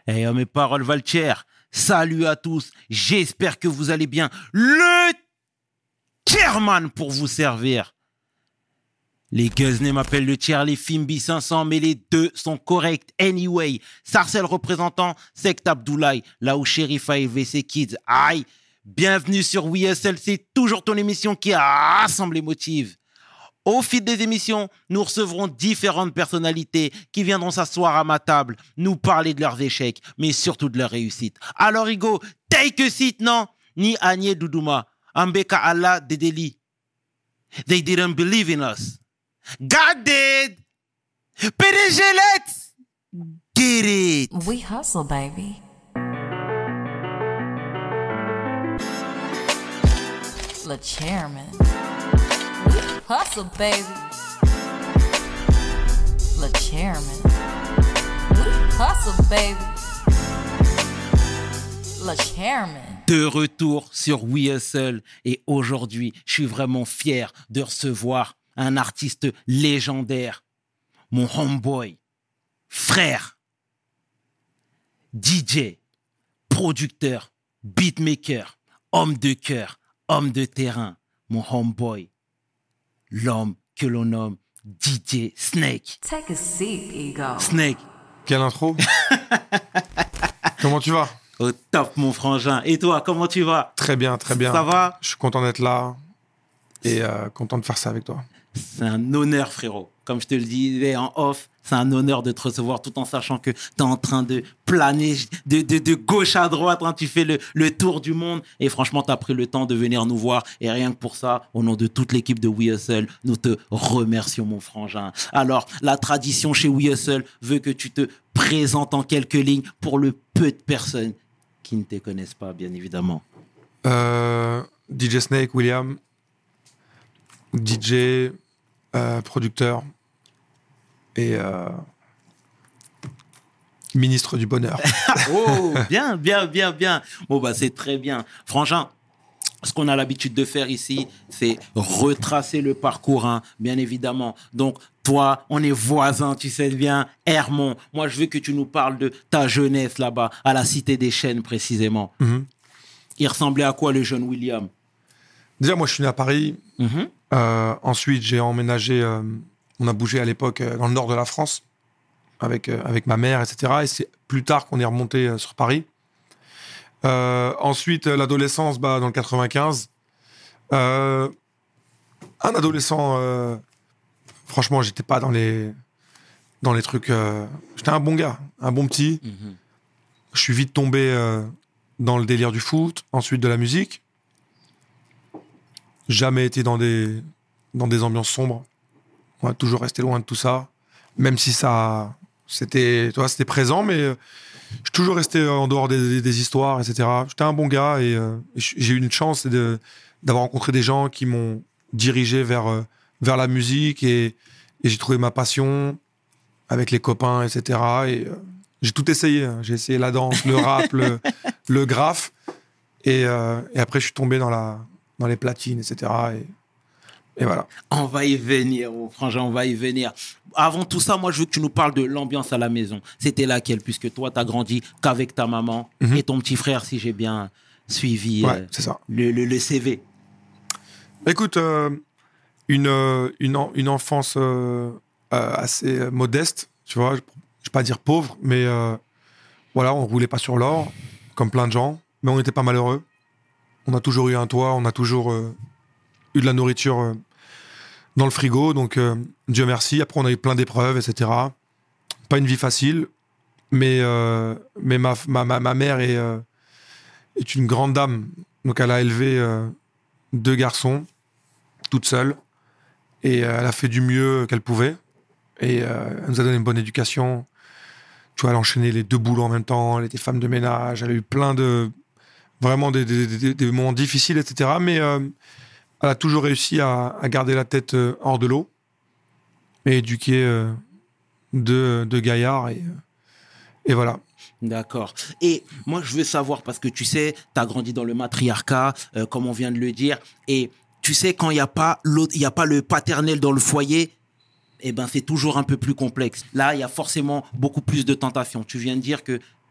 Eh, mes paroles valent cher. Salut à tous. J'espère que vous allez bien. Le chairman pour vous servir. Les Guzney m'appellent le tiers, les Fimbi 500, mais les deux sont corrects. Anyway, Sarcel représentant, Sect Abdoulaye, là où Sheriff a élevé ses kids. Aïe, bienvenue sur WeSL, c'est toujours ton émission qui rassemble les motifs. Au fil des émissions, nous recevrons différentes personnalités qui viendront s'asseoir à ma table, nous parler de leurs échecs, mais surtout de leurs réussites. Alors, Igo, take a seat, non? Ni Agnès Doudouma, Ambeka Allah Dedeli. They didn't believe in us. God did! PDG, let's get it! We hustle, baby. Le chairman. We hustle, baby. Le chairman. We hustle, baby. Le chairman. De retour sur We Hustle et aujourd'hui, je suis vraiment fier de recevoir un artiste légendaire, mon homeboy, frère, DJ, producteur, beatmaker, homme de cœur, homme de terrain, mon homeboy, l'homme que l'on nomme DJ Snake. Take a seat, Ego. Snake. Quelle intro. Comment tu vas? Au top, mon frangin. Et toi, comment tu vas? Très bien, très bien. Ça va? Je suis content d'être là et content de faire ça avec toi. C'est un honneur, frérot. Comme je te le disais en off, c'est un honneur de te recevoir tout en sachant que tu es en train de planer de gauche à droite. Hein, tu fais le tour du monde. Et franchement, tu as pris le temps de venir nous voir. Et rien que pour ça, au nom de toute l'équipe de We Hustle, nous te remercions, mon frangin. Alors, la tradition chez We Hustle veut que tu te présentes en quelques lignes pour le peu de personnes qui ne te connaissent pas, bien évidemment. DJ Snake, William. DJ, producteur et ministre du bonheur. Oh, bien, bien, bien, bien. Bon, bah, c'est très bien. Frangin, ce qu'on a l'habitude de faire ici, c'est retracer le parcours, hein, bien évidemment. Donc, toi, on est voisins, tu sais bien, Hermont. Moi, je veux que tu nous parles de ta jeunesse là-bas, à la Cité des Chênes, précisément. Mm-hmm. Il ressemblait à quoi, le jeune William? Déjà, moi, je suis né à Paris. Mm-hmm. Ensuite, j'ai emménagé, on a bougé à l'époque dans le nord de la France avec ma mère, etc. Et c'est plus tard qu'on est remonté sur Paris. Ensuite, l'adolescence, dans le 95. Un adolescent, franchement, j'étais pas dans les trucs. J'étais un bon gars, un bon petit. Mm-hmm. Je suis vite tombé dans le délire du foot, ensuite de la musique. Jamais été dans des ambiances sombres. On a toujours resté loin de tout ça. Même si c'était présent, mais je suis toujours resté en dehors des histoires, etc. J'étais un bon gars et j'ai eu une chance d'avoir rencontré des gens qui m'ont dirigé vers la musique et j'ai trouvé ma passion avec les copains, etc. Et j'ai tout essayé. Hein. J'ai essayé la danse, le rap, le graphe. Et après, je suis tombé dans les platines, etc. Et voilà. On va y venir, oh, frangin, on va y venir. Avant tout ça, moi, je veux que tu nous parles de l'ambiance à la maison. C'était laquelle? Puisque toi, tu as grandi qu'avec ta maman et ton petit frère, si j'ai bien suivi c'est ça. Le CV. Écoute, une enfance assez modeste, tu vois. Je ne vais pas dire pauvre, mais voilà, on ne roulait pas sur l'or, comme plein de gens, mais on n'était pas malheureux. On a toujours eu un toit, on a toujours eu de la nourriture dans le frigo, donc Dieu merci. Après, on a eu plein d'épreuves, etc. Pas une vie facile, mais ma mère est une grande dame. Donc, elle a élevé 2 garçons, toute seule, et elle a fait du mieux qu'elle pouvait. Et elle nous a donné une bonne éducation. Tu vois, elle a enchaîné les 2 boulots en même temps, elle était femme de ménage, elle a eu plein de... Vraiment des moments difficiles, etc. Mais elle a toujours réussi à garder la tête hors de l'eau et éduquer 2 gaillards. Et voilà. D'accord. Et moi, je veux savoir, parce que tu sais, tu as grandi dans le matriarcat, comme on vient de le dire, et tu sais, quand il n'y a pas le paternel dans le foyer, c'est toujours un peu plus complexe. Là, il y a forcément beaucoup plus de tentations. Tu viens de dire que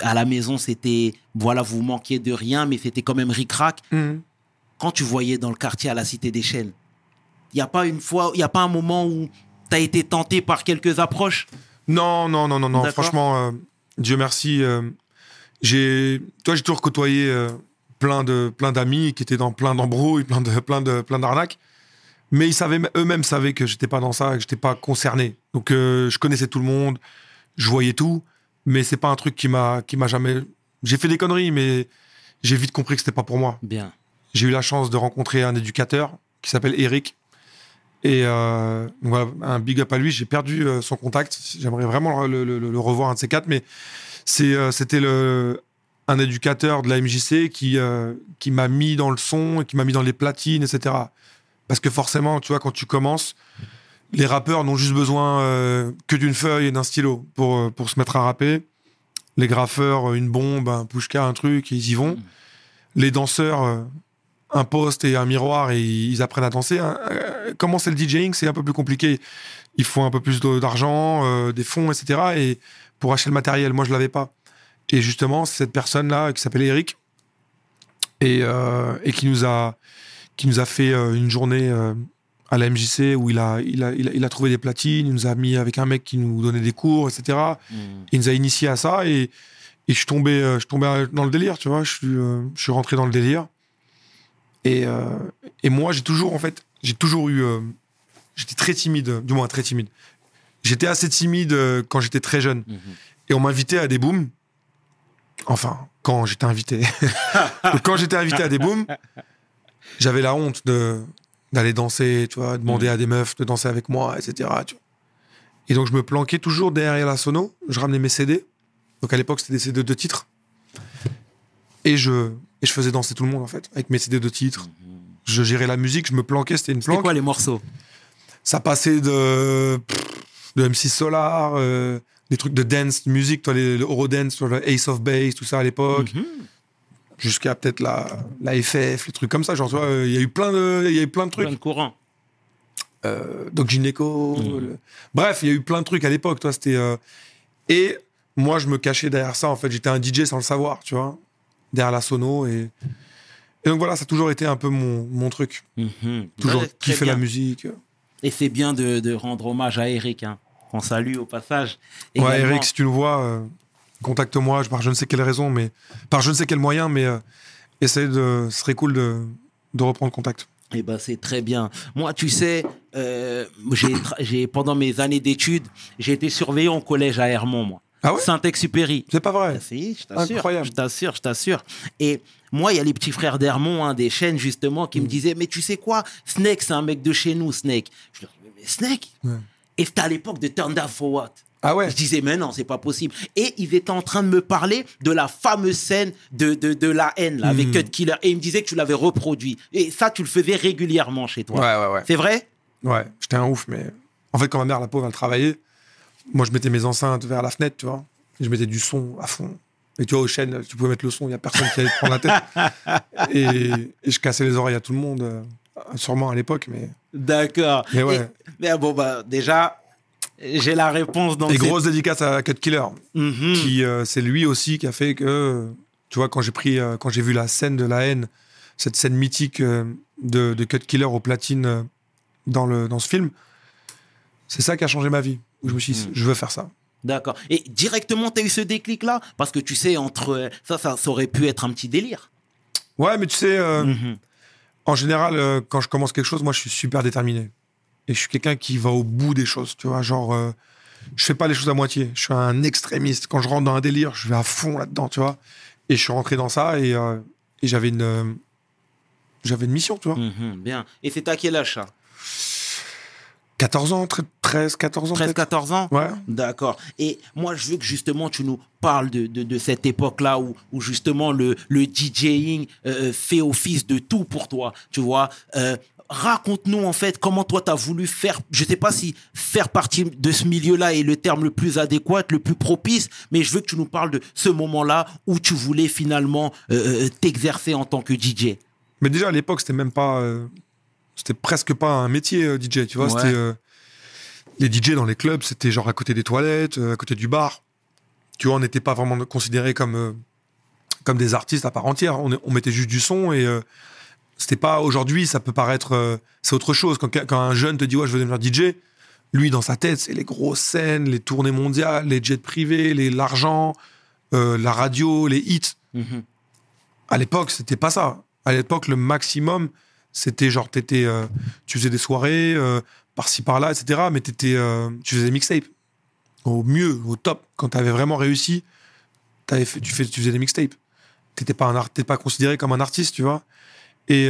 à la maison, c'était, voilà, vous manquiez de rien, mais c'était quand même ric-rac. Quand tu voyais dans le quartier à la Cité des Chênes, il n'y a pas une fois, il n'y a pas un moment où tu as été tenté par quelques approches? Non. D'accord. Franchement, Dieu merci. J'ai toujours côtoyé plein d'amis qui étaient dans plein d'embrouilles, plein d'arnaques. Mais eux-mêmes savaient que j'étais pas dans ça, que j'étais pas concerné. Donc je connaissais tout le monde, je voyais tout, mais c'est pas un truc qui m'a jamais. J'ai fait des conneries, mais j'ai vite compris que c'était pas pour moi. Bien. J'ai eu la chance de rencontrer un éducateur qui s'appelle Eric. Et voilà, un big up à lui. J'ai perdu son contact. J'aimerais vraiment le revoir, un de ces quatre. Mais c'était un éducateur de la MJC qui m'a mis dans le son, qui m'a mis dans les platines, etc. Parce que forcément, tu vois, quand tu commences, les rappeurs n'ont juste besoin que d'une feuille et d'un stylo pour se mettre à rapper. Les graffeurs, une bombe, un pushka, un truc, et ils y vont. Les danseurs, un poste et un miroir, et ils apprennent à danser. Comment c'est le DJing, c'est un peu plus compliqué. Il faut un peu plus d'argent, des fonds, etc. Et pour acheter le matériel, moi, je l'avais pas. Et justement, c'est cette personne-là qui s'appelle Eric et qui nous a fait une journée à la MJC où il a trouvé des platines, il nous a mis avec un mec qui nous donnait des cours, etc. Il nous a initiés à ça et je suis tombé dans le délire, tu vois. Je suis rentré dans le délire. Et moi, j'ai toujours eu... j'étais très timide, du moins très timide. J'étais assez timide quand j'étais très jeune. Et on m'invitait à des booms. Enfin, quand j'étais invité. Donc, quand j'étais invité à des booms, j'avais la honte d'aller danser, tu vois, demander à des meufs de danser avec moi, etc. Tu vois. Et donc, je me planquais toujours derrière la sono. Je ramenais mes CD. Donc, à l'époque, c'était des CD de titres. Et je faisais danser tout le monde, en fait, avec mes CD de titres. Je gérais la musique, je me planquais, c'était une planque. C'était quoi les morceaux? Ça passait de MC Solar, des trucs de dance, de musique, toi, le Eurodance, le Ace of Base, tout ça à l'époque. Jusqu'à peut-être la FF, les trucs comme ça. Genre, tu vois, il y a eu plein de trucs. Plein de courants. Doc Gineco. Bref, il y a eu plein de trucs à l'époque, toi, c'était... Et moi, je me cachais derrière ça, en fait. J'étais un DJ sans le savoir, tu vois. Derrière la sono et donc voilà, ça a toujours été un peu mon truc. Toujours kiffer la musique. Et c'est bien de rendre hommage à Eric, hein. On salue au passage. Ouais, Eric, si tu le vois, contacte-moi par je ne sais quelle raison, mais par je ne sais quel moyen, mais ce serait cool de reprendre contact. Eh ben, c'est très bien. Moi, tu sais, pendant mes années d'études, j'ai été surveillant au collège à Hermont, moi. Ah ouais? Saint-Exupéry. C'est pas vrai? Si, je t'assure. Incroyable. Je t'assure. Et moi, il y a les petits frères d'Hermont, hein, des chaînes, justement, qui me disaient, mais tu sais quoi, Snake, c'est un mec de chez nous, Snake. Je leur disais, mais Snake? Ouais. Et c'était à l'époque de Turn Down for What? Ah ouais? Je disais, mais non, c'est pas possible. Et ils étaient en train de me parler de la fameuse scène de la haine, là, avec Cut Killer. Et ils me disaient que tu l'avais reproduit. Et ça, tu le faisais régulièrement chez toi. Ouais. C'est vrai? Ouais, j'étais un ouf, mais en fait, quand ma mère, la pauvre, elle travaillait, moi, je mettais mes enceintes vers la fenêtre, tu vois. Et je mettais du son à fond. Et tu vois, aux chaînes, tu pouvais mettre le son, il n'y a personne qui allait te prendre la tête. et je cassais les oreilles à tout le monde, sûrement à l'époque, mais... D'accord. Mais ouais. Mais bon, bah, déjà, j'ai la réponse. Donc et grosse dédicace à Cut Killer, qui c'est lui aussi qui a fait que, tu vois, quand j'ai vu la scène de la haine, cette scène mythique de Cut Killer au platine dans ce film, c'est ça qui a changé ma vie. Où je me suis dit, je veux faire ça. D'accord. Et directement, tu as eu ce déclic-là? Parce que tu sais, entre ça aurait pu être un petit délire. Ouais, mais tu sais, en général, quand je commence quelque chose, moi, je suis super déterminé. Et je suis quelqu'un qui va au bout des choses, tu vois. Genre, je fais pas les choses à moitié. Je suis un extrémiste. Quand je rentre dans un délire, je vais à fond là-dedans, tu vois. Et je suis rentré dans ça et j'avais une mission, tu vois. Bien. Et c'est à quel âge, ça? 14 ans, 13, 14 ans. 13, 14 ans? Ouais. D'accord. Et moi, je veux que justement, tu nous parles de cette époque-là où justement le DJing fait office de tout pour toi, tu vois. Raconte-nous, en fait, comment toi, tu as voulu faire, je sais pas si faire partie de ce milieu-là est le terme le plus adéquat, le plus propice, mais je veux que tu nous parles de ce moment-là où tu voulais finalement t'exercer en tant que DJ. Mais déjà, à l'époque, c'était même pas... c'était presque pas un métier, DJ, tu vois. Ouais. C'était, les DJ dans les clubs, c'était genre à côté des toilettes, à côté du bar. tu vois, on n'était pas vraiment considérés comme des artistes à part entière. On mettait juste du son et c'était pas... Aujourd'hui, ça peut paraître... c'est autre chose. Quand un jeune te dit « Ouais, je veux devenir DJ », lui, dans sa tête, c'est les grosses scènes, les tournées mondiales, les jets privés, l'argent, la radio, les hits. Mhm. À l'époque, c'était pas ça. À l'époque, le maximum, c'était genre, tu faisais des soirées, par-ci, par-là, etc. Mais tu faisais des mixtapes. Au mieux, au top. Quand tu avais vraiment réussi, tu faisais des mixtapes. T'étais pas considéré comme un artiste, tu vois. Et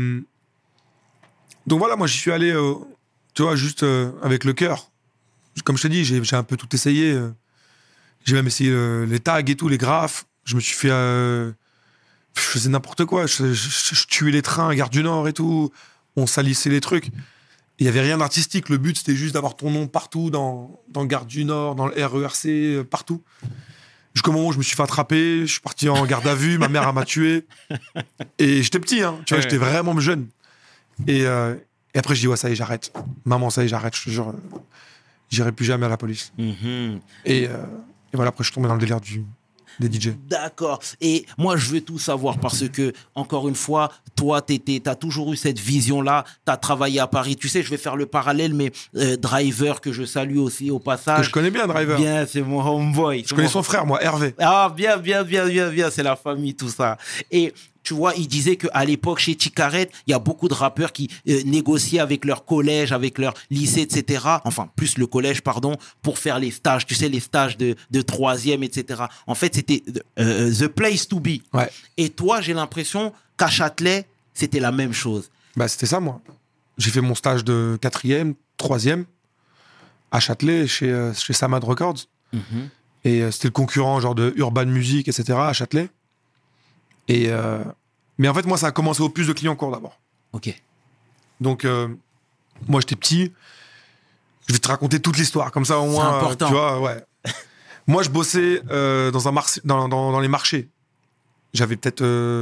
donc voilà, moi, j'y suis allé, tu vois, juste avec le cœur. Comme je te dis, j'ai un peu tout essayé. J'ai même essayé les tags et tout, les graphes. Je me suis fait... je faisais n'importe quoi. Je tuais les trains à Gare du Nord et tout. On salissait les trucs. Il n'y avait rien d'artistique. Le but, c'était juste d'avoir ton nom partout, dans Gare du Nord, dans le RERC, partout. Jusqu'au moment où je me suis fait attraper, je suis parti en garde à vue, ma mère m'a tué. Et j'étais petit, hein, tu vois, j'étais vraiment jeune. Et après, je dis, ouais, ça y est, j'arrête. Maman, ça y est, j'arrête, je te jure. J'irai plus jamais à la police. Mhm. Et voilà, après, je suis tombé dans le délire des DJ. D'accord. Et moi, je veux tout savoir parce que, encore une fois, toi, t'as toujours eu cette vision-là. T'as travaillé à Paris. Tu sais, je vais faire le parallèle, mais Driver, que je salue aussi au passage. Je connais bien Driver. Bien, c'est mon homeboy. Je connais son frère, moi, Hervé. Ah, bien. C'est la famille, tout ça. Et tu vois, il disait qu'à l'époque, chez Tikaret, il y a beaucoup de rappeurs qui négociaient avec leur collège, avec leur lycée, etc. Enfin, plus le collège, pardon, pour faire les stages. Tu sais, les stages de troisième, etc. En fait, c'était the place to be. Ouais. Et toi, j'ai l'impression qu'à Châtelet, c'était la même chose. Bah, c'était ça, moi. J'ai fait mon stage de 4e, 3e à Châtelet, chez Samad Records. Mhm. Et c'était le concurrent genre de Urban Music, etc. à Châtelet. Et mais en fait, moi, ça a commencé au puce de Clignancourt d'abord. Ok. Donc, moi, j'étais petit. Je vais te raconter toute l'histoire, comme ça au moins. C'est important. Tu vois, ouais. Moi, je bossais dans les marchés. J'avais peut-être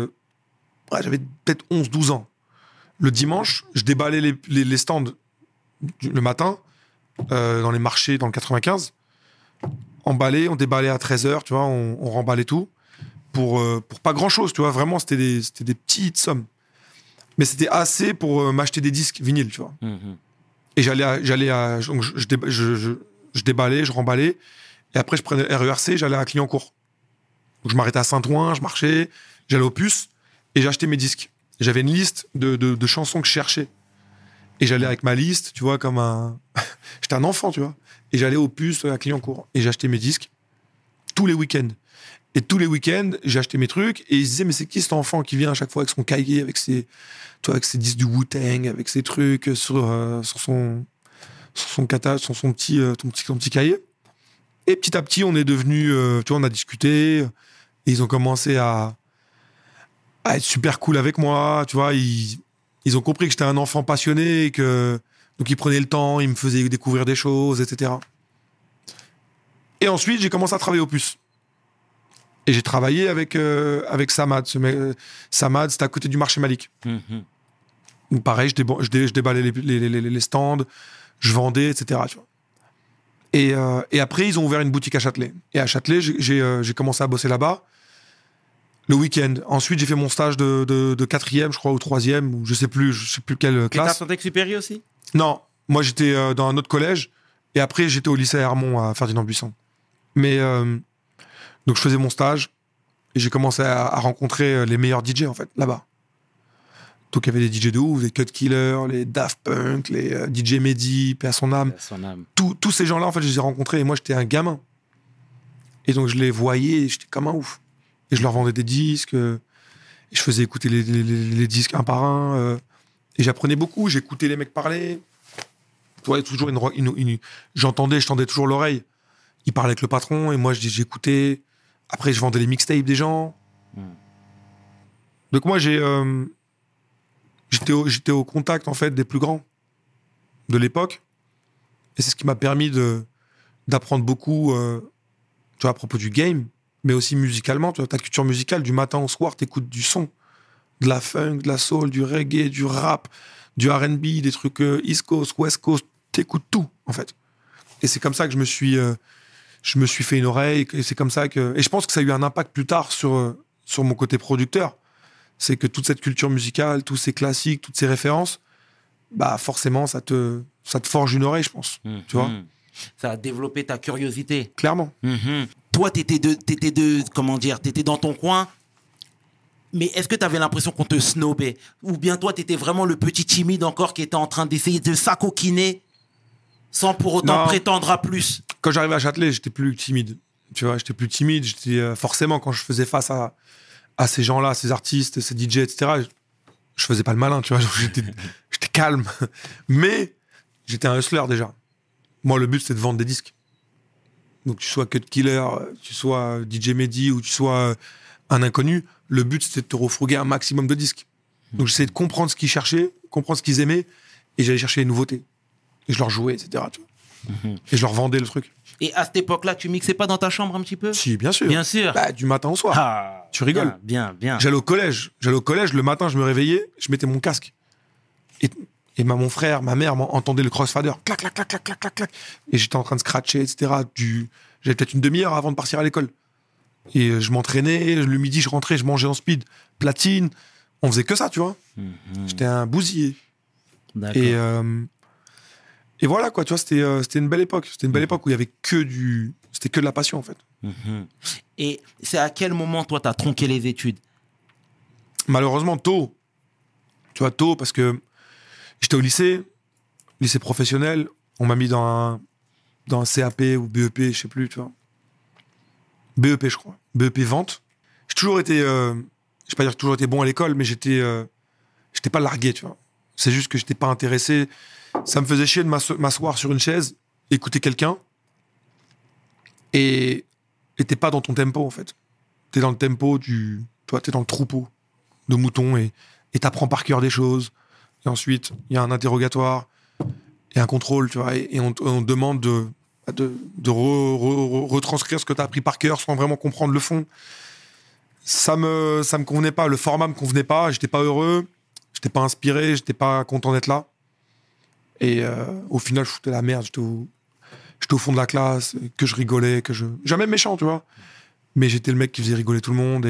11-12 ans. Le dimanche, je déballais les stands le matin dans les marchés dans le 95. On déballait à 13h, tu vois, on remballait tout. Pour pas grand-chose, tu vois. Vraiment, c'était des petites sommes. Mais c'était assez pour m'acheter des disques vinyles, tu vois. Mhm. Et donc je déballais, je remballais. Et après, je prenais le RERC, j'allais à Clignancourt. Donc, je m'arrêtais à Saint-Ouen, je marchais, j'allais au puce et j'achetais mes disques. J'avais une liste de chansons que je cherchais. Et j'allais avec ma liste, tu vois, comme un... J'étais un enfant, tu vois. Et j'allais au puce à Clignancourt. Et j'achetais mes disques tous les week-ends. Et tous les week-ends, j'ai acheté mes trucs et ils se disaient, mais c'est qui cet enfant qui vient à chaque fois avec son cahier, avec ses disques du Wu-Tang, avec ses trucs sur son catalogue, sur son petit cahier. Et petit à petit, on est devenu, tu vois, on a discuté et ils ont commencé à être super cool avec moi, tu vois. Ils ont compris que j'étais un enfant passionné et donc ils prenaient le temps, ils me faisaient découvrir des choses, etc. Et ensuite, j'ai commencé à travailler au puce. Et j'ai travaillé avec Samad. Samad, c'était à côté du marché Malik. Mhm. Donc pareil, je déballais les stands, je vendais, etc. Tu vois. Et après, ils ont ouvert une boutique à Châtelet. Et à Châtelet, j'ai commencé à bosser là-bas le week-end. Ensuite, j'ai fait mon stage de 4e, je crois, ou 3e, ou je sais plus quelle Et t'as classe. Saint-Exupéry aussi? Non, moi j'étais dans un autre collège. Et après, j'étais au lycée Hermont à Ferdinand Buisson. Mais... donc je faisais mon stage et j'ai commencé à rencontrer les meilleurs DJ en fait là-bas. Donc il y avait des DJ de ouf, les Cut Killer, les Daft Punk, les DJ Mehdi, paix à son âme. Tous ces gens-là en fait je les ai rencontrés et moi j'étais un gamin. Et donc je les voyais et j'étais comme un ouf. Et je leur vendais des disques et je faisais écouter les disques un par un et j'apprenais beaucoup, j'écoutais les mecs parler. Tu vois, toujours je tendais toujours l'oreille. Il parlait avec le patron et moi j'écoutais. Après je vendais les mixtapes des gens. Donc moi j'étais au contact en fait des plus grands de l'époque et c'est ce qui m'a permis d'apprendre beaucoup tu vois, à propos du game, mais aussi musicalement. Tu vois, ta culture musicale du matin au soir, t'écoutes du son, de la funk, de la soul, du reggae, du rap, du R&B, des trucs East Coast, West Coast. T'écoutes tout en fait. Et c'est comme ça que je me suis je me suis fait une oreille, et c'est comme ça que... Et je pense que ça a eu un impact plus tard sur mon côté producteur. C'est que toute cette culture musicale, tous ces classiques, toutes ces références, bah forcément, ça te forge une oreille, je pense. Tu vois ? Ça a développé ta curiosité. Clairement. Toi, t'étais dans ton coin, mais est-ce que t'avais l'impression qu'on te snobait? Ou bien toi, t'étais vraiment le petit timide encore qui était en train d'essayer de s'acoquiner sans pour autant Non. prétendre à plus? Quand j'arrivais à Châtelet, j'étais plus timide. Tu vois, j'étais plus timide. J'étais forcément, quand je faisais face à ces gens-là, ces artistes, ces DJ, etc., je faisais pas le malin, tu vois. J'étais calme. Mais j'étais un hustler déjà. Moi, le but, c'était de vendre des disques. Donc, tu sois Cut Killer, tu sois DJ Mehdi ou tu sois un inconnu, le but, c'était de te refouguer un maximum de disques. Donc, j'essayais de comprendre ce qu'ils cherchaient, comprendre ce qu'ils aimaient, et j'allais chercher les nouveautés. Et je leur jouais, etc. Tu vois. Et je leur vendais le truc. Et à cette époque-là, tu mixais pas dans ta chambre un petit peu? Si, bien sûr. Bien sûr. Bah, du matin au soir. Ah, Tu rigoles. Bien. J'allais au collège. Le matin, je me réveillais, je mettais mon casque. Et mon frère, ma mère entendaient le crossfader. Clac, clac, clac, clac, clac, clac, clac. Et j'étais en train de scratcher, etc. J'avais peut-être une demi-heure avant de partir à l'école. Et je m'entraînais, le midi, je rentrais, je mangeais en speed. Platine. On faisait que ça, tu vois. J'étais un bousillé. D'accord. Et voilà, quoi, tu vois, c'était une belle époque. C'était une belle époque où il y avait c'était que de la passion, en fait. Et c'est à quel moment, toi, t'as tronqué les études? Malheureusement, tôt. Tu vois, tôt, parce que j'étais au lycée professionnel. On m'a mis dans un CAP ou BEP, je sais plus, tu vois. BEP, je crois. BEP vente. J'ai toujours été, je vais pas dire toujours été bon à l'école, mais j'étais pas largué, tu vois. C'est juste que j'étais pas intéressé. Ça me faisait chier de m'asseoir sur une chaise, écouter quelqu'un, et t'es pas dans ton tempo, en fait. T'es dans le tempo t'es dans le troupeau de moutons, et t'apprends par cœur des choses. Et ensuite, il y a un interrogatoire et un contrôle, tu vois, et on te demande de retranscrire ce que tu as appris par cœur sans vraiment comprendre le fond. Ça me convenait pas, le format me convenait pas, j'étais pas heureux, j'étais pas inspiré, j'étais pas content d'être là. Et au final, je foutais la merde, j'étais au fond de la classe, que je rigolais, jamais méchant, tu vois. Mais j'étais le mec qui faisait rigoler tout le monde,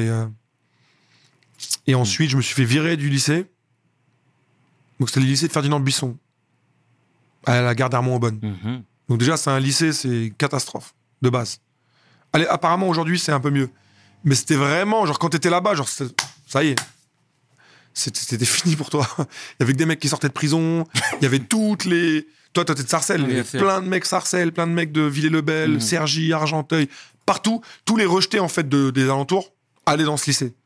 et ensuite, je me suis fait virer du lycée. Donc, c'était le lycée de Ferdinand Buisson, à la gare d'Ermont-Aubonne. Donc, déjà, c'est un lycée, c'est une catastrophe, de base. Allez, apparemment, aujourd'hui, c'est un peu mieux. Mais c'était vraiment, genre, quand t'étais là-bas, genre, ça y est. C'était fini pour toi. Il y avait que des mecs qui sortaient de prison. Il y avait toutes les... Toi, t'es de Sarcelles. Il y avait plein de mecs Sarcelles, plein de mecs de Villers-le-Bel, Cergy, Argenteuil. Partout, tous les rejetés, en fait, des alentours, allaient dans ce lycée.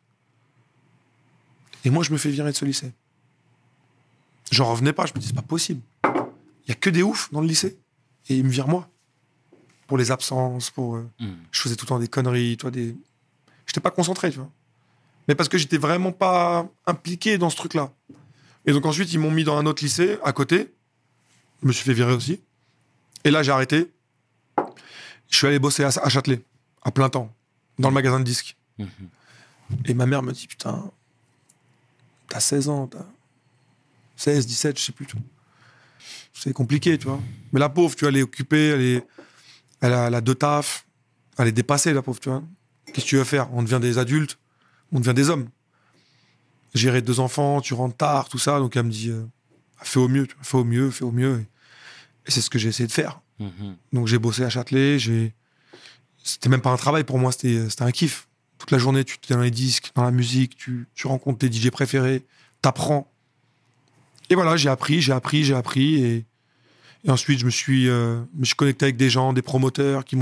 Et moi, je me fais virer de ce lycée. J'en revenais pas. Je me dis, c'est pas possible. Il y a que des oufs dans le lycée. Et ils me virent moi. Pour les absences, je faisais tout le temps des conneries, tu vois, J'étais pas concentré, tu vois. Mais parce que j'étais vraiment pas impliqué dans ce truc-là. Et donc ensuite, ils m'ont mis dans un autre lycée, à côté. Je me suis fait virer aussi. Et là, j'ai arrêté. Je suis allé bosser à Châtelet, à plein temps, dans le magasin de disques. Et ma mère me dit, putain, t'as 16 ans, t'as 16, 17, je sais plus tout. C'est compliqué, tu vois. Mais la pauvre, tu vois, elle est occupée, elle a deux tafs, elle est dépassée, la pauvre, tu vois. Qu'est-ce que tu veux faire? On devient des adultes, on devient des hommes. Gérer 2 enfants, tu rentres tard, tout ça. Donc elle me dit, fais au mieux, tu vois, fais au mieux. Et c'est ce que j'ai essayé de faire. Donc j'ai bossé à Châtelet, c'était même pas un travail pour moi, c'était un kiff. Toute la journée, tu es dans les disques, dans la musique, tu rencontres tes DJ préférés, t'apprends. Et voilà, j'ai appris. Et ensuite, je me suis connecté avec des gens, des promoteurs qui m'ont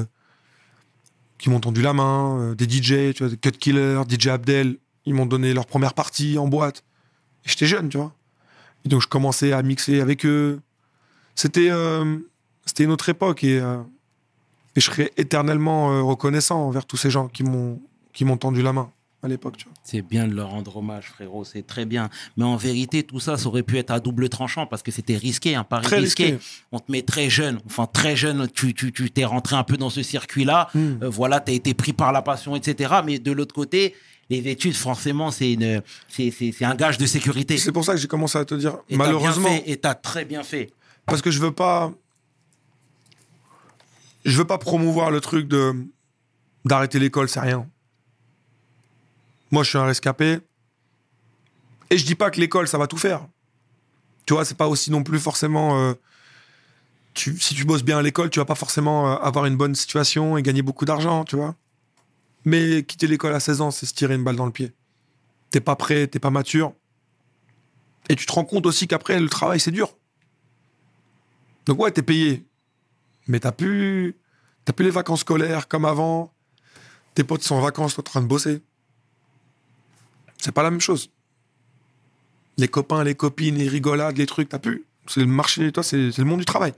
tendu la main, des DJ, tu vois, des Cut Killer, DJ Abdel. Ils m'ont donné leur première partie en boîte. Et j'étais jeune, tu vois. Et donc, je commençais à mixer avec eux. C'était une autre époque. Et je serai éternellement reconnaissant envers tous ces gens qui m'ont tendu la main à l'époque, tu vois. C'est bien de leur rendre hommage, frérot, c'est très bien. Mais en vérité, tout ça, ça aurait pu être à double tranchant parce que c'était risqué, un pari Très risqué. risqué. On te met très jeune, tu t'es rentré un peu dans ce circuit-là. Voilà, t'as été pris par la passion, etc. Mais de l'autre côté, les études, forcément, c'est un gage de sécurité. C'est pour ça que j'ai commencé à te dire, Et malheureusement, et t'as très bien fait. parce que je veux pas je veux pas promouvoir le truc d'arrêter l'école, c'est rien. Moi, je suis un rescapé. Et je dis pas que l'école, ça va tout faire. Tu vois, c'est pas aussi non plus forcément... si tu bosses bien à l'école, tu vas pas forcément avoir une bonne situation et gagner beaucoup d'argent, tu vois. Mais quitter l'école à 16 ans, c'est se tirer une balle dans le pied. T'es pas prêt, t'es pas mature. Et tu te rends compte aussi qu'après, le travail, c'est dur. Donc ouais, t'es payé. Mais t'as plus les vacances scolaires comme avant. Tes potes sont en vacances, toi, en train de bosser. C'est pas la même chose. Les copains, les copines, les rigolades, les trucs, t'as plus. C'est le marché, toi, c'est le monde du travail.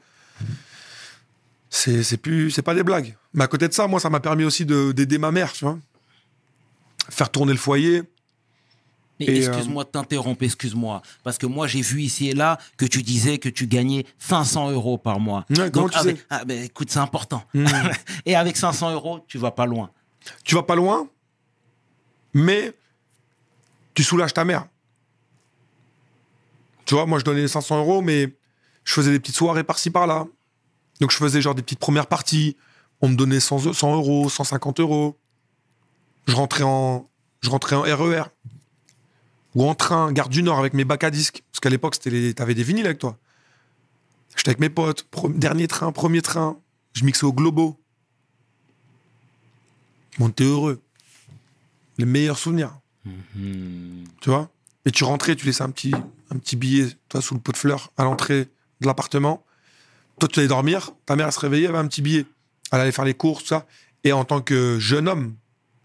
C'est pas des blagues. Mais à côté de ça, moi, ça m'a permis aussi d'aider ma mère, tu vois. Faire tourner le foyer. Mais excuse-moi de t'interrompre, excuse-moi. Parce que moi, j'ai vu ici et là que tu disais que tu gagnais 500 € par mois. Ouais, comment tu sais ben, écoute, c'est important. Et avec 500 €, tu vas pas loin. Tu vas pas loin, mais tu soulages ta mère. Tu vois, moi, je donnais 500 €, mais je faisais des petites soirées par-ci, par-là. Donc, je faisais genre des petites premières parties. On me donnait 100 €, 150 €. Je rentrais en RER. Ou en train, gare du Nord, avec mes bacs à disques. Parce qu'à l'époque, t'avais des vinyles avec toi. J'étais avec mes potes. Dernier train, premier train. Je mixais au Globo. On était heureux. Les meilleurs souvenirs. Tu vois? Et tu rentrais, tu laissais un petit billet, toi, sous le pot de fleurs, à l'entrée de l'appartement. Toi, tu allais dormir. Ta mère, elle se réveillait, elle avait un petit billet. Elle allait faire les courses, tout ça. Et en tant que jeune homme,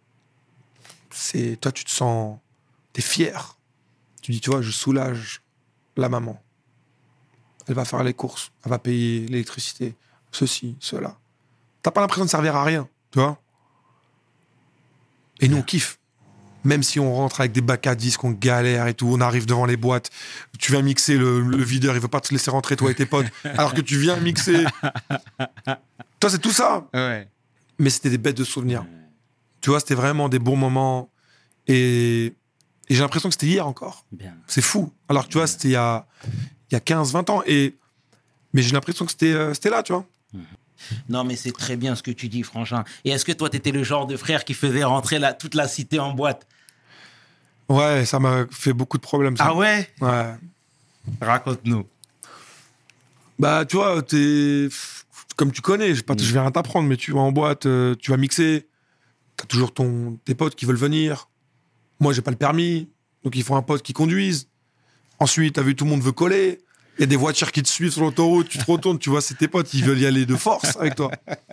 toi, tu te sens... T'es fier. Tu dis, tu vois, je soulage la maman. Elle va faire les courses. Elle va payer l'électricité. Ceci, cela. T'as pas l'impression de servir à rien, tu vois? Et nous, on kiffe. Même si on rentre avec des bacs à disques, on galère et tout, on arrive devant les boîtes, tu viens mixer, le videur, il veut pas te laisser rentrer, toi et tes potes, alors que tu viens mixer. Toi, c'est tout ça. Ouais. Mais c'était des bêtes de souvenirs. Tu vois, c'était vraiment des bons moments. Et j'ai l'impression que c'était hier encore. Bien. C'est fou. Alors que tu vois, c'était il y a 15-20 ans. Mais j'ai l'impression que c'était là, tu vois. Non, mais c'est très bien ce que tu dis, Frangin. Et est-ce que toi, t'étais le genre de frère qui faisait rentrer toute la cité en boîte? Ouais, ça m'a fait beaucoup de problèmes, ça. Ah ouais? Ouais. Raconte-nous. Bah, tu vois, comme tu connais, je vais rien t'apprendre, mais tu vas en boîte, tu vas mixer, t'as toujours tes potes qui veulent venir. Moi, j'ai pas le permis, donc il faut un pote qui conduise. Ensuite, t'as vu, tout le monde veut coller. Il y a des voitures qui te suivent sur l'autoroute, tu te retournes, tu vois, c'est tes potes, ils veulent y aller de force avec toi.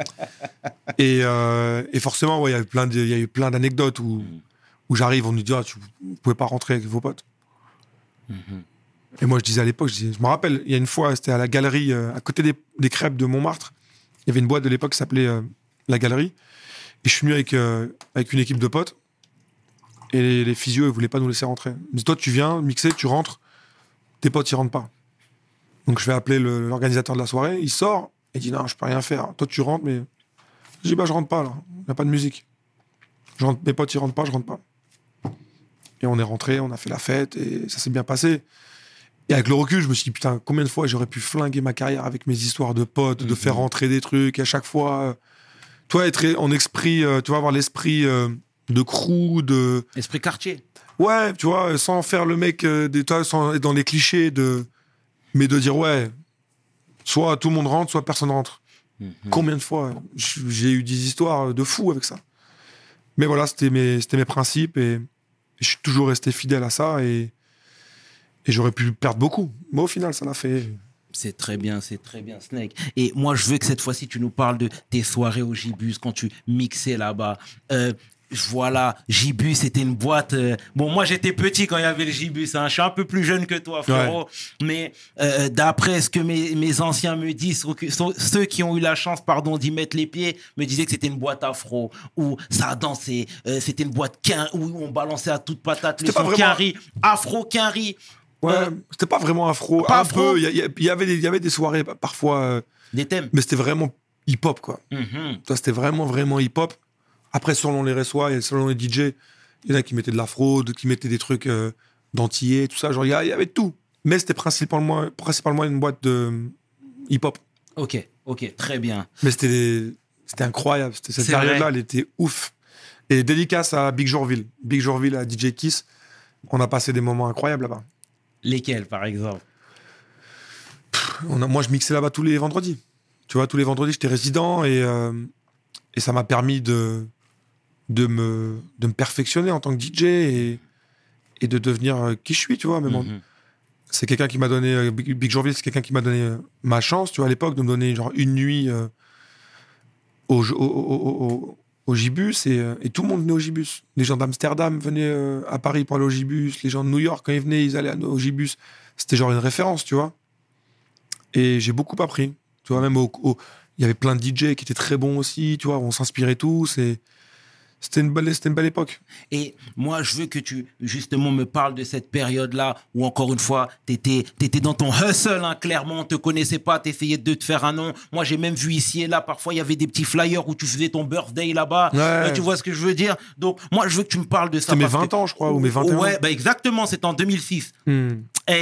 Et forcément, ouais, il y a eu plein d'anecdotes où j'arrive, on nous dit, vous pouvez pas rentrer avec vos potes. Et moi, je disais à l'époque, je me rappelle, il y a une fois, c'était à la galerie, à côté des crêpes de Montmartre. Il y avait une boîte de l'époque qui s'appelait La Galerie. Et je suis venu avec une équipe de potes. Et les physios, ils voulaient pas nous laisser rentrer. Ils me disent, toi, tu viens mixer, tu rentres. Tes potes, ils rentrent pas. Donc, je vais appeler l'organisateur de la soirée. Il sort et dit, non, je peux rien faire. Toi, tu rentres, mais... Je dis, bah, je rentre pas, là. Il n'y a pas de musique. Mes potes, ils rentrent pas, je rentre pas. Et on est rentré, on a fait la fête et ça s'est bien passé. Et avec le recul, je me suis dit, putain, combien de fois j'aurais pu flinguer ma carrière avec mes histoires de potes, de faire rentrer des trucs, et à chaque fois, toi, être en esprit, tu vas avoir l'esprit de crew, Esprit quartier. Ouais, tu vois, sans faire le mec, sans être dans les clichés, mais de dire, ouais, soit tout le monde rentre, soit personne rentre. Combien de fois j'ai eu des histoires de fous avec ça. Mais voilà, c'était mes principes, et je suis toujours resté fidèle à ça, et j'aurais pu perdre beaucoup. Mais au final, ça l'a fait. C'est très bien, Snake. Et moi, je veux que cette fois-ci, tu nous parles de tes soirées au Gibus, quand tu mixais là-bas. Voilà, Gibus, c'était une boîte... Bon, moi, j'étais petit quand il y avait le Gibus. Hein. Je suis un peu plus jeune que toi, frérot. Ouais. Mais d'après ce que mes anciens me disent, ceux qui ont eu la chance, d'y mettre les pieds, me disaient que c'était une boîte afro, où ça dansait. C'était une boîte où on balançait à toute patate le son Quinry. Afro Quinry. Ouais, c'était pas vraiment afro. Pas un afro. peu. Il y avait des soirées parfois. Des thèmes. Mais c'était vraiment hip-hop, quoi. Ça, c'était vraiment, vraiment hip-hop. Après, selon les reçois et selon les DJ, il y en a qui mettaient de la fraude, qui mettaient des trucs d'antillais, tout ça. Genre, il y avait tout. Mais c'était principalement une boîte de hip-hop. Ok. Ok, très bien. Mais c'était incroyable. Cette C'est période-là, vrai. elle était ouf. Et dédicace à Big Jourville. Big Jourville, à DJ Kiss. On a passé des moments incroyables là-bas. Lesquels, par exemple? Moi, je mixais là-bas tous les vendredis. Tu vois, tous les vendredis, j'étais résident et ça m'a permis de me perfectionner en tant que DJ et de devenir qui je suis, tu vois. Même Mhm. c'est quelqu'un qui m'a donné, Big Jourville, c'est quelqu'un qui m'a donné ma chance, tu vois, à l'époque, de me donner genre une nuit au Gibus et tout le monde venait au Gibus. Les gens d'Amsterdam venaient à Paris pour aller au Gibus. Les gens de New York, quand ils venaient, ils allaient au Gibus. C'était genre une référence, tu vois. Et j'ai beaucoup appris. Tu vois, même il y avait plein de DJ qui étaient très bons aussi, tu vois, on s'inspirait tous et c'était une belle époque. Et moi, je veux que tu, justement, me parles de cette période-là où, encore une fois, t'étais dans ton hustle, hein, clairement, on te connaissait pas, t'essayais de te faire un nom. Moi, j'ai même vu ici et là, parfois, il y avait des petits flyers où tu faisais ton birthday là-bas. Ouais. Tu vois ce que je veux dire? Donc, moi, je veux que tu me parles de ça. C'était mes parce 20 que- ans, je crois, ou mes 21 Ouais, ans. bah exactement, c'était en 2006. Hmm.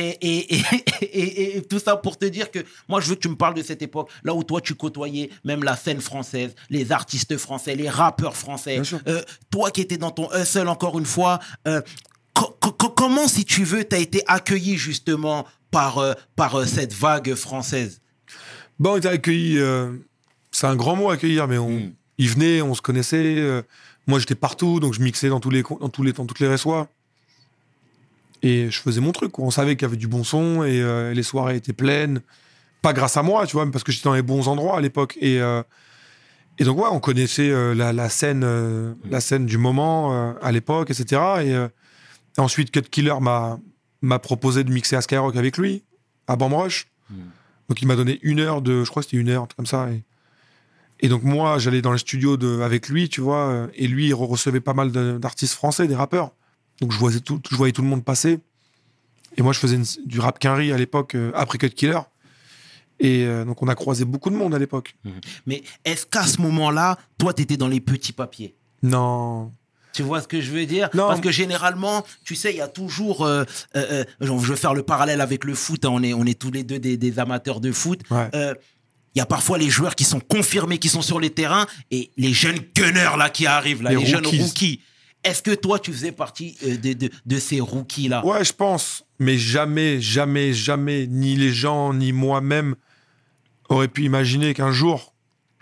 Et tout ça pour te dire que moi, je veux que tu me parles de cette époque, là où toi, tu côtoyais même la scène française, les artistes français, les rappeurs français. Bien sûr. Toi qui étais dans ton hustle, encore une fois, comment, si tu veux, tu as été accueilli justement par cette vague française? Bon, on était accueillis, c'est un grand mot accueillir, mais ils venaient, on se connaissait. Moi, j'étais partout, donc je mixais dans toutes les ressoirs. Et je faisais mon truc, quoi. On savait qu'il y avait du bon son et les soirées étaient pleines. Pas grâce à moi, tu vois, mais parce que j'étais dans les bons endroits à l'époque. Et donc, ouais, on connaissait la scène du moment à l'époque, etc. Et ensuite, Cut Killer m'a proposé de mixer à Skyrock avec lui, à Bamrush. Donc, il m'a donné 1 heure je crois que c'était 1 heure, un truc comme ça. Et donc, moi, j'allais dans les studios avec lui, tu vois, et lui, il recevait pas mal d'artistes français, des rappeurs. Donc, je voyais tout le monde passer. Et moi, je faisais du rap quinri à l'époque, après Cut Killer. Et donc, on a croisé beaucoup de monde à l'époque. Mais est-ce qu'à ce moment-là, toi, tu étais dans les petits papiers? Non. Tu vois ce que je veux dire? Non. Parce que généralement, tu sais, il y a toujours... je veux faire le parallèle avec le foot, hein, on est tous les deux des amateurs de foot. Ouais. Il y a parfois les joueurs qui sont confirmés, qui sont sur les terrains, et les jeunes gunners là, qui arrivent, là, Les les jeunes rookies. rookies. Est-ce que toi, tu faisais partie de ces rookies-là? Ouais, je pense. Mais jamais, jamais, jamais, ni les gens, ni moi-même auraient pu imaginer qu'un jour,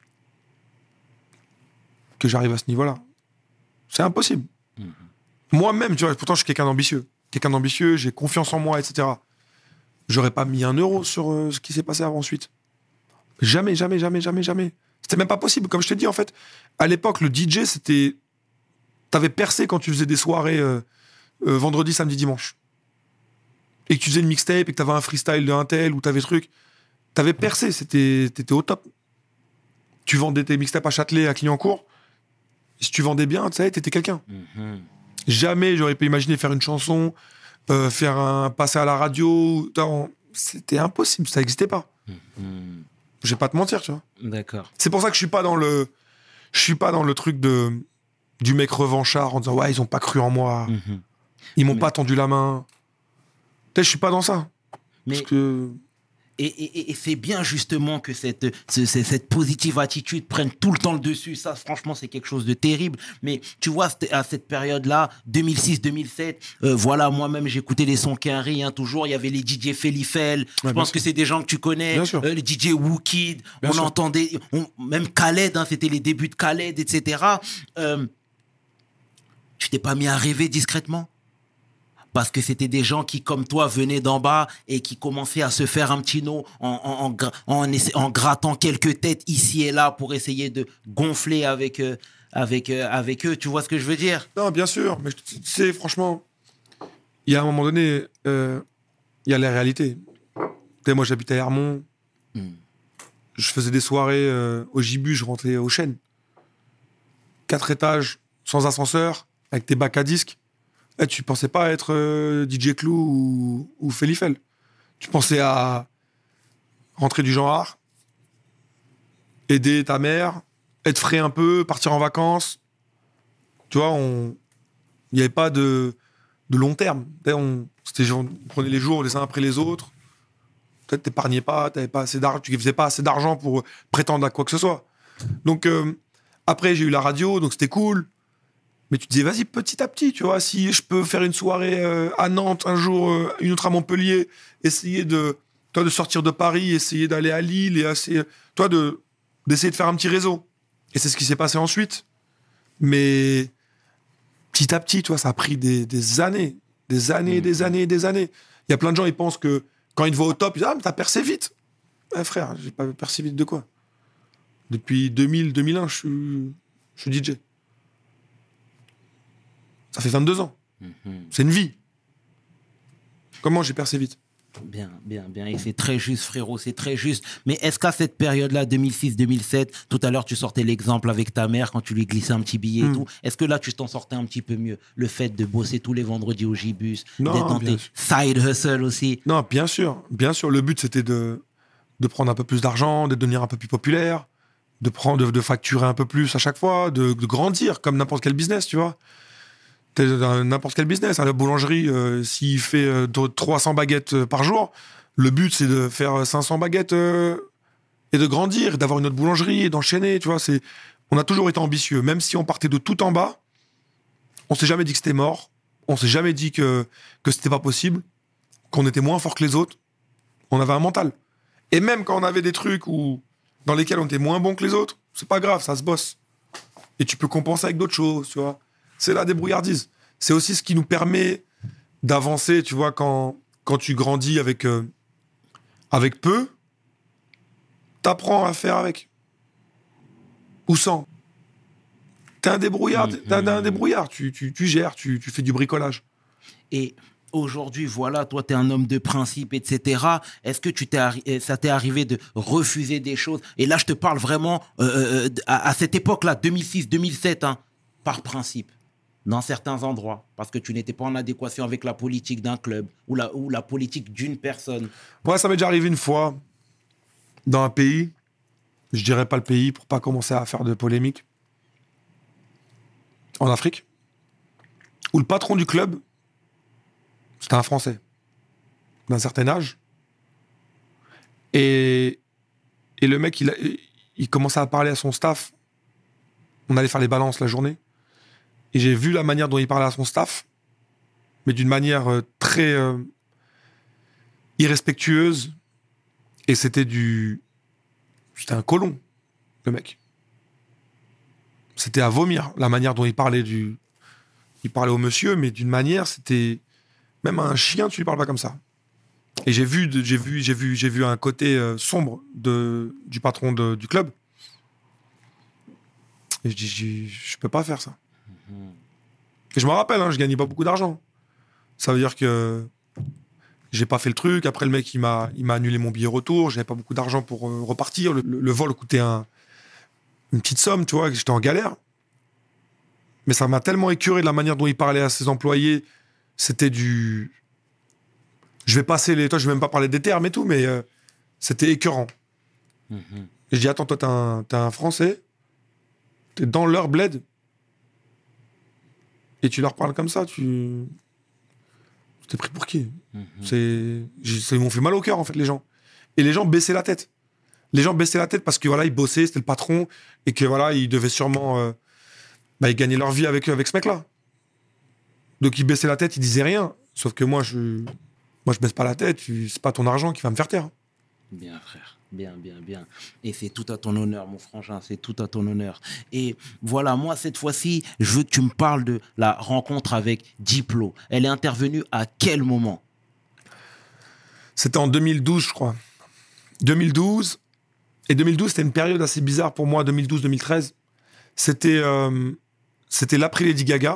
que j'arrive à ce niveau-là. C'est impossible. Moi-même, tu vois, pourtant, je suis quelqu'un d'ambitieux. Quelqu'un d'ambitieux, j'ai confiance en moi, etc. J'aurais pas mis 1 euro sur ce qui s'est passé avant ensuite. Jamais, jamais, jamais, jamais, jamais. C'était même pas possible. Comme je t'ai dit, en fait, à l'époque, le DJ, c'était... T'avais percé quand tu faisais des soirées vendredi, samedi, dimanche. Et que tu faisais une mixtape et que t'avais un freestyle de un tel ou t'avais truc. T'avais percé, t'étais au top. Tu vendais tes mixtapes à Châtelet, à Clignancourt. Et si tu vendais bien, tu sais, t'étais quelqu'un. Jamais j'aurais pu imaginer faire une chanson, passer à la radio. C'était impossible, ça n'existait pas. Je vais pas te mentir, tu vois. D'accord. C'est pour ça que je suis pas dans le truc du mec revanchard en disant ouais, ils ont pas cru en moi, ils m'ont pas tendu la main. Je suis pas dans ça. Mais Parce que et c'est bien justement que cette positive attitude prenne tout le temps le dessus. Ça, franchement, c'est quelque chose de terrible. Mais tu vois, à cette période-là, 2006-2007, voilà, moi-même, j'écoutais les sons Quinry, hein, toujours. Il y avait les DJ Felifel. Je bien pense sûr. que c'est des gens que tu connais. Bien sûr. Les DJ Wookid. Bien On sûr. entendait, même Khaled, hein, c'était les débuts de Khaled, etc. Tu t'es pas mis à rêver discrètement? Parce que c'était des gens qui, comme toi, venaient d'en bas et qui commençaient à se faire un petit nom en grattant quelques têtes ici et là pour essayer de gonfler avec eux. Tu vois ce que je veux dire? non, bien sûr, mais tu sais, franchement, il y a un moment donné, il y a la réalité. Tu sais, moi, j'habitais à Hermont. Je faisais des soirées au Gibus, je rentrais aux Chênes. 4 étages, sans ascenseur, avec tes bacs à disques. Et tu pensais pas être DJ Clou ou Felifel. Tu pensais à rentrer du genre, aider ta mère, être frais un peu, partir en vacances. Tu vois, il n'y avait pas de long terme. On prenait les jours les uns après les autres. Peut-être t'épargnais pas, t'avais pas assez d'argent, tu faisais pas assez d'argent pour prétendre à quoi que ce soit. Donc, après, j'ai eu la radio, donc c'était cool. Mais tu te disais, vas-y, petit à petit, tu vois, si je peux faire une soirée à Nantes, un jour, une autre à Montpellier, essayer de sortir de Paris, essayer d'aller à Lille, et d'essayer de faire un petit réseau. Et c'est ce qui s'est passé ensuite. Mais petit à petit, tu vois, ça a pris des années. Des années, des années, des années. Il y a plein de gens, ils pensent que quand ils te voient au top, ils disent, ah, mais t'as percé vite. Frère, j'ai pas percé vite de quoi? Depuis 2000, 2001, je suis DJ. Ça fait 22 ans. C'est une vie. Comment j'ai percé vite? Bien. Et c'est très juste, frérot, c'est très juste. Mais est-ce qu'à cette période-là, 2006-2007, tout à l'heure, tu sortais l'exemple avec ta mère quand tu lui glissais un petit billet et tout. Est-ce que là, tu t'en sortais un petit peu mieux? Le fait de bosser tous les vendredis au Gibus, Non, d'être dans tes side hustle aussi. Non, bien sûr. Bien sûr. Le but, c'était de prendre un peu plus d'argent, de devenir un peu plus populaire, de facturer un peu plus à chaque fois, de grandir comme n'importe quel business, tu vois. T'es dans n'importe quel business. La boulangerie, s'il fait 300 baguettes par jour, le but, c'est de faire 500 baguettes et de grandir, d'avoir une autre boulangerie et d'enchaîner. Tu vois, on a toujours été ambitieux. Même si on partait de tout en bas, on s'est jamais dit que c'était mort. On s'est jamais dit que c'était pas possible, qu'on était moins fort que les autres. On avait un mental. Et même quand on avait des trucs dans lesquels on était moins bon que les autres, c'est pas grave, ça se bosse. Et tu peux compenser avec d'autres choses, tu vois. C'est la débrouillardise. C'est aussi ce qui nous permet d'avancer, tu vois, quand tu grandis avec peu, t'apprends à faire avec. Ou sans. T'es un débrouillard, tu gères, tu fais du bricolage. Et aujourd'hui, voilà, toi, t'es un homme de principe, etc. Est-ce que ça t'est arrivé de refuser des choses? Et là, je te parle vraiment à cette époque-là, 2006-2007, hein, par principe. Dans certains endroits, parce que tu n'étais pas en adéquation avec la politique d'un club ou la politique d'une personne. Ouais, ça m'est déjà arrivé une fois dans un pays, je dirais pas le pays pour pas commencer à faire de polémique, en Afrique, où le patron du club, c'était un Français d'un certain âge, et le mec, il commençait à parler à son staff. On allait faire les balances la journée. Et j'ai vu la manière dont il parlait à son staff, mais d'une manière très irrespectueuse. Et c'était un colon, le mec. C'était à vomir, la manière dont il parlait Il parlait au monsieur, mais d'une manière, c'était... Même à un chien, tu lui parles pas comme ça. Et j'ai vu un côté sombre du patron du club. Et je dis, je peux pas faire ça. Et je me rappelle, je gagnais pas beaucoup d'argent. Ça veut dire que j'ai pas fait le truc. Après, le mec, il m'a annulé mon billet retour. J'avais pas beaucoup d'argent pour repartir. Le vol coûtait une petite somme, tu vois, que j'étais en galère. Mais ça m'a tellement écœuré de la manière dont il parlait à ses employés. C'était je vais passer je vais même pas parler des termes et tout, mais c'était écœurant. Et je dis, attends, toi, t'es un Français, t'es dans leur bled, et tu leur parles comme ça, tu t'es pris pour qui? Ils m'ont fait mal au cœur, en fait, les gens. Et les gens baissaient la tête. Les gens baissaient la tête parce que voilà, ils bossaient, c'était le patron, et que voilà, ils devaient sûrement ils gagnaient leur vie avec ce mec-là. Donc ils baissaient la tête, ils disaient rien. Sauf que moi, je baisse pas la tête. C'est pas ton argent qui va me faire taire. Bien, frère. Bien. Et c'est tout à ton honneur, mon frangin. C'est tout à ton honneur. Et voilà, moi, cette fois-ci, je veux que tu me parles de la rencontre avec Diplo. Elle est intervenue à quel moment? C'était en 2012, je crois. 2012. Et 2012, c'était une période assez bizarre pour moi, 2012-2013. C'était l'après Lady Gaga.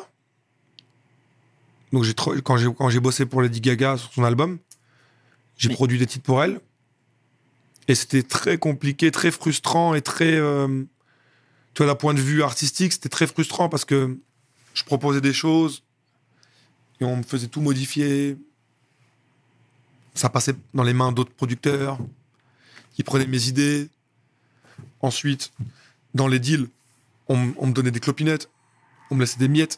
Donc quand j'ai bossé pour Lady Gaga sur son album, j'ai produit des titres pour elle. Et c'était très compliqué, très frustrant et très... tu vois, d'un point de vue artistique, c'était très frustrant parce que je proposais des choses et on me faisait tout modifier. Ça passait dans les mains d'autres producteurs qui prenaient mes idées. Ensuite, dans les deals, on me donnait des clopinettes, on me laissait des miettes.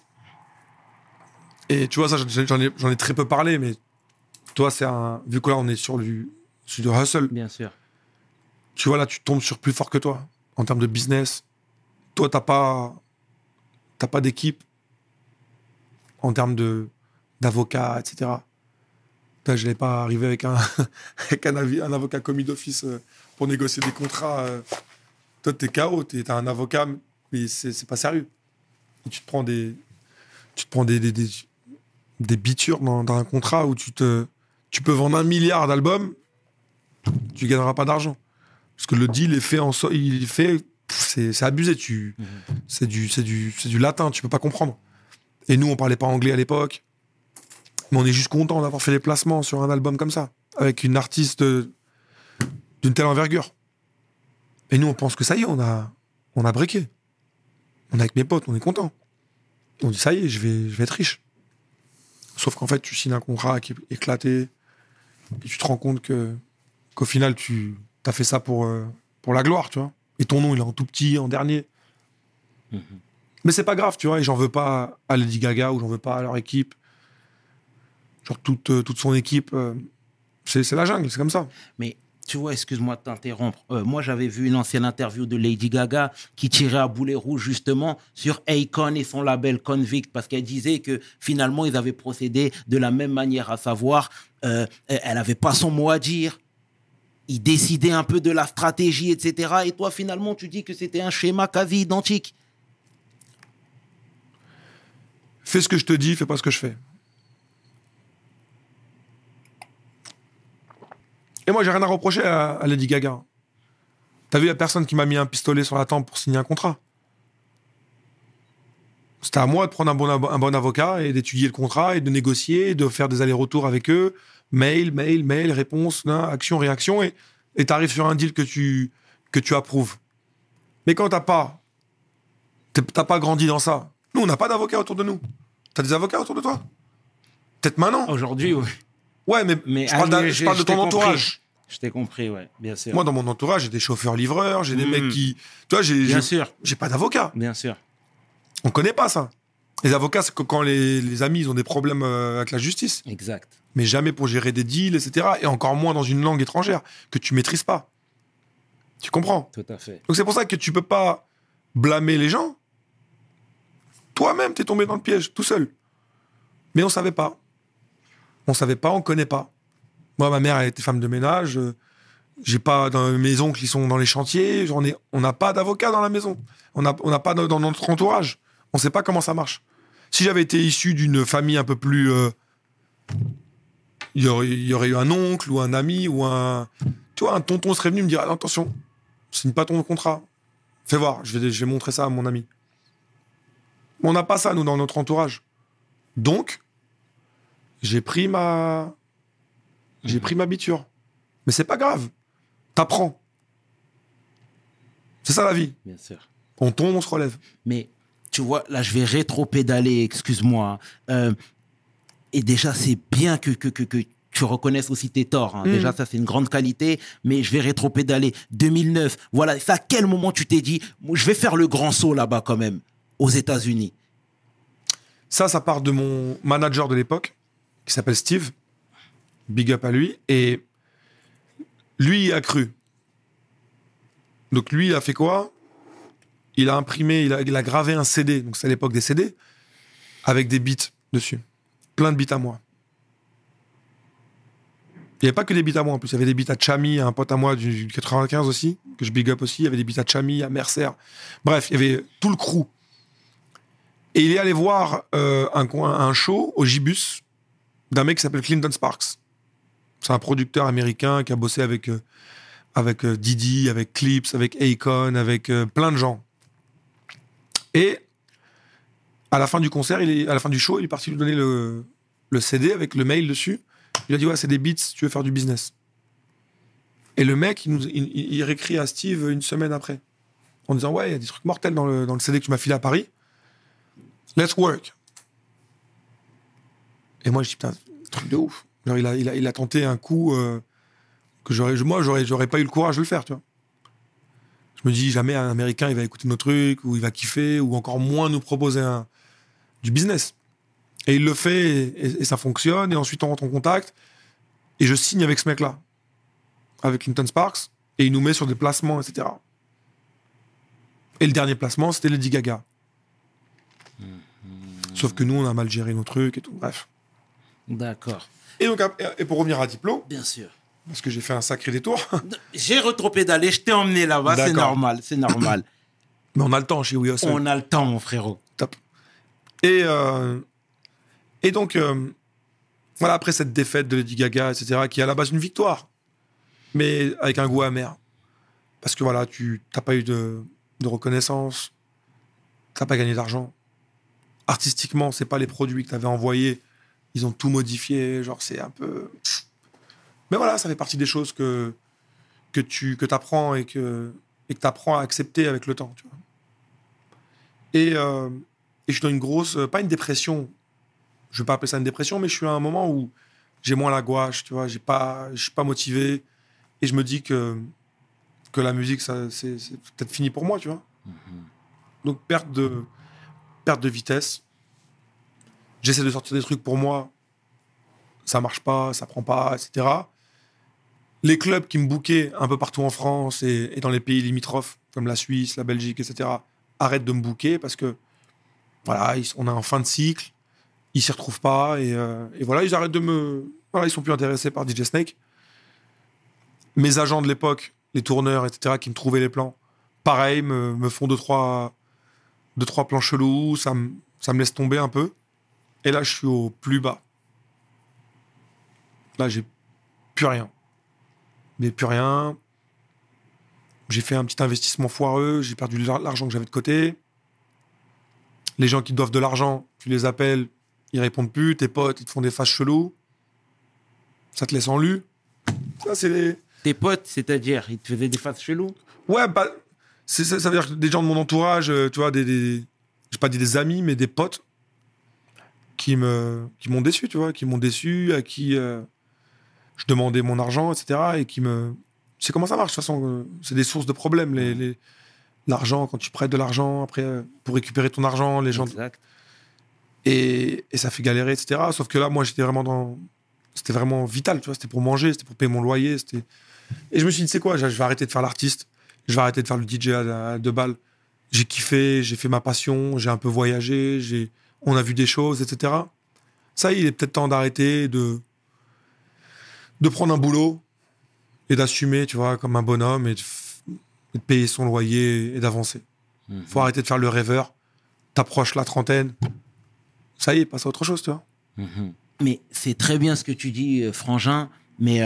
Et tu vois, ça, j'en ai très peu parlé, mais toi, vu que là, on est sur c'est du hustle. Bien sûr. Tu vois, là, tu tombes sur plus fort que toi en termes de business. Toi, t'as pas d'équipe en termes d'avocat, etc. Je n'allais pas arriver avec avec un avocat commis d'office pour négocier des contrats. Toi, t'es KO, t'as un avocat, mais c'est pas sérieux. Et tu te prends des bitures dans un contrat où tu peux vendre 1 milliard d'albums, tu gagneras pas d'argent. Parce que le deal est fait c'est abusé. C'est du latin, tu peux pas comprendre. Et nous, on parlait pas anglais à l'époque. Mais on est juste content d'avoir fait les placements sur un album comme ça, avec une artiste d'une telle envergure. Et nous, on pense que ça y est, on a briqué. On est avec mes potes, on est content. On dit ça y est, je vais être riche. Sauf qu'en fait, tu signes un contrat qui est éclaté, et tu te rends compte qu'au final, tu as fait ça pour la gloire, tu vois. Et ton nom, il est en tout petit, en dernier. Mm-hmm. Mais c'est pas grave, tu vois, et j'en veux pas à Lady Gaga ou j'en veux pas à leur équipe. Genre toute son équipe, c'est la jungle, c'est comme ça. Mais tu vois, excuse-moi de t'interrompre. Moi, j'avais vu une ancienne interview de Lady Gaga qui tirait à boulet rouge justement sur Akon et son label Convict parce qu'elle disait que finalement, ils avaient procédé de la même manière, à savoir, elle n'avait pas son mot à dire. Ils décidaient un peu de la stratégie, etc. Et toi, finalement, tu dis que c'était un schéma quasi identique. Fais ce que je te dis, fais pas ce que je fais. Et moi, j'ai rien à reprocher à Lady Gaga. T'as vu la personne qui m'a mis un pistolet sur la tempe pour signer un contrat? C'était à moi de prendre un bon avocat et d'étudier le contrat et de négocier, de faire des allers-retours avec eux. Mail, réponse, action, réaction. Et t'arrives sur un deal que tu approuves. Mais quand t'as pas grandi dans ça, nous, on n'a pas d'avocats autour de nous. T'as des avocats autour de toi? Peut-être maintenant. Aujourd'hui, oui. Ouais, mais je parle de ton entourage. Je t'ai compris, ouais, bien sûr. Moi, dans mon entourage, j'ai des chauffeurs-livreurs, j'ai des mecs qui... Tu vois, j'ai pas d'avocat. Bien sûr. On connaît pas ça. Les avocats, c'est que quand les amis ils ont des problèmes avec la justice. Exact. Mais jamais pour gérer des deals, etc. Et encore moins dans une langue étrangère que tu maîtrises pas. Tu comprends? Tout à fait. Donc c'est pour ça que tu peux pas blâmer les gens. Toi-même, t'es tombé dans le piège, tout seul. Mais on savait pas. On connaît pas. Moi, ma mère, elle était femme de ménage. J'ai pas mes oncles, ils sont dans les chantiers. On n'a pas d'avocat dans la maison. On n'a pas dans notre entourage. On sait pas comment ça marche. Si j'avais été issu d'une famille un peu plus, il y aurait eu un oncle ou un ami ou un tonton serait venu me dire attention, signe pas ton contrat. Fais voir, je vais montrer ça à mon ami. On n'a pas ça nous dans notre entourage. Donc j'ai pris ma biture. Mais c'est pas grave. T'apprends. C'est ça la vie. Bien sûr. On tombe, on se relève. Mais tu vois, là, je vais rétro-pédaler, excuse-moi. Et déjà, c'est bien que tu reconnaisses aussi tes torts. Hein. Déjà, ça, c'est une grande qualité. Mais je vais rétro-pédaler. 2009, voilà. C'est à quel moment tu t'es dit, je vais faire le grand saut là-bas quand même, aux États-Unis? Ça part de mon manager de l'époque, qui s'appelle Steve. Big up à lui. Et lui, il a cru. Donc lui, il a fait quoi? Il a imprimé, il a gravé un CD, donc c'est à l'époque des CD, avec des beats dessus. Plein de beats à moi. Il n'y avait pas que des beats à moi en plus, il y avait des beats à Chami, un pote à moi du 95 aussi, que je big up aussi, il y avait des beats à Chami, à Mercer. Bref, il y avait tout le crew. Et il est allé voir un show au Gibus d'un mec qui s'appelle Clinton Sparks. C'est un producteur américain qui a bossé avec Didi, avec Clips, avec Akon, avec plein de gens. Et à la fin du concert, à la fin du show, il est parti lui donner le CD avec le mail dessus. Il a dit, ouais, c'est des beats si tu veux faire du business. Et le mec, il réécrit à Steve une semaine après, en disant, ouais, il y a des trucs mortels dans le CD que tu m'as filé à Paris. Let's work. Et moi, je dis, putain, truc de ouf. Alors, il a tenté un coup que j'aurais pas eu le courage de le faire, tu vois. Je me dis, jamais un Américain, il va écouter nos trucs, ou il va kiffer, ou encore moins nous proposer du business. Et il le fait, et ça fonctionne, et ensuite on rentre en contact, et je signe avec ce mec-là. avec Clinton Sparks et il nous met sur des placements, etc. Et le dernier placement, c'était Lady Gaga. Sauf que nous, on a mal géré nos trucs et tout, bref. D'accord. Et donc, et pour revenir à Diplo, Bien sûr. parce que j'ai fait un sacré détour, J'ai retropédalé, je t'ai emmené là-bas, c'est D'accord. normal, c'est normal. mais on a le temps chez We Hustle. On a le temps, mon frérot. Top. Et donc, voilà, après cette défaite de Lady Gaga, etc., qui est à la base une victoire, mais avec un goût amer. Parce que voilà, tu n'as pas eu de reconnaissance, tu n'as pas gagné d'argent. Artistiquement, c'est pas les produits que tu avais envoyés, ils ont tout modifié, genre c'est un peu... Mais voilà, ça fait partie des choses que tu apprends et que tu apprends à accepter avec le temps, tu vois. Et je suis dans une grosse, pas une dépression, je ne vais pas appeler ça une dépression, mais je suis à un moment où j'ai moins la gouache, tu vois, je suis pas motivé, et je me dis que la musique, ça, c'est peut-être fini pour moi, tu vois. Donc perte de vitesse. J'essaie de sortir des trucs pour moi, ça marche pas, ça prend pas, etc. Les clubs qui me bookaient un peu partout en France et dans les pays limitrophes, comme la Suisse, la Belgique, etc., arrêtent de me booker parce que voilà, on est en fin de cycle, ils s'y retrouvent pas et voilà, ils arrêtent de me... Voilà, ils sont plus intéressés par DJ Snake. Mes agents de l'époque, les tourneurs, etc., qui me trouvaient les plans, pareil, me font deux, trois plans chelous, ça me laisse tomber un peu. Et là, je suis au plus bas. Là, j'ai plus rien. Mais plus rien. J'ai fait un petit investissement foireux, j'ai perdu l'argent que j'avais de côté. Les gens qui te doivent de l'argent, tu les appelles, ils répondent plus. Tes potes, ils te font des faces chelous. Ça te laisse en lu. Ça, c'est les... Tes potes, c'est-à-dire, ils te faisaient des faces cheloues? Ouais, bah, ça veut dire que des gens de mon entourage, tu vois, j'ai pas dit des amis, mais des potes qui m'ont déçu, tu vois, qui m'ont déçu, à qui je demandais mon argent, etc. Et qui me... C'est comment ça marche, de toute façon, c'est des sources de problèmes, l'argent, quand tu prêtes de l'argent, après, pour récupérer ton argent, les gens... Exact. Et ça fait galérer, etc. Sauf que là, moi, j'étais vraiment dans... C'était vraiment vital, tu vois, c'était pour manger, c'était pour payer mon loyer, c'était... Et je me suis dit, c'est quoi, je vais arrêter de faire l'artiste, je vais arrêter de faire le DJ à 2 balles. J'ai kiffé, j'ai fait ma passion, j'ai un peu voyagé, on a vu des choses, etc. Ça, il est peut-être temps d'arrêter, de prendre un boulot et d'assumer, tu vois, comme un bonhomme et de payer son loyer et d'avancer. Faut arrêter de faire le rêveur. T'approches la trentaine, ça y est, passe à autre chose, tu vois. Mais c'est très bien ce que tu dis, Frangin, mais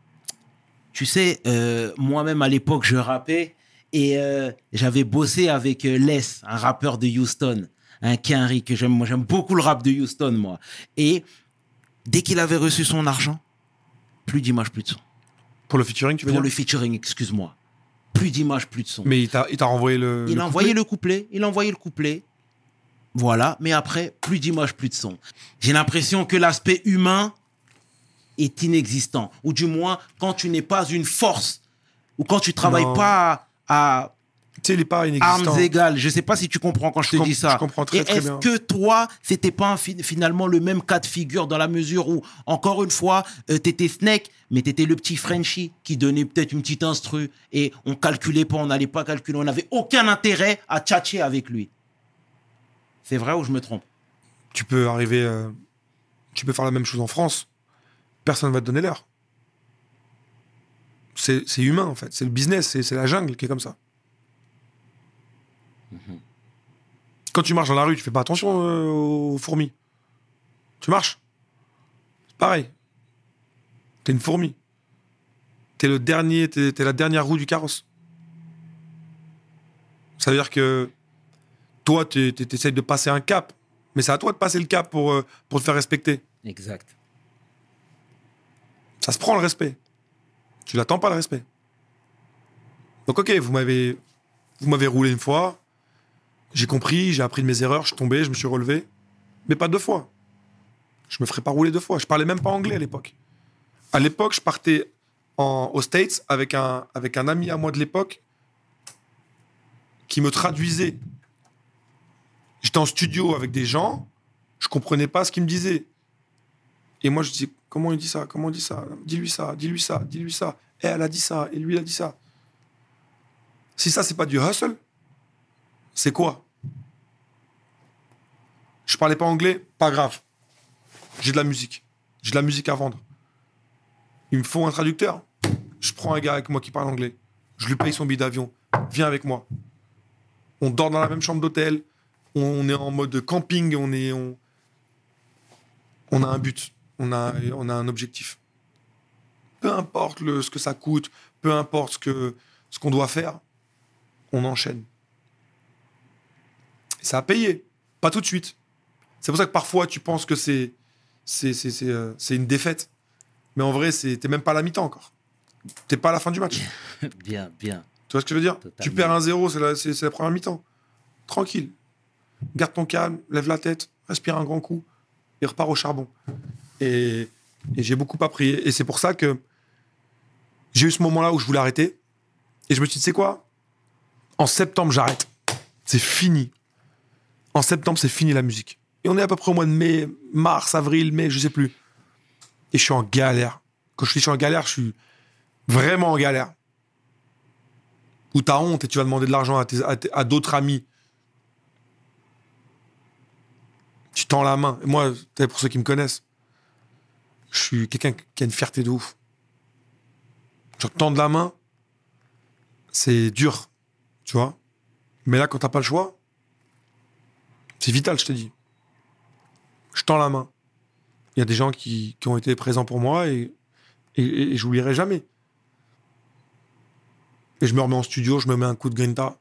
tu sais, moi-même à l'époque, je rappais et j'avais bossé avec Les, un rappeur de Houston, un Kenry que j'aime. Moi, j'aime beaucoup le rap de Houston, moi. Et dès qu'il avait reçu son argent, plus d'images, plus de son. Pour le featuring, tu veux Pour dire le featuring, excuse-moi. Plus d'images, plus de son. Mais il t'a renvoyé le... Il a envoyé le couplet. Il a envoyé le couplet. Voilà. Mais après, plus d'images, plus de son. J'ai l'impression que l'aspect humain est inexistant. Ou du moins, quand tu n'es pas une force, ou quand tu travailles Non. pas à Tu sais, il est pas inexistant. armes égales. Je sais pas si tu comprends quand je te dis ça. Je comprends très, Et très est-ce bien. que toi, c'était pas finalement le même cas de figure dans la mesure où, encore une fois, t'étais Snake, mais t'étais le petit Frenchie qui donnait peut-être une petite instru et on calculait pas, on n'allait pas calculer, on n'avait aucun intérêt à tchatcher avec lui. C'est vrai ou je me trompe? Tu peux arriver... tu peux faire la même chose en France. Personne ne va te donner l'heure. C'est humain, en fait. C'est le business, c'est la jungle qui est comme ça. Quand tu marches dans la rue, tu fais pas attention aux fourmis. Tu marches. C'est pareil. T'es une fourmi. T'es la dernière roue du carrosse. Ça veut dire que toi, t'essayes de passer un cap, mais c'est à toi de passer le cap pour te faire respecter. Exact. Ça se prend le respect. Tu l'attends pas le respect. Donc ok, vous m'avez roulé une fois, j'ai compris, j'ai appris de mes erreurs, je suis tombé, je me suis relevé, mais pas 2 fois. Je me ferais pas rouler 2 fois. Je parlais même pas anglais à l'époque. À l'époque, je partais aux States avec un ami à moi de l'époque qui me traduisait. J'étais en studio avec des gens, je comprenais pas ce qu'ils me disaient. Et moi, je disais, comment il dit ça? Comment on dit ça? Dis-lui ça, dis-lui ça, dis-lui ça. Et elle a dit ça, et lui, il a dit ça. Si ça, c'est pas du hustle, c'est quoi? Je parlais pas anglais, pas grave. J'ai de la musique. J'ai de la musique à vendre. Il me faut un traducteur. Je prends un gars avec moi qui parle anglais. Je lui paye son billet d'avion. Viens avec moi. On dort dans la même chambre d'hôtel. On est en mode camping. On a un but. On a un objectif. Peu importe ce que ça coûte, peu importe ce qu'on doit faire, on enchaîne. Et ça a payé. Pas tout de suite. C'est pour ça que parfois, tu penses que c'est une défaite. Mais en vrai, t'es même pas à la mi-temps encore. T'es pas à la fin du match. Bien, bien. Tu vois ce que je veux dire? Totalement. Tu perds 1-0, c'est la première mi-temps. Tranquille. Garde ton calme, lève la tête, respire un grand coup et repars au charbon. Et j'ai beaucoup appris. Et c'est pour ça que j'ai eu ce moment-là où je voulais arrêter. Et je me suis dit, tu sais quoi? En septembre, j'arrête. C'est fini. En septembre, c'est fini la musique. Et on est à peu près au mois de mai, mars, avril, mai, je sais plus. Et je suis en galère. Quand je suis en galère, je suis vraiment en galère. Où t'as honte et tu vas demander de l'argent à d'autres amis. Tu tends la main. Et moi, pour ceux qui me connaissent, je suis quelqu'un qui a une fierté de ouf. Genre, tendre la main, c'est dur. Tu vois? Mais là, quand t'as pas le choix, c'est vital, je te dis. Je tends la main. Il y a des gens qui ont été présents pour moi et je n'oublierai jamais. Et je me remets en studio, je me mets un coup de grinta.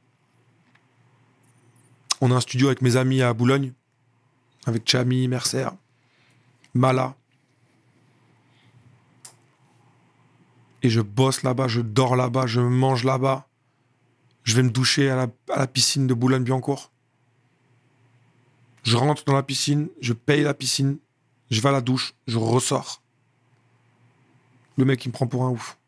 On a un studio avec mes amis à Boulogne, avec Chami, Mercer, Mala. Et je bosse là-bas, je dors là-bas, je mange là-bas. Je vais me doucher à la piscine de Boulogne-Billancourt. Je rentre dans la piscine, je paye la piscine, je vais à la douche, je ressors. Le mec, il me prend pour un ouf.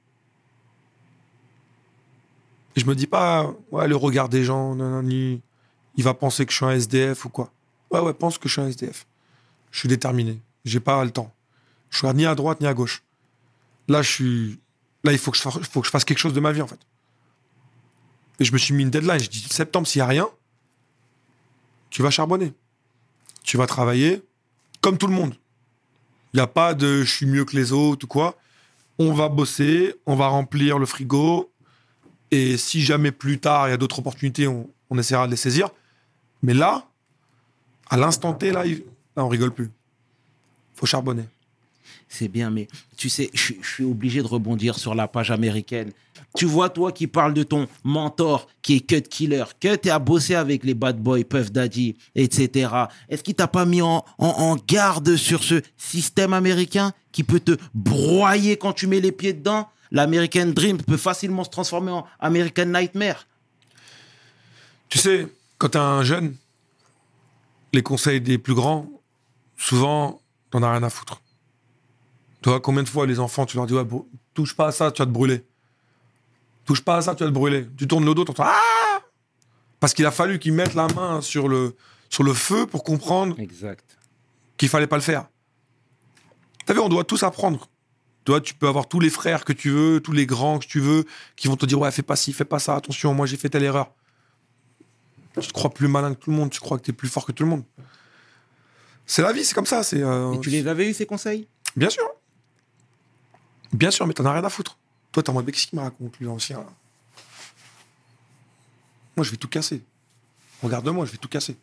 Et je me dis pas, ouais, le regard des gens, il va penser que je suis un SDF ou quoi. Ouais, pense que je suis un SDF. Je suis déterminé, j'ai pas le temps. Je suis ni à droite ni à gauche. Là, il faut que je fasse quelque chose de ma vie, en fait. Et je me suis mis une deadline. Je dis, septembre, s'il n'y a rien, tu vas charbonner. Tu vas travailler comme tout le monde. Il n'y a pas de je suis mieux que les autres ou quoi. On va bosser, on va remplir le frigo. Et si jamais plus tard, il y a d'autres opportunités, on essaiera de les saisir. Mais là, à l'instant T, là, on rigole plus. Faut charbonner. C'est bien, mais tu sais, je suis obligé de rebondir sur la page américaine. Tu vois, toi qui parles de ton mentor qui est Cut Killer, Cut a bossé avec les Bad Boys, Puff Daddy, etc. Est-ce qu'il t'a pas mis en garde sur ce système américain qui peut te broyer quand tu mets les pieds dedans? L'American Dream peut facilement se transformer en American Nightmare. Tu sais, quand t'es un jeune, les conseils des plus grands, souvent, t'en as rien à foutre. Tu vois, combien de fois les enfants, tu leur dis, ouais, touche pas à ça, tu vas te brûler. Touche pas à ça, tu vas te brûler. Tu tournes le dos, t'entends, ah! Parce qu'il a fallu qu'ils mettent la main sur le feu pour comprendre qu'il fallait pas le faire. T'as vu, on doit tous apprendre. Toi, tu peux avoir tous les frères que tu veux, tous les grands que tu veux, qui vont te dire, ouais, fais pas ci, fais pas ça, attention, moi j'ai fait telle erreur. Tu te crois plus malin que tout le monde, tu crois que t'es plus fort que tout le monde. C'est la vie, c'est comme ça. Et tu les avais eu, ces conseils? Bien sûr. Bien sûr, mais t'en as rien à foutre. Toi, t'es en mode, qu'est-ce qu'il me raconte, lui, ancien, là? Moi, je vais tout casser. Regarde-moi, je vais tout casser.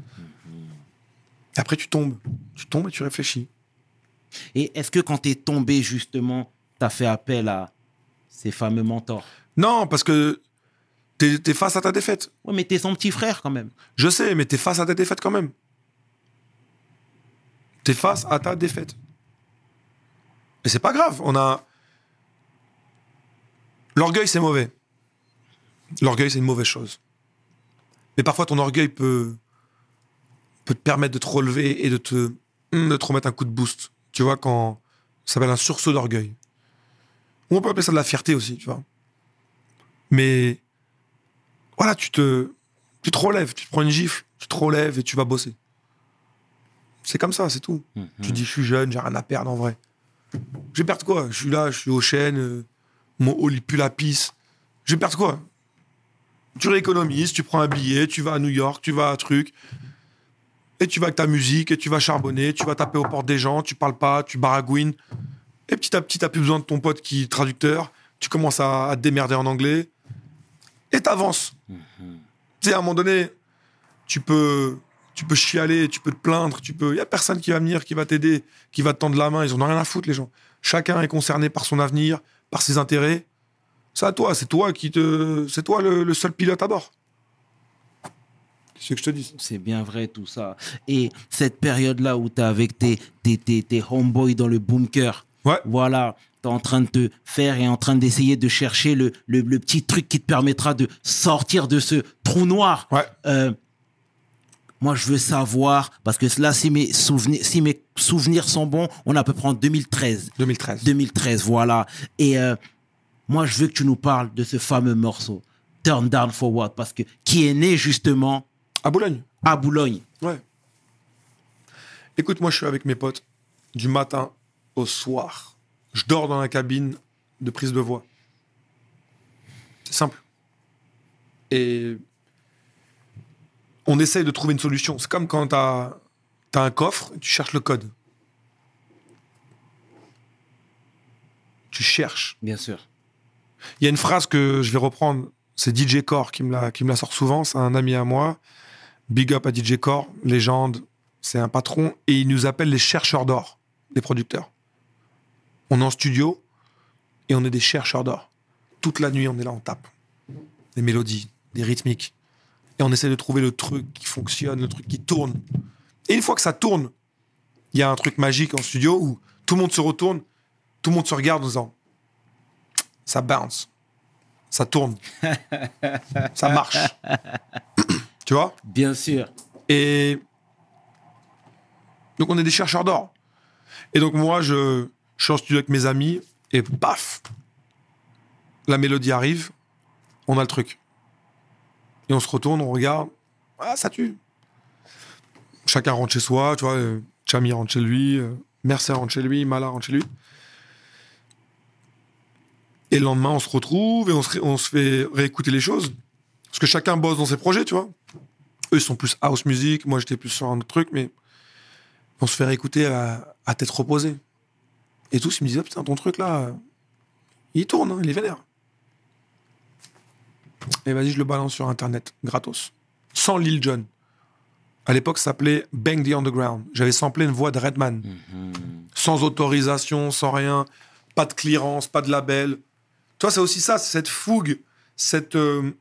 Et après, tu tombes. Tu tombes et tu réfléchis. Et est-ce que quand t'es tombé, justement, t'as fait appel à ces fameux mentors? Non, parce que t'es face à ta défaite. Ouais, mais t'es son petit frère, quand même. Je sais, mais t'es face à ta défaite, quand même. T'es face à ta défaite. Et c'est pas grave. L'orgueil, c'est mauvais. L'orgueil, c'est une mauvaise chose. Mais parfois, ton orgueil peut te permettre de te relever et de te remettre un coup de boost. Tu vois, quand ça s'appelle un sursaut d'orgueil. Ou on peut appeler ça de la fierté aussi, tu vois. Mais voilà, tu te relèves, tu te prends une gifle, tu te relèves et tu vas bosser. C'est comme ça, c'est tout. Tu dis, je suis jeune, j'ai rien à perdre en vrai. Je vais perdre quoi? Je suis là, je suis aux chaînes, Mon hall, il pue la pisse. Je vais perdre quoi? Tu rééconomises, tu prends un billet, tu vas à New York, tu vas à un truc, et tu vas avec ta musique, et tu vas charbonner, tu vas taper aux portes des gens, tu parles pas, tu baragouines. Et petit à petit, t'as plus besoin de ton pote qui est traducteur. Tu commences à te démerder en anglais. Et t'avances. Tu sais, à un moment donné, tu peux chialer, tu peux te plaindre, il y a personne qui va venir, qui va t'aider, qui va te tendre la main. Ils en ont rien à foutre, les gens. Chacun est concerné par son avenir, par ses intérêts. C'est à toi, c'est toi le seul pilote à bord. C'est ce que je te dis. C'est bien vrai tout ça. Et cette période-là où tu es avec tes homeboys dans le bunker, Ouais. voilà, tu es en train de te faire et en train d'essayer de chercher le petit truc qui te permettra de sortir de ce trou noir. Ouais. Moi, je veux savoir, parce que là, si mes souvenirs sont bons, on est à peu près en 2013. 2013. 2013, voilà. Et moi, je veux que tu nous parles de ce fameux morceau, Turn Down for What, parce que qui est né justement À Boulogne. à Boulogne. Ouais. Écoute, moi, je suis avec mes potes du matin au soir. Je dors dans la cabine de prise de voix. C'est simple. Et on essaye de trouver une solution. C'est comme quand t'as un coffre et tu cherches le code. Tu cherches. Bien sûr. Il y a une phrase que je vais reprendre. C'est DJ Core qui me la sort souvent. C'est un ami à moi. Big up à DJ Core, légende. C'est un patron. Et il nous appelle les chercheurs d'or, les producteurs. On est en studio et on est des chercheurs d'or. Toute la nuit, on est là, on tape. Des mélodies, des rythmiques. Et on essaie de trouver le truc qui fonctionne, le truc qui tourne. Et une fois que ça tourne, il y a un truc magique en studio où tout le monde se retourne, tout le monde se regarde en disant ça bounce, ça tourne, ça marche. Tu vois? Bien sûr. Et donc on est des chercheurs d'or. Et donc moi, je suis en studio avec mes amis et paf, la mélodie arrive, on a le truc. Et on se retourne, on regarde, ah, ça tue. Chacun rentre chez soi, tu vois, Chami rentre chez lui, Mercer rentre chez lui, Mala rentre chez lui. Et le lendemain, on se retrouve et on se fait réécouter les choses. Parce que chacun bosse dans ses projets, tu vois. Eux, ils sont plus house music, moi, j'étais plus sur un autre truc, mais on se fait réécouter à tête reposée. Et tous, ils me disaient, putain, ton truc, là, il tourne, hein, il est vénère. Et vas-y, je le balance sur Internet, gratos. Sans Lil Jon. À l'époque, ça s'appelait Bang the Underground. J'avais samplé une voix de Redman. Sans autorisation, sans rien. Pas de clearance, pas de label. Toi, c'est aussi ça, cette fougue, cette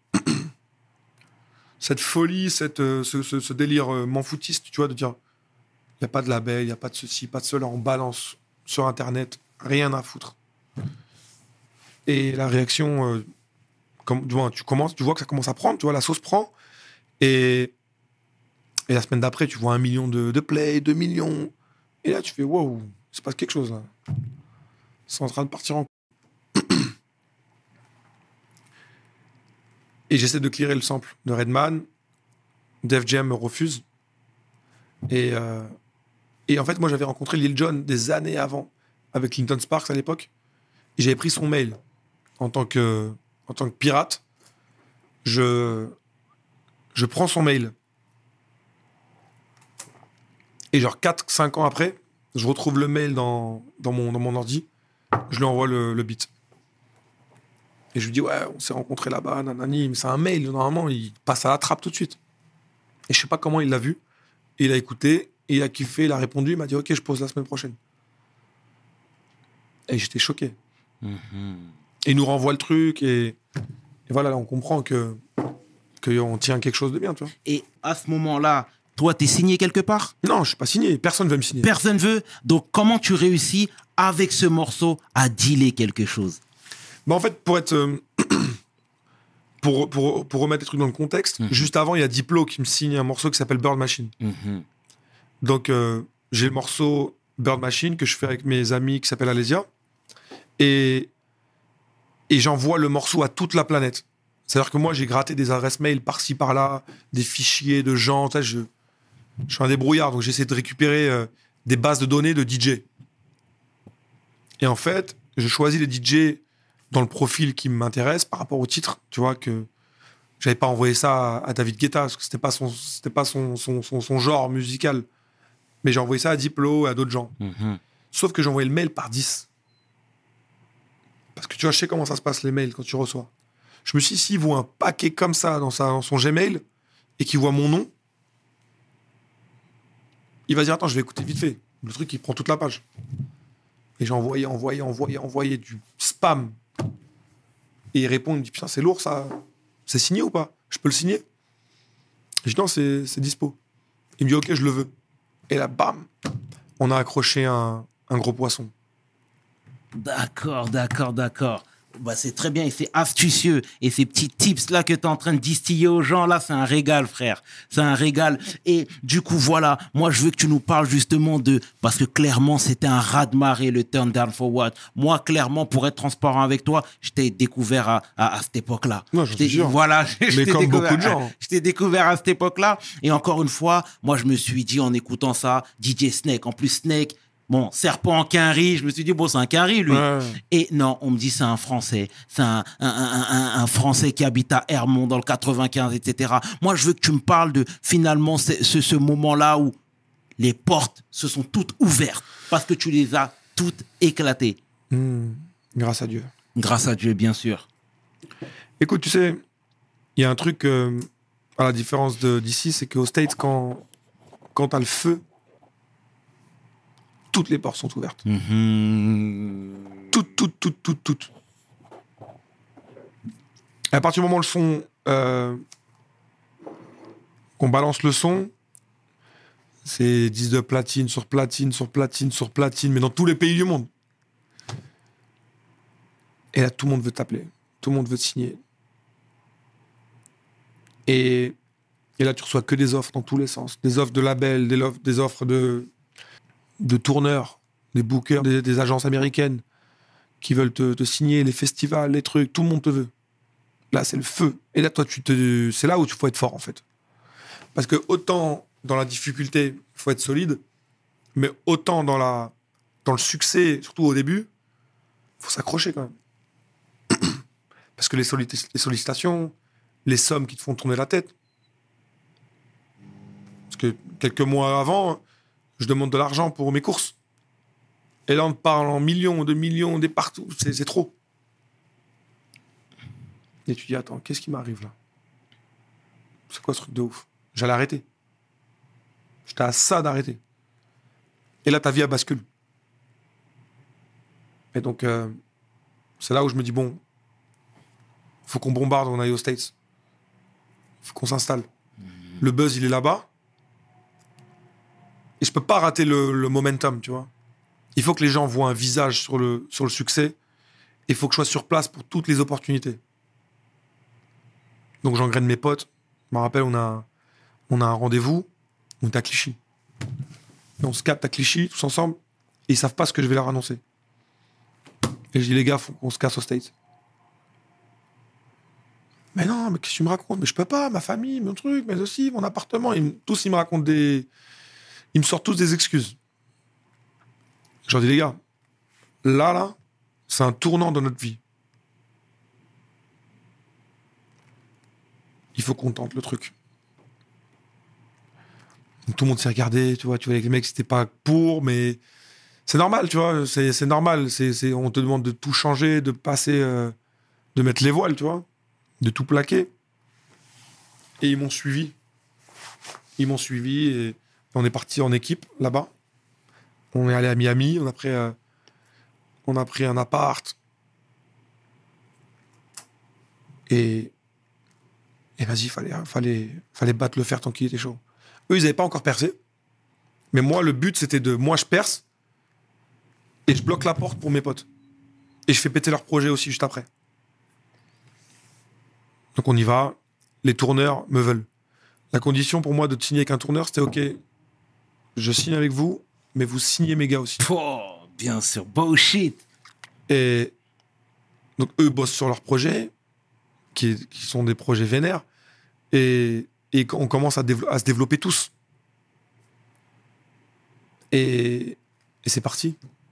folie, ce délire m'en foutiste, tu vois, de dire, il n'y a pas de label, il n'y a pas de ceci, pas de cela, on balance sur Internet, rien à foutre. Et la réaction, tu vois que ça commence à prendre, tu vois, la sauce prend, et la semaine d'après, tu vois 1 million de plays, 2 millions, et là, tu fais, wow, il se passe quelque chose, là. C'est en train de partir en... Et j'essaie de clearer le sample de Redman. Def Jam me refuse. Et en fait, moi, j'avais rencontré Lil Jon des années avant, avec Linton Sparks à l'époque. Et j'avais pris son mail. En tant que pirate, je prends son mail. Et genre 4-5 ans après, je retrouve le mail dans mon ordi. Je lui envoie le beat. Et je lui dis, ouais, on s'est rencontrés là-bas, nanani. Mais c'est un mail, normalement, il passe à la trappe tout de suite. Et je sais pas comment il l'a vu. Et il a écouté, et il a kiffé, il a répondu, il m'a dit, ok, je pose la semaine prochaine. Et j'étais choqué. Et il nous renvoie le truc, et voilà, là, on comprend qu'on tient quelque chose de bien, tu vois. Et à ce moment-là, toi, t'es signé quelque part? Non, je suis pas signé. Personne veut me signer. Personne veut. Donc, comment tu réussis avec ce morceau à dealer quelque chose? Bah en fait, pour être... pour remettre les trucs dans le contexte, juste avant, il y a Diplo qui me signe un morceau qui s'appelle Bird Machine. Donc, j'ai le morceau Bird Machine que je fais avec mes amis qui s'appelle Alésia. Et j'envoie le morceau à toute la planète. C'est-à-dire que moi, j'ai gratté des adresses mail par-ci, par-là, des fichiers de gens. Je suis un débrouillard, donc j'essaie de récupérer des bases de données de DJ. Et en fait, je choisis les DJ dans le profil qui m'intéresse par rapport au titre, tu vois, que j'avais pas envoyé ça à David Guetta, parce que c'était pas son genre musical. Mais j'ai envoyé ça à Diplo et à d'autres gens. Sauf que j'ai envoyé le mail par 10. Parce que tu vois, je sais comment ça se passe les mails quand tu reçois. Je me suis dit, s'il voit un paquet comme ça dans son Gmail et qu'il voit mon nom, il va dire, attends, je vais écouter vite fait. Le truc, il prend toute la page. Et j'ai envoyé du spam. Et il répond, il me dit, putain, c'est lourd ça. C'est signé ou pas? Je peux le signer? Je dis, non, c'est dispo. Il me dit, ok, je le veux. Et là, bam, on a accroché un gros poisson. D'accord. Bah, c'est très bien et c'est astucieux. Et ces petits tips là que tu es en train de distiller aux gens, là, c'est un régal, frère. C'est un régal. Et du coup, voilà, moi, je veux que tu nous parles justement de... Parce que clairement, c'était un raz-de-marée, le Turn Down for What. Moi, clairement, pour être transparent avec toi, je t'ai découvert à cette époque-là. Ouais, j'en suis sûr. Voilà. Mais comme beaucoup de gens. Je t'ai découvert à cette époque-là. Et encore une fois, moi, je me suis dit en écoutant ça, DJ Snake. En plus, Snake... Bon, serpent en quinri, je me suis dit, bon, c'est un quinri, lui. Ouais. Et non, on me dit, c'est un Français. C'est un Français qui habite à Hermont, dans le 95, etc. Moi, je veux que tu me parles de, finalement, ce moment-là où les portes se sont toutes ouvertes parce que tu les as toutes éclatées. Grâce à Dieu. Grâce à Dieu, bien sûr. Écoute, tu sais, il y a un truc, à la différence d'ici, c'est qu'aux States, quand t'as le feu, toutes les portes sont ouvertes. Toutes. Et à partir du moment où le son, qu'on balance le son, c'est 10 de platine sur platine, mais dans tous les pays du monde. Et là, tout le monde veut t'appeler. Tout le monde veut te signer. Et là, tu reçois que des offres dans tous les sens. Des offres de labels, des offres de tourneurs, des bookers, des agences américaines qui veulent te signer, les festivals, les trucs, tout le monde te veut. Là, c'est le feu. Et là, toi, c'est là où il faut être fort, en fait. Parce que autant dans la difficulté, il faut être solide, mais autant dans le succès, surtout au début, il faut s'accrocher quand même. Parce que les sollicitations, les sommes qui te font tourner la tête. Parce que quelques mois avant, je demande de l'argent pour mes courses. Et là, on te parle en millions, des partout. C'est trop. Et tu dis, attends, qu'est-ce qui m'arrive là? C'est quoi ce truc de ouf? J'allais arrêter. J'étais à ça d'arrêter. Et là, ta vie, elle bascule. Et donc, c'est là où je me dis, bon, faut qu'on bombarde, on aille aux States. Faut qu'on s'installe. Le buzz, il est là-bas. Et je peux pas rater le momentum, tu vois. Il faut que les gens voient un visage sur le succès. Et il faut que je sois sur place pour toutes les opportunités. Donc j'engraine mes potes. Je me rappelle, on a un rendez-vous. On est à Clichy. Et on se capte à Clichy, tous ensemble. Et ils savent pas ce que je vais leur annoncer. Et je dis, les gars, faut qu'on se casse aux States. Mais non, mais qu'est-ce que tu me racontes? Mais je peux pas, ma famille, mon truc, mais aussi, mon appartement. Tous, ils me racontent ils me sortent tous des excuses. Je leur dis, les gars, là, c'est un tournant dans notre vie. Il faut qu'on tente le truc. Donc, tout le monde s'est regardé, tu vois, avec les mecs, c'était pas pour, mais c'est normal, tu vois, c'est normal. On te demande de tout changer, de passer, de mettre les voiles, tu vois, de tout plaquer. Et ils m'ont suivi. Et on est parti en équipe, là-bas. On est allé à Miami, on a pris un appart. Et vas-y, fallait battre le fer tant qu'il était chaud. Eux, ils n'avaient pas encore percé. Mais moi, le but, c'était moi, je perce. Et je bloque la porte pour mes potes. Et je fais péter leur projet aussi juste après. Donc on y va. Les tourneurs me veulent. La condition pour moi de signer avec un tourneur, c'était OK, je signe avec vous, mais vous signez mes gars aussi. Oh, bien sûr, bullshit. Et donc eux bossent sur leurs projets, qui sont des projets vénères, et on commence à se développer tous. Et c'est parti.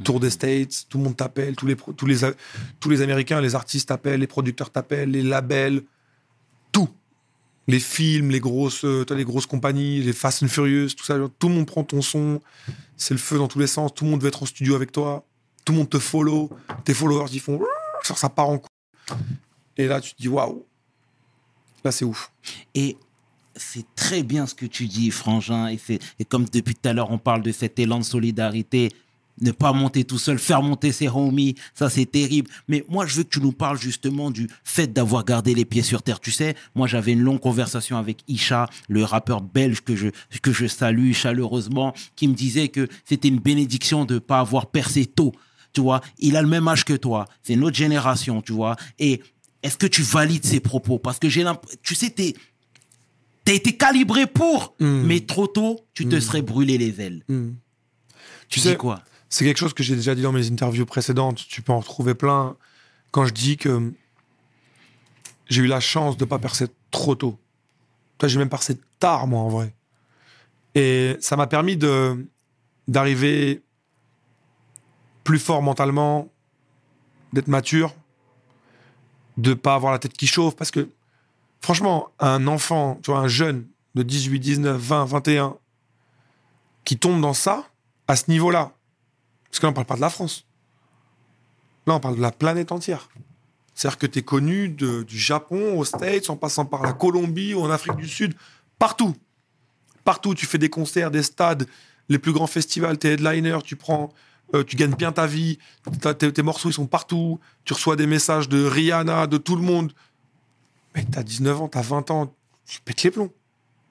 Tour des States, tout le monde t'appelle, tous les Américains, les artistes t'appellent, les producteurs t'appellent, les labels, tout. Les films, les grosses compagnies, les Fast and Furious, tout ça, tout le monde prend ton son, c'est le feu dans tous les sens, tout le monde veut être en studio avec toi, tout le monde te follow, tes followers ils font ça part en couille. Et là tu te dis waouh, là c'est ouf. Et c'est très bien ce que tu dis, Frangin, et comme depuis tout à l'heure on parle de cet élan de solidarité, ne pas monter tout seul, faire monter ses homies, ça c'est terrible. Mais moi, je veux que tu nous parles justement du fait d'avoir gardé les pieds sur terre. Tu sais, moi j'avais une longue conversation avec Isha, le rappeur belge que je salue chaleureusement, qui me disait que c'était une bénédiction de ne pas avoir percé tôt. Tu vois, il a le même âge que toi, c'est notre génération, tu vois. Et est-ce que tu valides ces propos? Parce que tu sais, t'as été calibré pour, mais trop tôt, tu te serais brûlé les ailes. Tu sais quoi? C'est quelque chose que j'ai déjà dit dans mes interviews précédentes. Tu peux en retrouver plein. Quand je dis que j'ai eu la chance de ne pas percer trop tôt. Toi, j'ai même percé tard, moi, en vrai. Et ça m'a permis d'arriver plus fort mentalement, d'être mature, de ne pas avoir la tête qui chauffe. Parce que, franchement, un enfant, tu vois, un jeune de 18, 19, 20, 21, qui tombe dans ça, à ce niveau-là, parce que là, on parle pas de la France. Là, on parle de la planète entière. C'est-à-dire que tu es connu du Japon aux States, en passant par la Colombie ou en Afrique du Sud, partout. Partout, tu fais des concerts, des stades, les plus grands festivals, t'es headliner, tu gagnes bien ta vie, tes morceaux, ils sont partout, tu reçois des messages de Rihanna, de tout le monde. Mais t'as 19 ans, t'as 20 ans, tu pètes les plombs.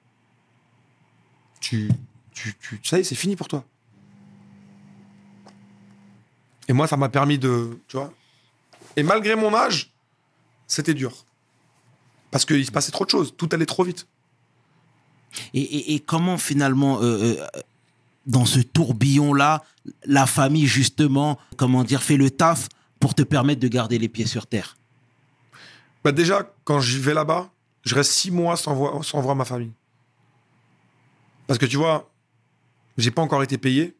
Ça y est, c'est fini pour toi. Et moi, ça m'a permis tu vois. Et malgré mon âge, c'était dur. Parce qu'il se passait trop de choses. Tout allait trop vite. Et comment, finalement, dans ce tourbillon-là, la famille, justement, comment dire, fait le taf pour te permettre de garder les pieds sur terre? Bah déjà, quand j'y vais là-bas, je reste 6 mois sans voir ma famille. Parce que, tu vois, j'ai pas encore été payé.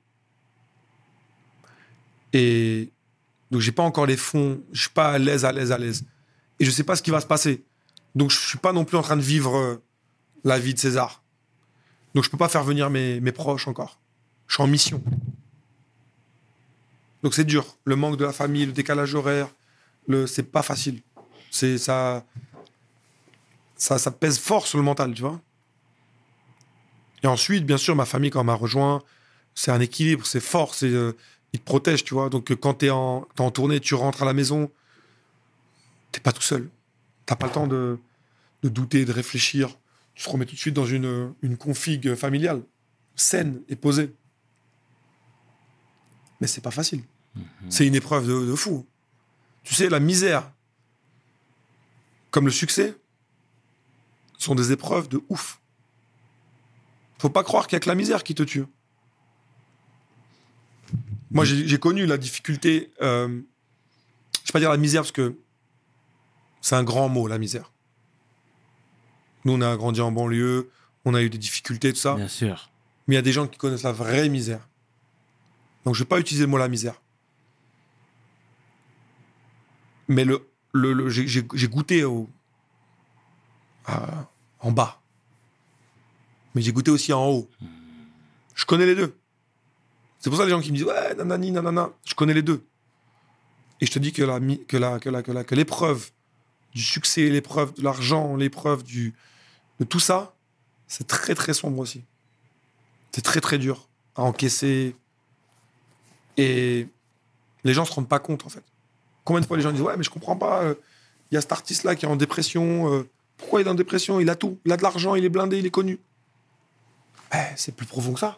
Et donc, j'ai pas encore les fonds. Je suis pas à l'aise. Et je sais pas ce qui va se passer. Donc, je suis pas non plus en train de vivre la vie de César. Donc, je peux pas faire venir mes proches encore. Je suis en mission. Donc, c'est dur. Le manque de la famille, le décalage horaire, c'est pas facile. Ça pèse fort sur le mental, tu vois. Et ensuite, bien sûr, ma famille, quand elle m'a rejoint, c'est un équilibre, c'est fort, ils te protègent, tu vois. Donc, quand t'es en tournée, tu rentres à la maison, t'es pas tout seul. T'as pas le temps de douter, de réfléchir. Tu te remets tout de suite dans une config familiale, saine et posée. Mais c'est pas facile. C'est une épreuve de fou. Tu sais, la misère, comme le succès, sont des épreuves de ouf. Faut pas croire qu'il y a que la misère qui te tue. Moi, j'ai connu la difficulté. Je ne vais pas dire la misère parce que c'est un grand mot, la misère. Nous, on a grandi en banlieue, on a eu des difficultés, tout ça. Bien sûr. Mais il y a des gens qui connaissent la vraie misère. Donc, je ne vais pas utiliser le mot la misère. Mais j'ai goûté en bas. Mais j'ai goûté aussi en haut. Je connais les deux. C'est pour ça les gens qui me disent ouais, nanani, nanana. Je connais les deux. Et je te dis que l'épreuve du succès, l'épreuve de l'argent, l'épreuve de tout ça, c'est très très sombre aussi. C'est très très dur à encaisser. Et les gens se rendent pas compte en fait. Combien de fois les gens disent ouais, mais je comprends pas. Il y a cet artiste là qui est en dépression. Pourquoi il est en dépression? Il a tout. Il a de l'argent, il est blindé, il est connu. C'est plus profond que ça.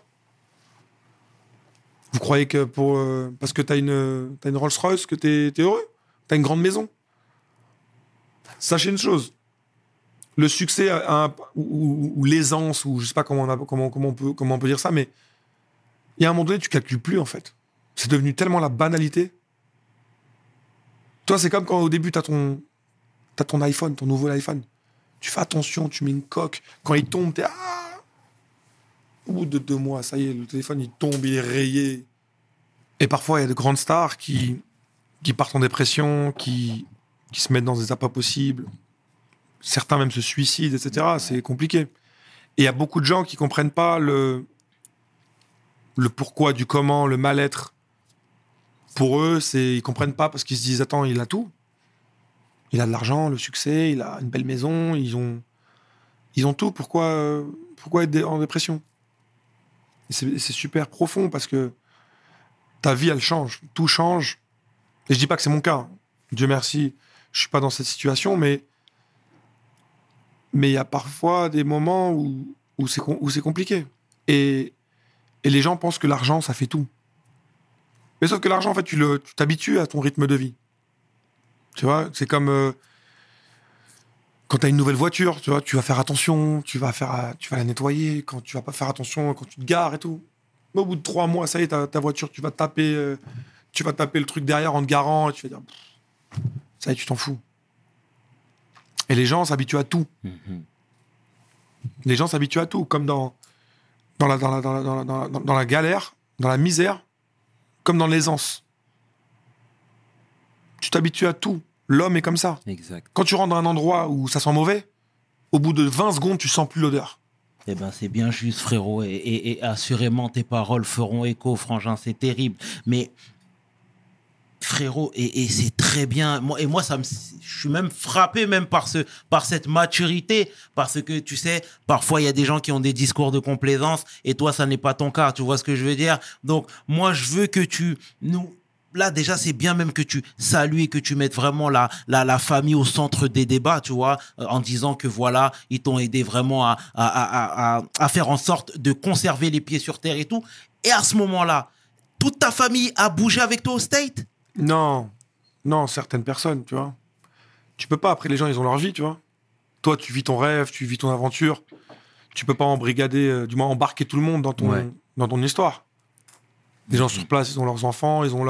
Vous croyez que parce que t'as une Rolls-Royce que t'es heureux? T'as une grande maison? Sachez une chose. Le succès ou l'aisance, ou je sais pas comment on peut dire ça, mais il y a un moment donné, tu calcules plus, en fait. C'est devenu tellement la banalité. Toi, c'est comme quand au début, t'as ton iPhone, ton nouveau iPhone. Tu fais attention, tu mets une coque. Quand il tombe, t'es... Au bout de 2 mois, ça y est, le téléphone, il tombe, il est rayé. Et parfois, il y a de grandes stars qui partent en dépression, qui se mettent dans des états pas possibles. Certains même se suicident, etc. C'est compliqué. Et il y a beaucoup de gens qui comprennent pas le pourquoi, du comment, le mal-être. Pour eux, ils comprennent pas parce qu'ils se disent, attends, il a tout. Il a de l'argent, le succès, il a une belle maison, ils ont tout. Pourquoi être en dépression? Et c'est super profond parce que ta vie, elle change. Tout change. Et je dis pas que c'est mon cas. Dieu merci, je suis pas dans cette situation, mais il y a parfois des moments où c'est compliqué. Et les gens pensent que l'argent, ça fait tout. Mais sauf que l'argent, en fait, tu t'habitues à ton rythme de vie. Tu vois, c'est comme quand tu as une nouvelle voiture, tu vois, tu vas faire attention, tu vas la nettoyer, quand tu vas pas faire attention, quand tu te gares et tout. Mais au bout de 3 mois, ça y est, ta voiture, tu vas taper le truc derrière en te garant, et tu vas dire, ça y est, tu t'en fous. Et les gens s'habituent à tout. Les gens s'habituent à tout, comme dans la galère, dans la misère, comme dans l'aisance. Tu t'habitues à tout. L'homme est comme ça. Exact. Quand tu rentres dans un endroit où ça sent mauvais, au bout de 20 secondes, tu sens plus l'odeur. Eh ben, c'est bien juste, frérot. Et assurément, tes paroles feront écho, frangin. C'est terrible. Mais, frérot, et c'est très bien. Moi, je suis même frappé même par cette maturité. Parce que, tu sais, parfois, il y a des gens qui ont des discours de complaisance. Et toi, ça n'est pas ton cas. Tu vois ce que je veux dire? Donc, moi, je veux que là, déjà, c'est bien même que tu salues et que tu mettes vraiment la famille au centre des débats, tu vois, en disant que voilà, ils t'ont aidé vraiment à faire en sorte de conserver les pieds sur terre et tout. Et à ce moment-là, toute ta famille a bougé avec toi au State? Non, certaines personnes, tu vois. Tu peux pas, après, les gens, ils ont leur vie, tu vois. Toi, tu vis ton rêve, tu vis ton aventure. Tu peux pas embrigader, du moins embarquer tout le monde dans ton histoire. Les gens sur place, ils ont leurs enfants, ils ont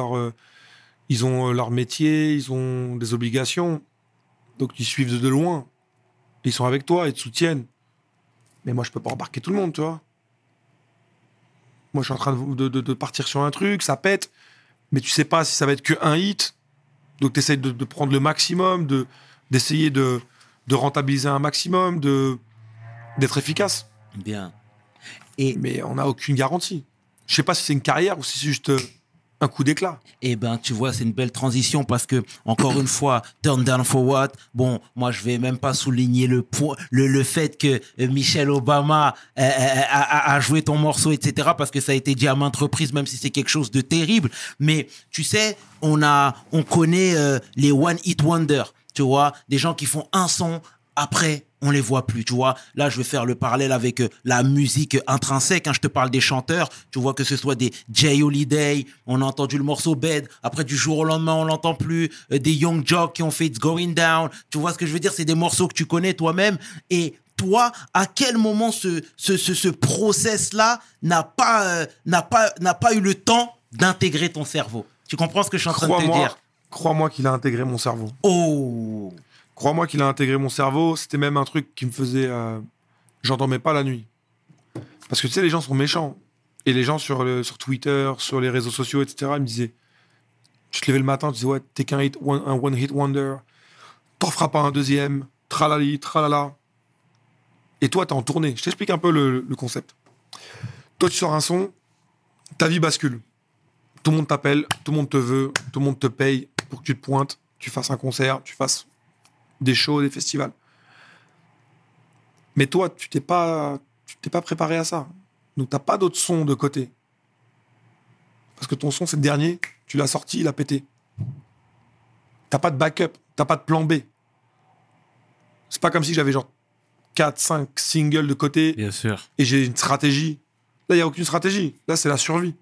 leur métier, ils ont des obligations. Donc, ils suivent de loin. Ils sont avec toi, ils te soutiennent. Mais moi, je peux pas embarquer tout le monde, tu vois. Moi, je suis en train de partir sur un truc, ça pète, mais tu sais pas si ça va être qu'un hit. Donc, tu essaies de prendre le maximum, d'essayer de rentabiliser un maximum, d'être efficace. Bien. Mais on n'a aucune garantie. Je sais pas si c'est une carrière ou si c'est juste un coup d'éclat. Eh ben, tu vois, c'est une belle transition parce que, encore une fois, Turn Down for What? Bon, moi, je vais même pas souligner le fait que Michelle Obama a joué ton morceau, etc., parce que ça a été dit à maintes reprises, même si c'est quelque chose de terrible. Mais, tu sais, on connaît les One Hit Wonder, tu vois, des gens qui font un son, après, on les voit plus, tu vois. Là, je vais faire le parallèle avec la musique intrinsèque. Je te parle des chanteurs. Tu vois que ce soit des Jay Holiday, on a entendu le morceau Bed. Après, du jour au lendemain, on l'entend plus. Des Young Jock qui ont fait It's Going Down. Tu vois ce que je veux dire? C'est des morceaux que tu connais toi-même. Et toi, à quel moment ce process-là n'a pas eu le temps d'intégrer ton cerveau? Tu comprends ce que je suis en train de te dire? Crois-moi qu'il a intégré mon cerveau. Oh! Crois-moi qu'il a intégré mon cerveau. C'était même un truc qui me faisait... J'en dormais pas la nuit. Parce que tu sais, les gens sont méchants. Et les gens sur Twitter, sur les réseaux sociaux, etc., ils me disaient... Tu te levais le matin, tu disais, ouais, t'es un one hit wonder. T'en feras pas un deuxième. Tralali, tralala. Et toi, t'es en tournée. Je t'explique un peu le concept. Toi, tu sors un son, ta vie bascule. Tout le monde t'appelle, tout le monde te veut, tout le monde te paye pour que tu te pointes, tu fasses un concert, tu fasses des shows, des festivals. Mais toi, tu t'es pas préparé à ça. Donc, t'as pas d'autres sons de côté. Parce que ton son, c'est le dernier, tu l'as sorti, il a pété. T'as pas de backup, t'as pas de plan B. C'est pas comme si j'avais genre 4, 5 singles de côté. Bien sûr. Et j'ai une stratégie. Là, il n'y a aucune stratégie. Là, c'est la survie.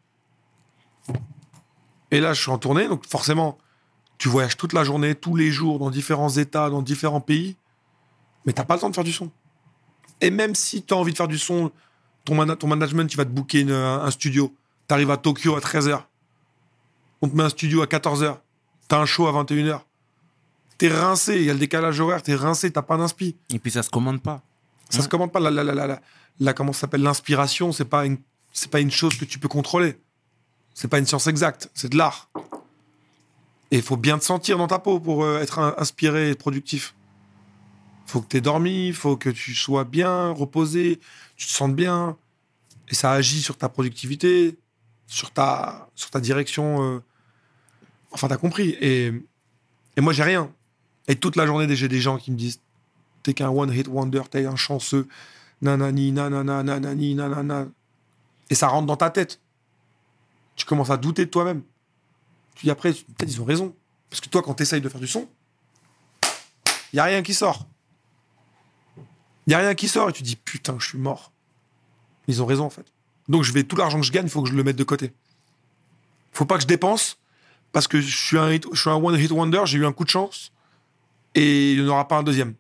Et là, je suis en tournée, donc forcément, tu voyages toute la journée, tous les jours, dans différents états, dans différents pays, mais t'as pas le temps de faire du son. Et même si tu as envie de faire du son, ton management, tu vas te booker un studio. Tu arrives à Tokyo à 13h. On te met un studio à 14h. Tu as un show à 21h. T'es rincé, il y a le décalage horaire, t'es rincé, t'as pas d'inspi. Et puis ça se commande pas. Ça se commande pas. Comment ça s'appelle, l'inspiration, c'est pas une chose que tu peux contrôler. C'est pas une science exacte, c'est de l'art. Et il faut bien te sentir dans ta peau pour être inspiré et productif. Faut que tu aies dormi, il faut que tu sois bien reposé, tu te sentes bien. Et ça agit sur ta productivité, sur ta direction. Enfin, t'as compris. Et moi, j'ai rien. Et toute la journée, j'ai des gens qui me disent t'es qu'un one-hit wonder, t'es un chanceux. Nanani, nanana, nanani, nanana. Et ça rentre dans ta tête. Tu commences à douter de toi-même. Tu dis après, peut-être ils ont raison. Parce que toi, quand tu essayes de faire du son, il n'y a rien qui sort. Il n'y a rien qui sort et tu dis putain, je suis mort. Ils ont raison en fait. Donc tout l'argent que je gagne, il faut que je le mette de côté. Faut pas que je dépense parce que je suis un one hit wonder, j'ai eu un coup de chance et il n'y en aura pas un deuxième.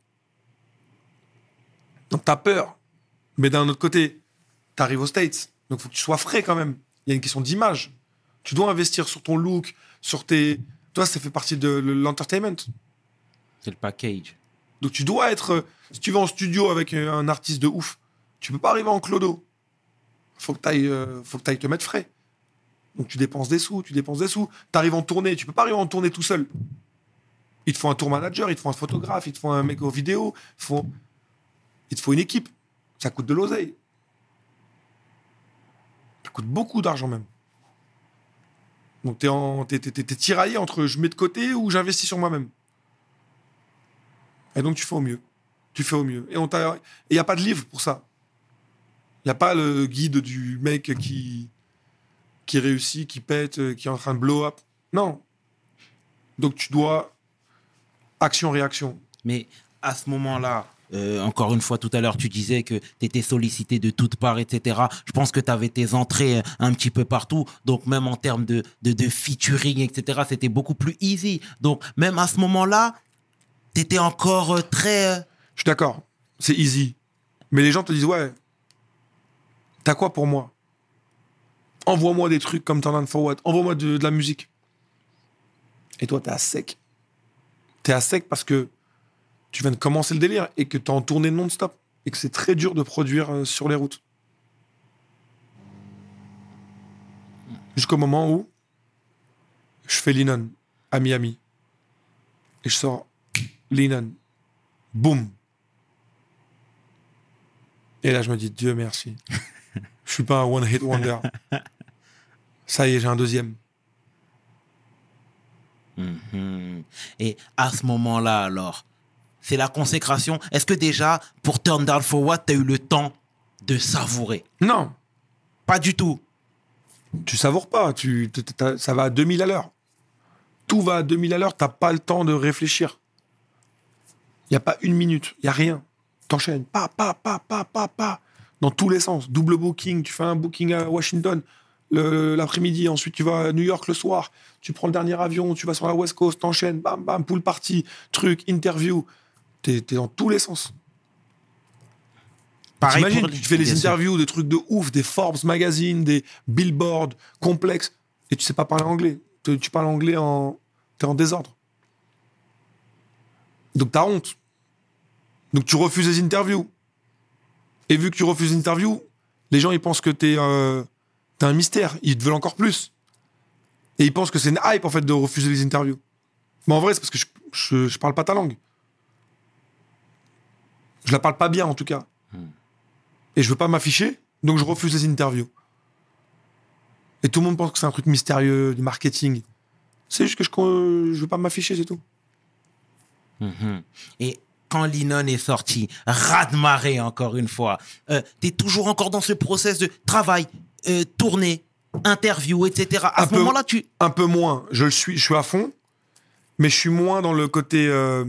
Donc t'as peur. Mais d'un autre côté, t'arrives aux States. Donc il faut que tu sois frais quand même. Il y a une question d'image. Tu dois investir sur ton look, sur tes... Toi, ça fait partie de l'entertainment. C'est le package. Donc tu dois être... Si tu vas en studio avec un artiste de ouf, tu peux pas arriver en clodo. Faut que t'ailles te mettre frais. Donc tu dépenses des sous. T'arrives en tournée, tu peux pas arriver en tournée tout seul. Il te faut un tour manager, il te faut un photographe, il te faut un mec aux vidéos, il te faut une équipe. Ça coûte de l'oseille. Ça coûte beaucoup d'argent même. Donc t'es tiraillé entre je mets de côté ou j'investis sur moi-même. Et donc tu fais au mieux. Et il n'y a pas de livre pour ça. Il n'y a pas le guide du mec qui réussit, qui pète, qui est en train de blow up. Non. Donc tu dois action-réaction. Mais à ce moment-là, encore une fois, tout à l'heure, tu disais que tu étais sollicité de toutes parts, etc. Je pense que tu avais tes entrées un petit peu partout. Donc, même en termes de featuring, etc., c'était beaucoup plus easy. Donc, même à ce moment-là, tu étais encore très... Je suis d'accord. C'est easy. Mais les gens te disent, ouais, t'as quoi pour moi? Envoie-moi des trucs comme Turn On Forward. Envoie-moi de la musique. Et toi, t'es à sec. T'es à sec parce que tu viens de commencer le délire et que t'es en tournée non-stop et que c'est très dur de produire sur les routes. Jusqu'au moment où je fais Lennon à Miami. Et je sors Lennon. Boum. Et là, je me dis, Dieu merci. Je suis pas un one-hit wonder. Ça y est, j'ai un deuxième. Et à ce moment-là, alors, c'est la consécration. Est-ce que déjà, pour Turn Down For What, tu as eu le temps de savourer? Non. Pas du tout. Tu savoures pas. Ça va à 2000 à l'heure. Tout va à 2000 à l'heure. T'as pas le temps de réfléchir. Il n'y a pas une minute. Il n'y a rien. T'enchaînes. Pa. Dans tous les sens. Double booking. Tu fais un booking à Washington l'après-midi. Ensuite, tu vas à New York le soir. Tu prends le dernier avion. Tu vas sur la West Coast. T'enchaînes. Bam, bam. Pool party. Truc. Interview. T'es dans tous les sens. Pareil. T'imagines, tu fais des interviews, des trucs de ouf, des Forbes magazine, des Billboard complexes, et tu sais pas parler anglais. Tu parles anglais t'es en désordre. Donc t'as honte. Donc tu refuses les interviews. Et vu que tu refuses les interviews, les gens ils pensent que t'es un mystère. Ils te veulent encore plus. Et ils pensent que c'est une hype en fait de refuser les interviews. Mais en vrai, c'est parce que je parle pas ta langue. Je la parle pas bien en tout cas. Et je veux pas m'afficher, donc je refuse les interviews. Et tout le monde pense que c'est un truc mystérieux, du marketing. C'est juste que je veux pas m'afficher, c'est tout. Et quand Lennon est sorti, raz-de-marée encore une fois, t'es toujours encore dans ce process de travail, tournée, interview, etc. À ce moment-là, Un peu moins. Je suis à fond, mais je suis moins dans le côté...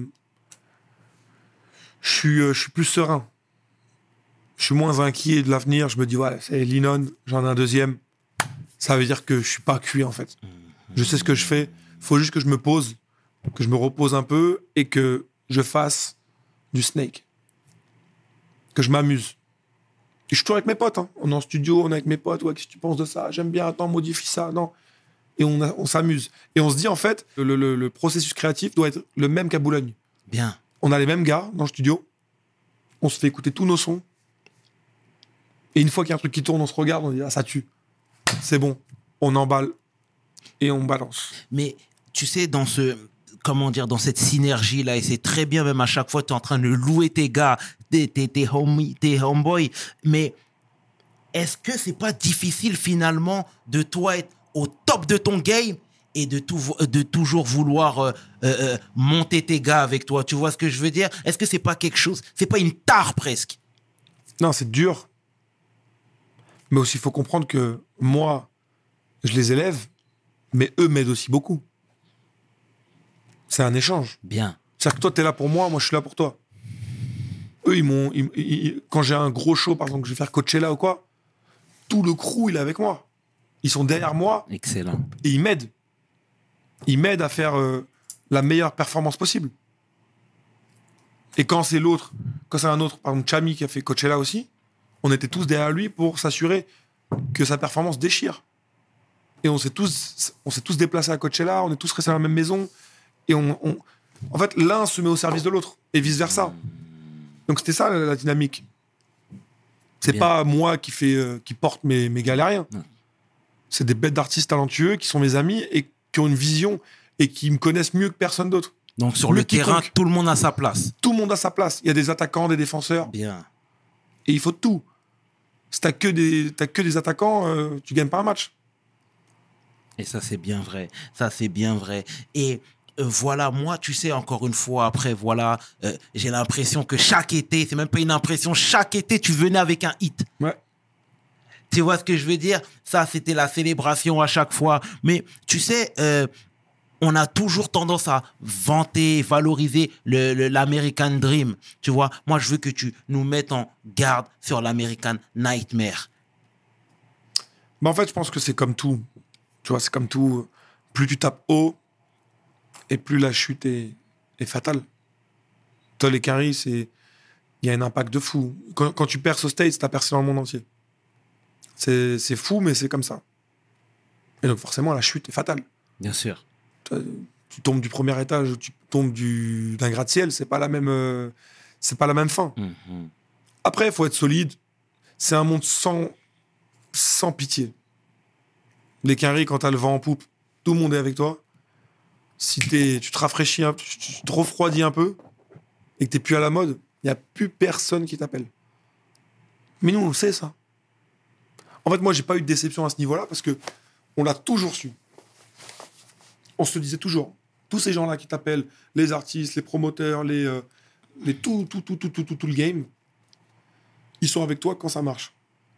Je suis plus serein. Je suis moins inquiet de l'avenir. Je me dis, ouais, c'est Lennon, j'en ai un deuxième. Ça veut dire que je suis pas cuit, en fait. Je sais ce que je fais. Faut juste que je me pose, que je me repose un peu et que je fasse du Snake. Que je m'amuse. Et je suis toujours avec mes potes. Hein. On est en studio, on est avec mes potes. Ouais, qu'est-ce que tu penses de ça? J'aime bien, attends, modifie ça. Non. Et on s'amuse. Et on se dit, en fait, le processus créatif doit être le même qu'à Boulogne. Bien. On a les mêmes gars dans le studio. On se fait écouter tous nos sons. Et une fois qu'il y a un truc qui tourne, on se regarde, on dit, ah, ça tue. C'est bon. on emballe et on balance. Mais tu sais, dans dans cette synergie-là, et c'est très bien, même à chaque fois, tu es en train de louer tes gars, tes homies, tes homeboys, mais est-ce que c'est pas difficile finalement de toi être au top de ton game et de toujours vouloir monter tes gars avec toi? Tu vois ce que je veux dire? Est-ce que c'est pas quelque chose, c'est pas une tare presque? Non, c'est dur. Mais aussi, il faut comprendre que moi, je les élève, mais eux m'aident aussi beaucoup. C'est un échange. Bien. C'est-à-dire que toi, t'es là pour moi je suis là pour toi. Eux, quand j'ai un gros show, par exemple, que je vais faire Coachella ou quoi, tout le crew, il est avec moi. Ils sont derrière moi. Excellent. Et ils m'aident. Ils m'aident à faire la meilleure performance possible. Et quand c'est un autre, par exemple, Chami qui a fait Coachella aussi, on était tous derrière lui pour s'assurer que sa performance déchire. Et on s'est tous déplacés à Coachella, on est tous restés dans la même maison. Et en fait, l'un se met au service de l'autre. Et vice-versa. Donc c'était ça la dynamique. C'est Bien. pas moi qui porte mes galériens. Non. C'est des bêtes d'artistes talentueux qui sont mes amis et qui ont une vision et qui me connaissent mieux que personne d'autre. Donc sur le terrain, tout le monde a sa place. Tout le monde a sa place. Il y a des attaquants, des défenseurs. Bien. Et il faut tout. Si t'as que des attaquants, tu gagnes pas un match. Et ça, c'est bien vrai. Ça, c'est bien vrai. Et voilà, moi, tu sais, encore une fois, après, voilà, j'ai l'impression que chaque été, c'est même pas une impression, chaque été, tu venais avec un hit. Ouais. Tu vois ce que je veux dire? Ça, c'était la célébration à chaque fois. Mais tu sais, on a toujours tendance à vanter, valoriser l'American Dream. Tu vois, moi, je veux que tu nous mettes en garde sur l'American Nightmare. Mais en fait, je pense que c'est comme tout. Tu vois, c'est comme tout. Plus tu tapes haut, et plus la chute est fatale. Toi, les carries, il y a un impact de fou. Quand tu perces aux States, t'as percé dans le monde entier. C'est fou, mais c'est comme ça. Et donc, forcément, la chute est fatale. Bien sûr. Tu tombes du premier étage ou tu tombes d'un gratte-ciel, c'est pas la même fin. Mhm. Après, il faut être solide. C'est un monde sans pitié. Les quinries, quand t'as le vent en poupe, tout le monde est avec toi. Si tu te rafraîchis, tu te refroidis un peu et que t'es plus à la mode, il n'y a plus personne qui t'appelle. Mais nous, on le sait, ça. En fait, moi, j'ai pas eu de déception à ce niveau-là parce que on l'a toujours su. On se disait toujours, tous ces gens-là qui t'appellent, les artistes, les promoteurs, tout le game, ils sont avec toi quand ça marche.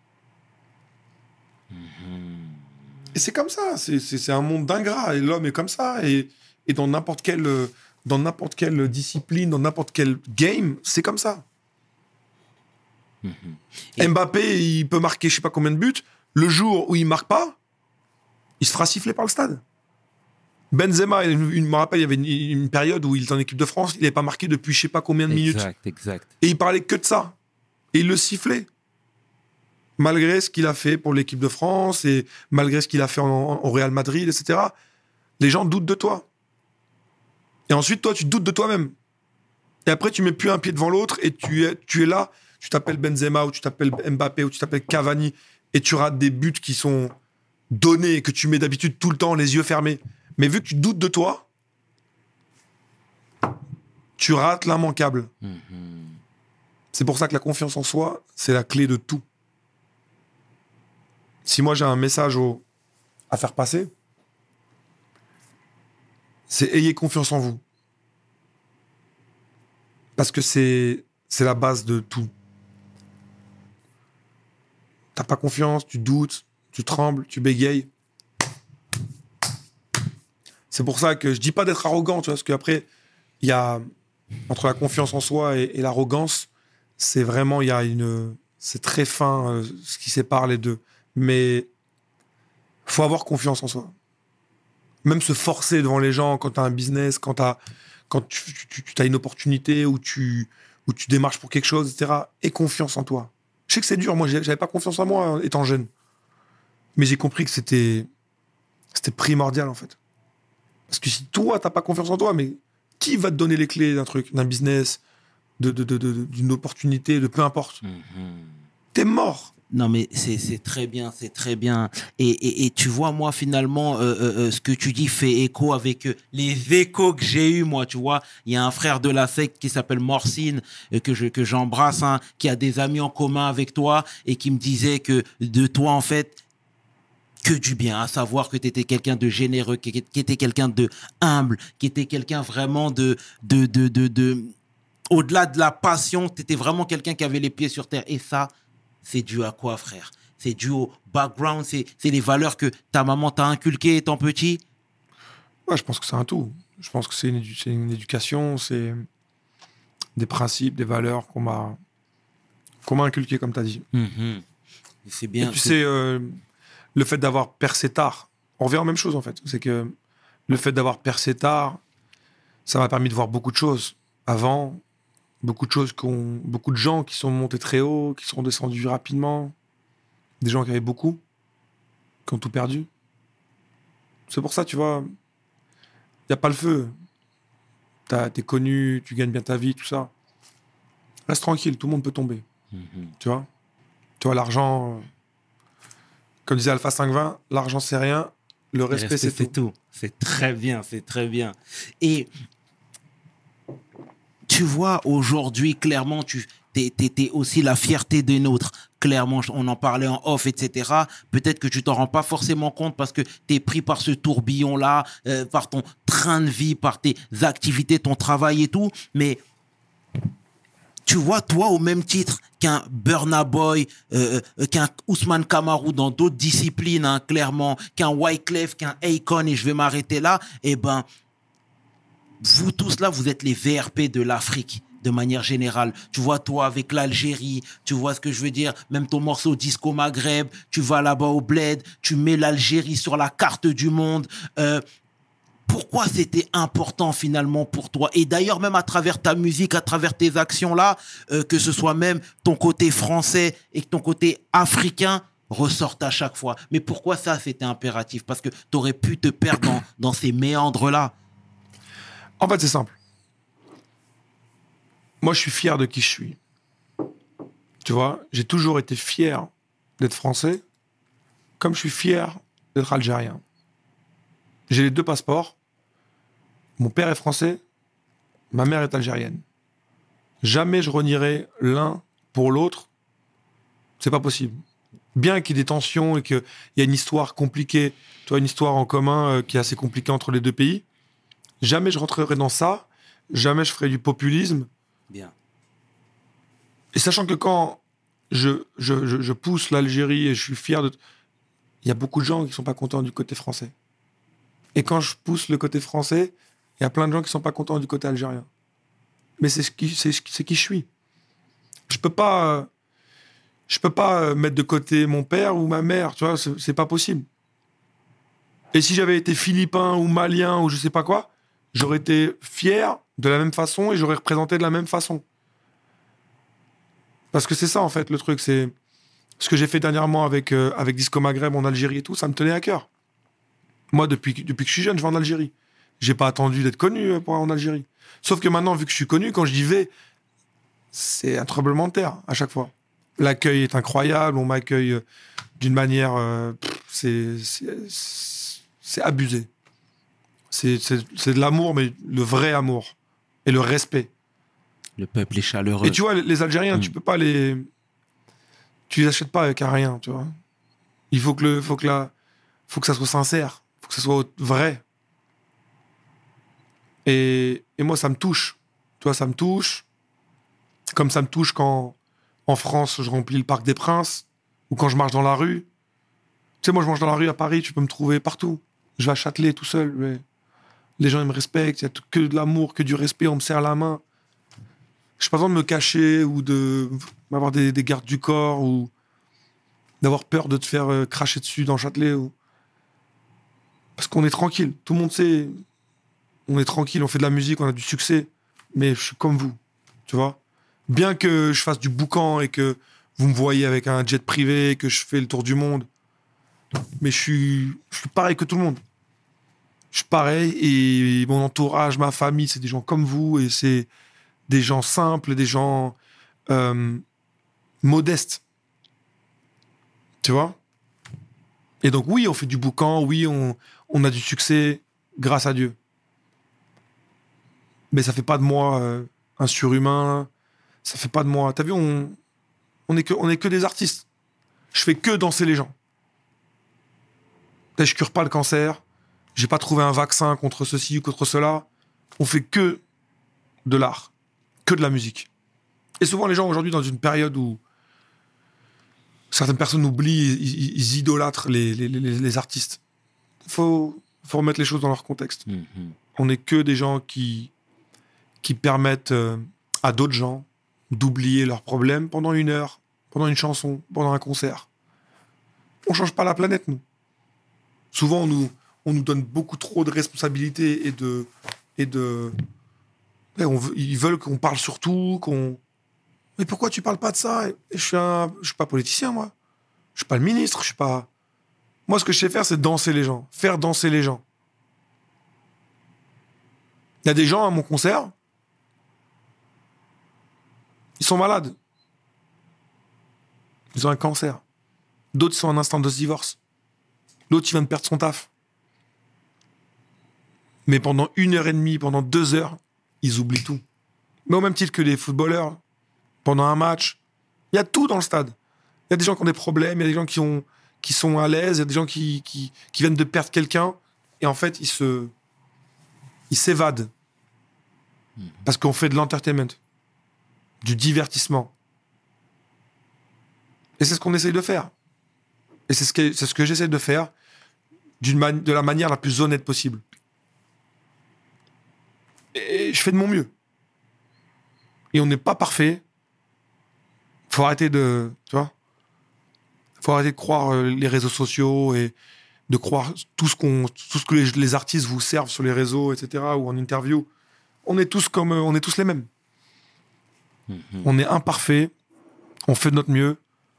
Et c'est comme ça, c'est un monde d'ingrats, et l'homme est comme ça, et dans n'importe quelle discipline, dans n'importe quel game, c'est comme ça. Et- Mbappé, il peut marquer je sais pas combien de buts, le jour où il marque pas, il se fera siffler par le stade. Benzema, je me rappelle, il y avait une période où il était en équipe de France, il n'avait pas marqué depuis je sais pas combien de minutes. Exact. Et il parlait que de ça. Et il le sifflait. Malgré ce qu'il a fait pour l'équipe de France et malgré ce qu'il a fait au Real Madrid, etc. Les gens doutent de toi. Et ensuite, toi, tu doutes de toi-même. Et après, tu mets plus un pied devant l'autre et tu es là, tu t'appelles Benzema ou tu t'appelles Mbappé ou tu t'appelles Cavani et tu rates des buts qui sont donnés et que tu mets d'habitude tout le temps les yeux fermés. Mais vu que tu doutes de toi, tu rates l'immanquable. C'est pour ça que la confiance en soi, c'est la clé de tout. Si moi j'ai un message à faire passer, c'est ayez confiance en vous. Parce que c'est la base de tout. T'as pas confiance, tu doutes, tu trembles, tu bégayes. C'est pour ça que je dis pas d'être arrogant, tu vois, parce qu'après, il y a entre la confiance en soi et l'arrogance, c'est vraiment, c'est très fin ce qui sépare les deux. Mais faut avoir confiance en soi. Même se forcer devant les gens quand tu as un business, quand tu as une opportunité ou tu démarches pour quelque chose, etc. Aie confiance en toi. Je sais que c'est dur. Moi, j'avais pas confiance en moi étant jeune. Mais j'ai compris que c'était primordial, en fait. Parce que si toi, t'as pas confiance en toi, mais qui va te donner les clés d'un truc, d'un business, d'une opportunité, de peu importe. T'es mort. Non, mais c'est très bien, c'est très bien. Et tu vois, moi, finalement, ce que tu dis fait écho avec les échos que j'ai eus, moi, tu vois. Il y a un frère de la secte qui s'appelle Morcine, que j'embrasse, hein, qui a des amis en commun avec toi et qui me disait que de toi, en fait, que du bien, à savoir que tu étais quelqu'un de généreux, qui était quelqu'un de humble, qui était quelqu'un vraiment de au-delà de la passion, tu étais vraiment quelqu'un qui avait les pieds sur terre. Et ça, c'est dû à quoi, frère? C'est dû au background, c'est les valeurs que ta maman t'a inculquées étant petit? Ouais, je pense que c'est un tout. Je pense que c'est c'est une éducation, c'est des principes, des valeurs qu'on m'a inculquées, comme tu as dit. Mhm. C'est bien. Et tu sais, le fait d'avoir percé tard, on revient à la même chose en fait. C'est que le fait d'avoir percé tard, ça m'a permis de voir beaucoup de choses. Avant, beaucoup de gens qui sont montés très haut, qui sont descendus rapidement, des gens qui avaient beaucoup, qui ont tout perdu. C'est pour ça, tu vois, il n'y a pas le feu. T'es connu, tu gagnes bien ta vie, tout ça. Reste tranquille, tout le monde peut tomber. Mhm. Tu vois, l'argent, comme disait Alpha 520, l'argent c'est rien, le respect c'est tout. tout. C'est très bien, c'est très bien. Et tu vois, aujourd'hui, clairement, t'es aussi la fierté des nôtres. Clairement, on en parlait en off, etc. Peut-être que tu t'en rends pas forcément compte parce que t'es pris par ce tourbillon-là, par ton train de vie, par tes activités, ton travail et tout. Mais tu vois, toi, au même titre qu'un Burna Boy, qu'un Ousmane Kamaru dans d'autres disciplines, hein, clairement, qu'un Wyclef, qu'un Akon, et je vais m'arrêter là, eh ben, vous tous là, vous êtes les VRP de l'Afrique, de manière générale. Tu vois, toi, avec l'Algérie, tu vois ce que je veux dire, même ton morceau Disco Maghreb, tu vas là-bas au Bled, tu mets l'Algérie sur la carte du monde. Pourquoi c'était important finalement pour toi? Et d'ailleurs, même à travers ta musique, à travers tes actions-là, que ce soit même ton côté français et ton côté africain, ressortent à chaque fois. Mais pourquoi ça, c'était impératif? Parce que tu aurais pu te perdre dans ces méandres-là. En fait, c'est simple. Moi, je suis fier de qui je suis. Tu vois, j'ai toujours été fier d'être français, comme je suis fier d'être algérien. J'ai les 2 passeports. Mon père est français, ma mère est algérienne. Jamais je renierai l'un pour l'autre. C'est pas possible. Bien qu'il y ait des tensions et qu'il y a une histoire compliquée, tu vois, une histoire en commun qui est assez compliquée entre les 2 pays, jamais je rentrerai dans ça. Jamais je ferai du populisme. Bien. Et sachant que quand je pousse l'Algérie et je suis fier de... Il y a beaucoup de gens qui sont pas contents du côté français. Et quand je pousse le côté français, il y a plein de gens qui sont pas contents du côté algérien. Mais c'est qui je suis. Je peux pas mettre de côté mon père ou ma mère, tu vois, c'est pas possible. Et si j'avais été philippin ou malien ou je sais pas quoi, j'aurais été fier de la même façon et j'aurais représenté de la même façon. Parce que c'est ça, en fait, le truc. C'est ce que j'ai fait dernièrement avec Disco Maghreb en Algérie et tout, ça me tenait à cœur. Moi, depuis que je suis jeune, je vais en Algérie. J'ai pas attendu d'être connu pour aller en Algérie. Sauf que maintenant, vu que je suis connu, quand j'y vais, c'est un tremblement de terre à chaque fois. L'accueil est incroyable, on m'accueille d'une manière... c'est abusé. C'est de l'amour, mais le vrai amour. Et le respect. Le peuple est chaleureux. Et tu vois, les Algériens, tu peux pas les... Tu les achètes pas avec un rien, tu vois. Il faut que ça soit sincère. Il faut que ça soit vrai. Et moi, ça me touche. Tu vois, ça me touche. Comme ça me touche quand, en France, je remplis le Parc des Princes, ou quand je marche dans la rue. Tu sais, moi, je marche dans la rue à Paris, tu peux me trouver partout. Je vais à Châtelet tout seul, mais les gens, ils me respectent, il y a que de l'amour, que du respect, on me serre la main. Je n'ai pas besoin de me cacher ou d'avoir des gardes du corps ou d'avoir peur de te faire cracher dessus dans Châtelet. Parce qu'on est tranquille, tout le monde sait, on est tranquille, on fait de la musique, on a du succès, mais je suis comme vous, tu vois. Bien que je fasse du boucan et que vous me voyez avec un jet privé, que je fais le tour du monde, mais je suis pareil que tout le monde. Je suis pareil et mon entourage, ma famille, c'est des gens comme vous et c'est des gens simples, des gens modestes. Tu vois? Et donc, oui, on fait du boucan, oui, on a du succès, grâce à Dieu. Mais ça fait pas de moi un surhumain, ça fait pas de moi... T'as vu, on est que des artistes. Je fais que danser les gens. Je cure pas le cancer, j'ai pas trouvé un vaccin contre ceci ou contre cela. On fait que de l'art, que de la musique. Et souvent, les gens, aujourd'hui, dans une période où certaines personnes oublient, ils idolâtrent les artistes. Faut remettre les choses dans leur contexte. On n'est que des gens qui permettent à d'autres gens d'oublier leurs problèmes pendant 1 heure, pendant une chanson, pendant un concert. On change pas la planète, nous. Souvent, on nous donne beaucoup trop de responsabilités ils veulent qu'on parle sur tout, Mais pourquoi tu parles pas de ça? Et je suis pas politicien, moi. Je suis pas le ministre, je suis pas... Moi, ce que je sais faire, c'est danser les gens. Faire danser les gens. Il y a des gens à mon concert, ils sont malades. Ils ont un cancer. D'autres sont en instant de divorce. L'autre, il vient de perdre son taf. Mais pendant 1h30, pendant 2 heures, ils oublient tout. Mais au même titre que les footballeurs, pendant un match, il y a tout dans le stade. Il y a des gens qui ont des problèmes, il y a des gens qui sont à l'aise, il y a des gens qui viennent de perdre quelqu'un, et en fait, ils s'évadent. Parce qu'on fait de l'entertainment, du divertissement. Et c'est ce qu'on essaye de faire. Et c'est ce que j'essaie de faire de la manière la plus honnête possible. Et je fais de mon mieux. Et on n'est pas parfait. Faut arrêter de... Tu vois? Faut arrêter de croire les réseaux sociaux et de croire tout ce que les artistes vous servent sur les réseaux, etc., ou en interview. On est tous les mêmes. On est imparfait. On fait de notre mieux.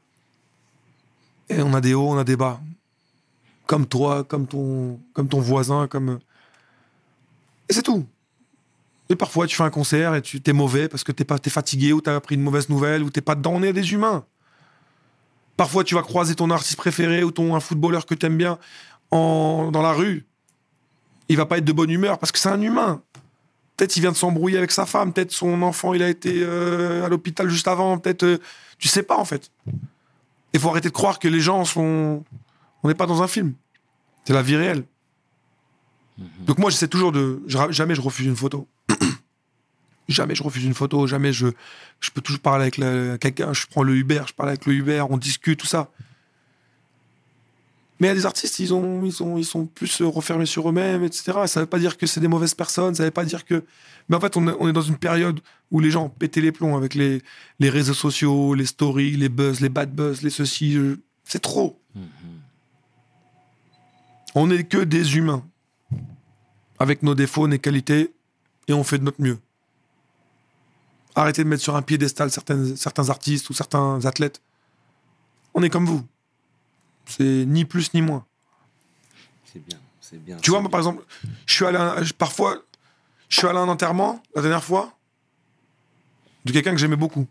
Et on a des hauts, on a des bas. Comme toi, comme ton voisin, Et c'est tout. Et parfois, tu fais un concert et tu t'es mauvais parce que t'es fatigué ou t'as appris une mauvaise nouvelle ou t'es pas dedans. On est des humains. Parfois, tu vas croiser ton artiste préféré ou un footballeur que t'aimes bien dans la rue. Il va pas être de bonne humeur parce que c'est un humain. Peut-être il vient de s'embrouiller avec sa femme. Peut-être son enfant, il a été à l'hôpital juste avant. Peut-être... tu sais pas, en fait. Il faut arrêter de croire que les gens sont... On n'est pas dans un film. C'est la vie réelle. Donc moi, j'essaie toujours de... Jamais je refuse une photo. Jamais je refuse une photo. Jamais je peux toujours parler avec quelqu'un. Je prends le Uber, je parle avec le Uber, on discute, tout ça. Mais il y a des artistes, ils sont plus refermés sur eux-mêmes, etc. Ça veut pas dire que c'est des mauvaises personnes. Ça veut pas dire que... Mais en fait, on est dans une période où les gens pétaient les plombs avec les réseaux sociaux, les stories, les buzz, les bad buzz, les ceci. C'est trop. On n'est que des humains. Avec nos défauts, nos qualités, et on fait de notre mieux. Arrêtez de mettre sur un piédestal certains artistes ou certains athlètes. On est comme vous. C'est ni plus ni moins. C'est bien, c'est bien. Tu vois, moi, par exemple, je suis allé à un enterrement, la dernière fois, de quelqu'un que j'aimais beaucoup.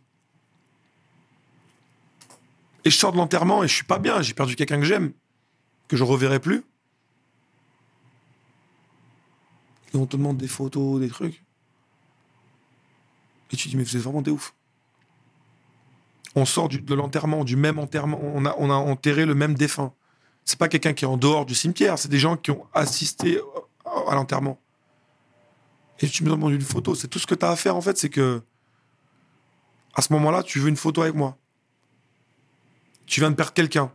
Et je sors de l'enterrement et je suis pas bien. J'ai perdu quelqu'un que j'aime, que je reverrai plus. Et on te demande des photos, des trucs. Et tu dis, mais vous êtes vraiment des ouf. On sort de l'enterrement, du même enterrement. On a enterré le même défunt. C'est pas quelqu'un qui est en dehors du cimetière. C'est des gens qui ont assisté à l'enterrement. Et tu me demandes une photo. C'est tout ce que tu as à faire, en fait. C'est que, à ce moment-là, tu veux une photo avec moi. Tu viens de perdre quelqu'un.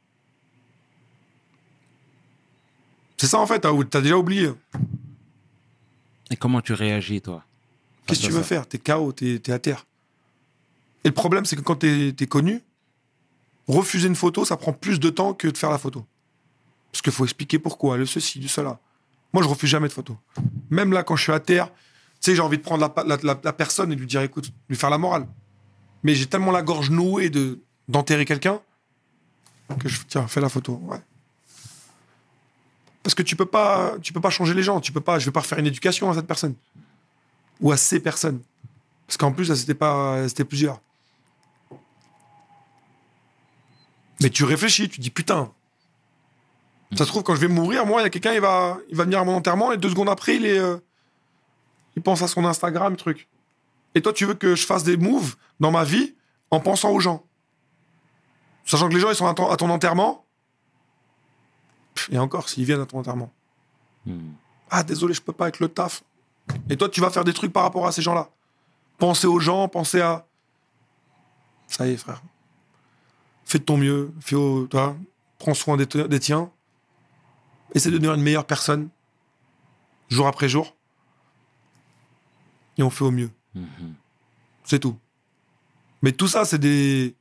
C'est ça, en fait. T'as déjà oublié. Et comment tu réagis, toi? Qu'est-ce que tu veux faire? T'es KO, t'es à terre. Et le problème, c'est que quand t'es connu, refuser une photo, ça prend plus de temps que de faire la photo. Parce qu'il faut expliquer pourquoi, le ceci, le cela. Moi, je refuse jamais de photos. Même là, quand je suis à terre, tu sais, j'ai envie de prendre la personne et de lui dire, écoute, lui faire la morale. Mais j'ai tellement la gorge nouée d'enterrer quelqu'un que tiens, fais la photo. Ouais. Parce que tu peux pas changer les gens. Je vais pas refaire une éducation à cette personne. Ou à ces personnes. Parce qu'en plus, là, c'était plusieurs. Mais tu réfléchis, tu dis putain. Ça se trouve, quand je vais mourir, moi, il y a quelqu'un, il va venir à mon enterrement et 2 secondes après, il pense à son Instagram, truc. Et toi, tu veux que je fasse des moves dans ma vie en pensant aux gens. Sachant que les gens, ils sont à ton enterrement. Et encore, s'ils viennent à ton enterrement. Ah, désolé, je peux pas avec le taf. Et toi, tu vas faire des trucs par rapport à ces gens-là. Penser aux gens, penser à... Ça y est, frère. Fais de ton mieux. Toi, prends soin des tiens. Essaie de devenir une meilleure personne. Jour après jour. Et on fait au mieux. C'est tout. Mais tout ça, c'est des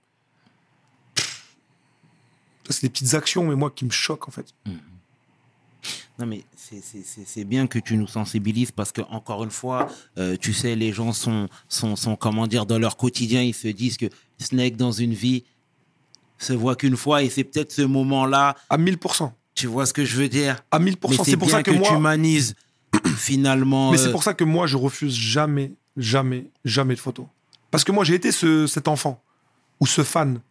petites actions, mais moi, qui me choquent, en fait. Non, mais c'est bien que tu nous sensibilises parce que, encore une fois, tu sais, les gens sont, comment dire, dans leur quotidien, ils se disent que ce n'est que dans une vie, se voit qu'une fois et c'est peut-être ce moment-là. À 1000%. Tu vois ce que je veux dire? À 1000%. Mais c'est pour ça que tu humanises, finalement. Mais c'est pour ça que moi, je refuse jamais de photos. Parce que moi, j'ai été cet enfant ou ce fan.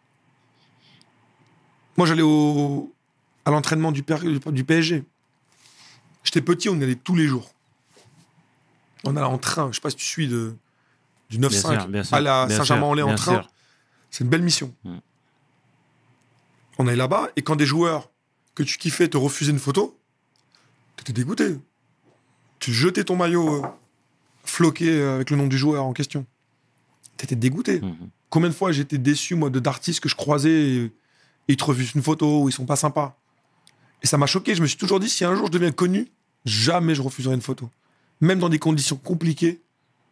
Moi, j'allais à l'entraînement du PSG. J'étais petit, on y allait tous les jours. On allait en train. Je sais pas si tu suis du 9-5 à la Saint-Germain-en-Laye en train. Sûr. C'est une belle mission. On allait là-bas et quand des joueurs que tu kiffais te refusaient une photo, t'étais dégoûté. Tu jetais ton maillot floqué avec le nom du joueur en question. T'étais dégoûté. Combien de fois j'étais déçu, moi, d'artistes que je croisais et ils te refusent une photo ou ils sont pas sympas. Et ça m'a choqué. Je me suis toujours dit, si un jour je deviens connu, jamais je refuserai une photo. Même dans des conditions compliquées,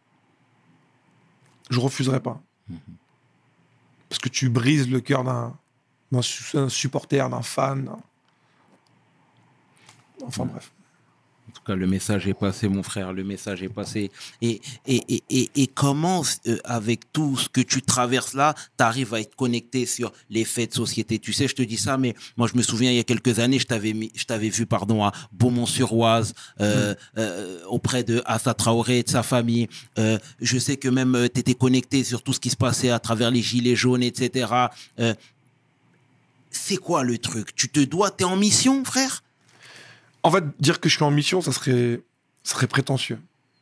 je refuserai pas. Parce que tu brises le cœur d'un supporter, d'un fan. Enfin bref. En tout cas, le message est passé, mon frère, le message est passé. Et comment, avec tout ce que tu traverses là, tu arrives à être connecté sur les faits de société? Tu sais, je te dis ça, mais moi, je me souviens, il y a quelques années, je t'avais vu à Beaumont-sur-Oise, auprès de Assa Traoré et de sa famille. Je sais que même tu étais connecté sur tout ce qui se passait à travers les gilets jaunes, etc. C'est quoi le truc? T'es en mission, frère? En fait, dire que je suis en mission, ça serait prétentieux.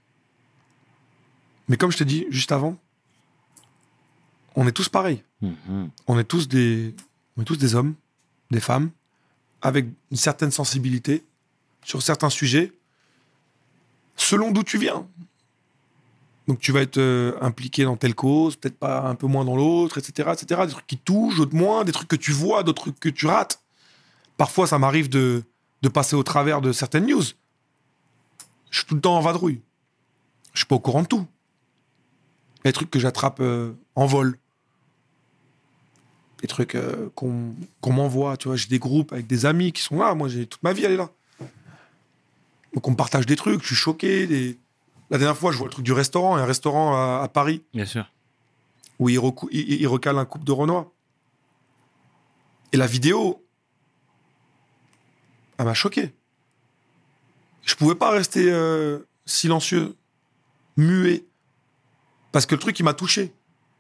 Mais comme je t'ai dit juste avant, on est tous pareils. On est tous des hommes, des femmes, avec une certaine sensibilité sur certains sujets, selon d'où tu viens. Donc tu vas être impliqué dans telle cause, peut-être pas un peu moins dans l'autre, etc., etc. Des trucs qui touchent, d'autres moins, des trucs que tu vois, d'autres trucs que tu rates. Parfois, ça m'arrive de passer au travers de certaines news. Je suis tout le temps en vadrouille. Je suis pas au courant de tout. Il y a des trucs que j'attrape en vol. Des trucs qu'on m'envoie. Tu vois, j'ai des groupes avec des amis qui sont là. Moi, j'ai toute ma vie, elle est là. Donc, on me partage des trucs. Je suis choqué. La dernière fois, je vois le truc du restaurant. Il y a un restaurant à Paris. Bien sûr. Où il recale un couple de Renoir. Et la vidéo... elle m'a choqué. Je pouvais pas rester silencieux, muet, parce que le truc, il m'a touché.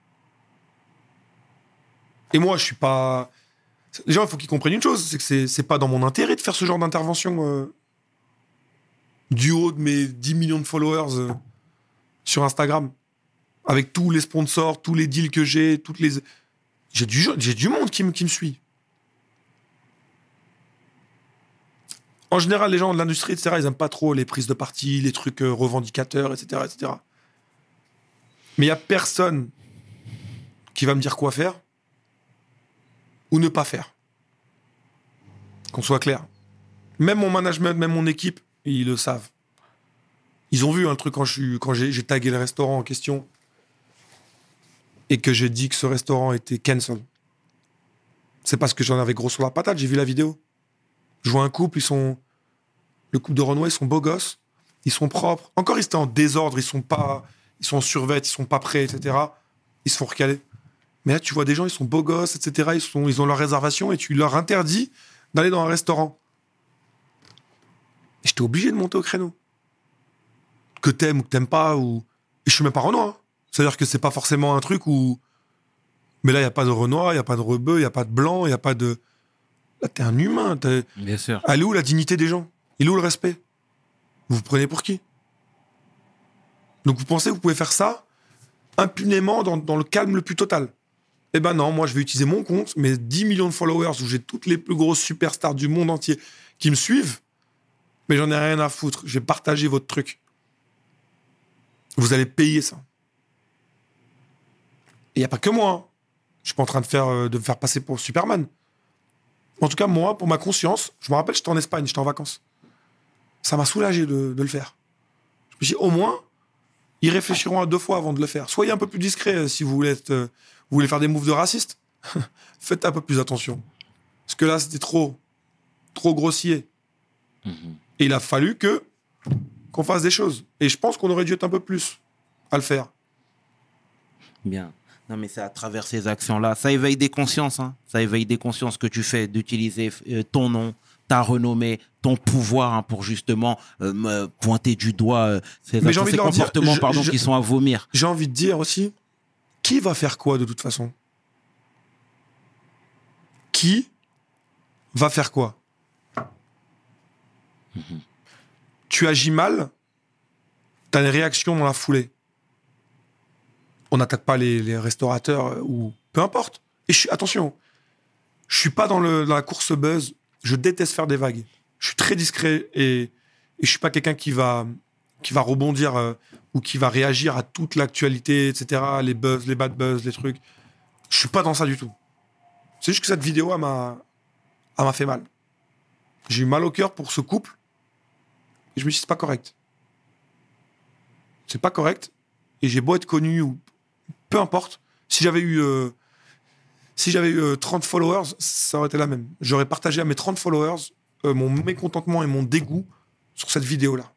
Et moi, je suis pas... Les gens, il faut qu'ils comprennent une chose, c'est que c'est pas dans mon intérêt de faire ce genre d'intervention du haut de mes 10 millions de followers sur Instagram, avec tous les sponsors, tous les deals que j'ai, j'ai du monde qui me suit. En général, les gens de l'industrie, etc., ils n'aiment pas trop les prises de parti, les trucs revendicateurs, etc., etc. Mais il n'y a personne qui va me dire quoi faire ou ne pas faire. Qu'on soit clair. Même mon management, même mon équipe, ils le savent. Ils ont vu un truc quand j'ai tagué le restaurant en question et que j'ai dit que ce restaurant était cancel. C'est parce que j'en avais gros sur la patate, j'ai vu la vidéo. Je vois un couple, le couple de Renoir, ils sont beaux gosses, ils sont propres. Encore, ils étaient en désordre, ils sont en survêt, ils sont pas prêts, etc. Ils se font recaler. Mais là, tu vois des gens, ils sont beaux gosses, etc. Ils ont leur réservation et tu leur interdis d'aller dans un restaurant. Et j'étais obligé de monter au créneau. Que t'aimes ou que t'aimes pas, et je suis même pas Renoir. C'est-à-dire que c'est pas forcément un truc où Mais là, il n'y a pas de Renoir, il n'y a pas de Rebeu, il n'y a pas de Blanc, il n'y a pas de... Là, t'es un humain. Bien sûr. Elle est où la dignité des gens? Il est où le respect? Vous vous prenez pour qui? Donc vous pensez que vous pouvez faire ça impunément dans le calme le plus total? Eh ben non, moi je vais utiliser mon compte, mes 10 millions de followers où j'ai toutes les plus grosses superstars du monde entier qui me suivent, mais j'en ai rien à foutre. Je vais partager votre truc. Vous allez payer ça. Et il n'y a pas que moi. Hein. Je suis pas en train de me faire passer pour Superman. En tout cas, moi, pour ma conscience, je me rappelle, j'étais en Espagne, j'étais en vacances. Ça m'a soulagé de le faire. Je me suis dit, au moins, ils réfléchiront à 2 fois avant de le faire. Soyez un peu plus discret si vous voulez faire des moves de raciste. Faites un peu plus attention. Parce que là, c'était trop grossier. Et il a fallu qu'on fasse des choses. Et je pense qu'on aurait dû être un peu plus à le faire. Bien. Non, mais c'est à travers ces actions-là. Ça éveille des consciences. Hein. Ça éveille des consciences que tu fais d'utiliser ton nom, ta renommée, ton pouvoir hein, pour justement pointer du doigt ces comportements qui sont à vomir. J'ai envie de dire aussi, qui va faire quoi de toute façon? Qui va faire quoi? Tu agis mal, t'as une réaction dans la foulée. On n'attaque pas les restaurateurs ou peu importe. Et attention, je suis pas dans la course buzz. Je déteste faire des vagues. Je suis très discret et je suis pas quelqu'un qui va rebondir ou qui va réagir à toute l'actualité, etc. Les buzz, les bad buzz, les trucs. Je suis pas dans ça du tout. C'est juste que cette vidéo, elle m'a fait mal. J'ai eu mal au cœur pour ce couple et je me suis dit, c'est pas correct. C'est pas correct. Et j'ai beau être connu ou peu importe, si j'avais eu 30 followers, ça aurait été la même. J'aurais partagé à mes 30 followers mon mécontentement et mon dégoût sur cette vidéo-là.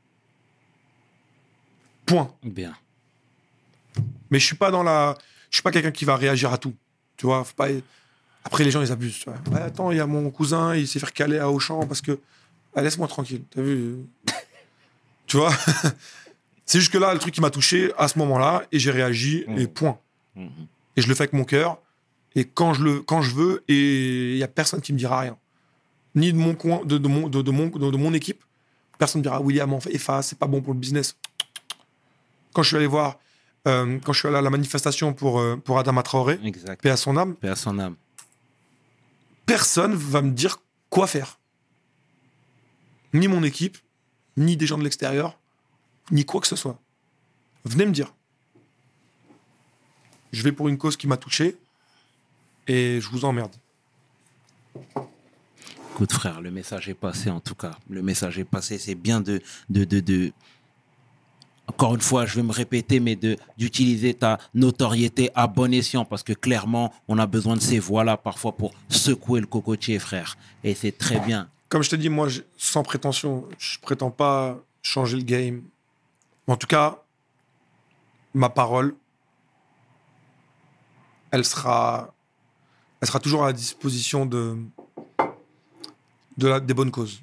Point. Bien. Mais je suis pas quelqu'un qui va réagir à tout. Tu vois, faut pas... Après, les gens, ils abusent. Tu vois. Ouais, attends, il y a mon cousin, il s'est fait caler à Auchan parce que... Ah, laisse-moi tranquille. T'as vu? Tu vois. C'est juste que là, le truc qui m'a touché à ce moment-là, et j'ai réagi, et point. Et je le fais avec mon cœur, et quand je veux, et il n'y a personne qui me dira rien. Ni de mon coin, de mon équipe, personne ne me dira, William, efface, c'est pas bon pour le business. Quand je suis allé voir, quand je suis allé à la manifestation pour Adama Traoré, exact. Paix à son âme, Paix à son âme. Personne va me dire quoi faire. Ni mon équipe, ni des gens de l'extérieur, ni quoi que ce soit. Venez me dire. Je vais pour une cause qui m'a touché et je vous emmerde. Écoute frère, le message est passé en tout cas. Le message est passé. C'est bien de... Encore une fois, je vais me répéter, mais d'utiliser ta notoriété à bon escient parce que clairement, on a besoin de ces voix-là parfois pour secouer le cocotier, frère. Et c'est très bien. Comme je te dis, moi, sans prétention, je prétends pas changer le game. En tout cas, ma parole, elle sera toujours à la disposition des bonnes causes.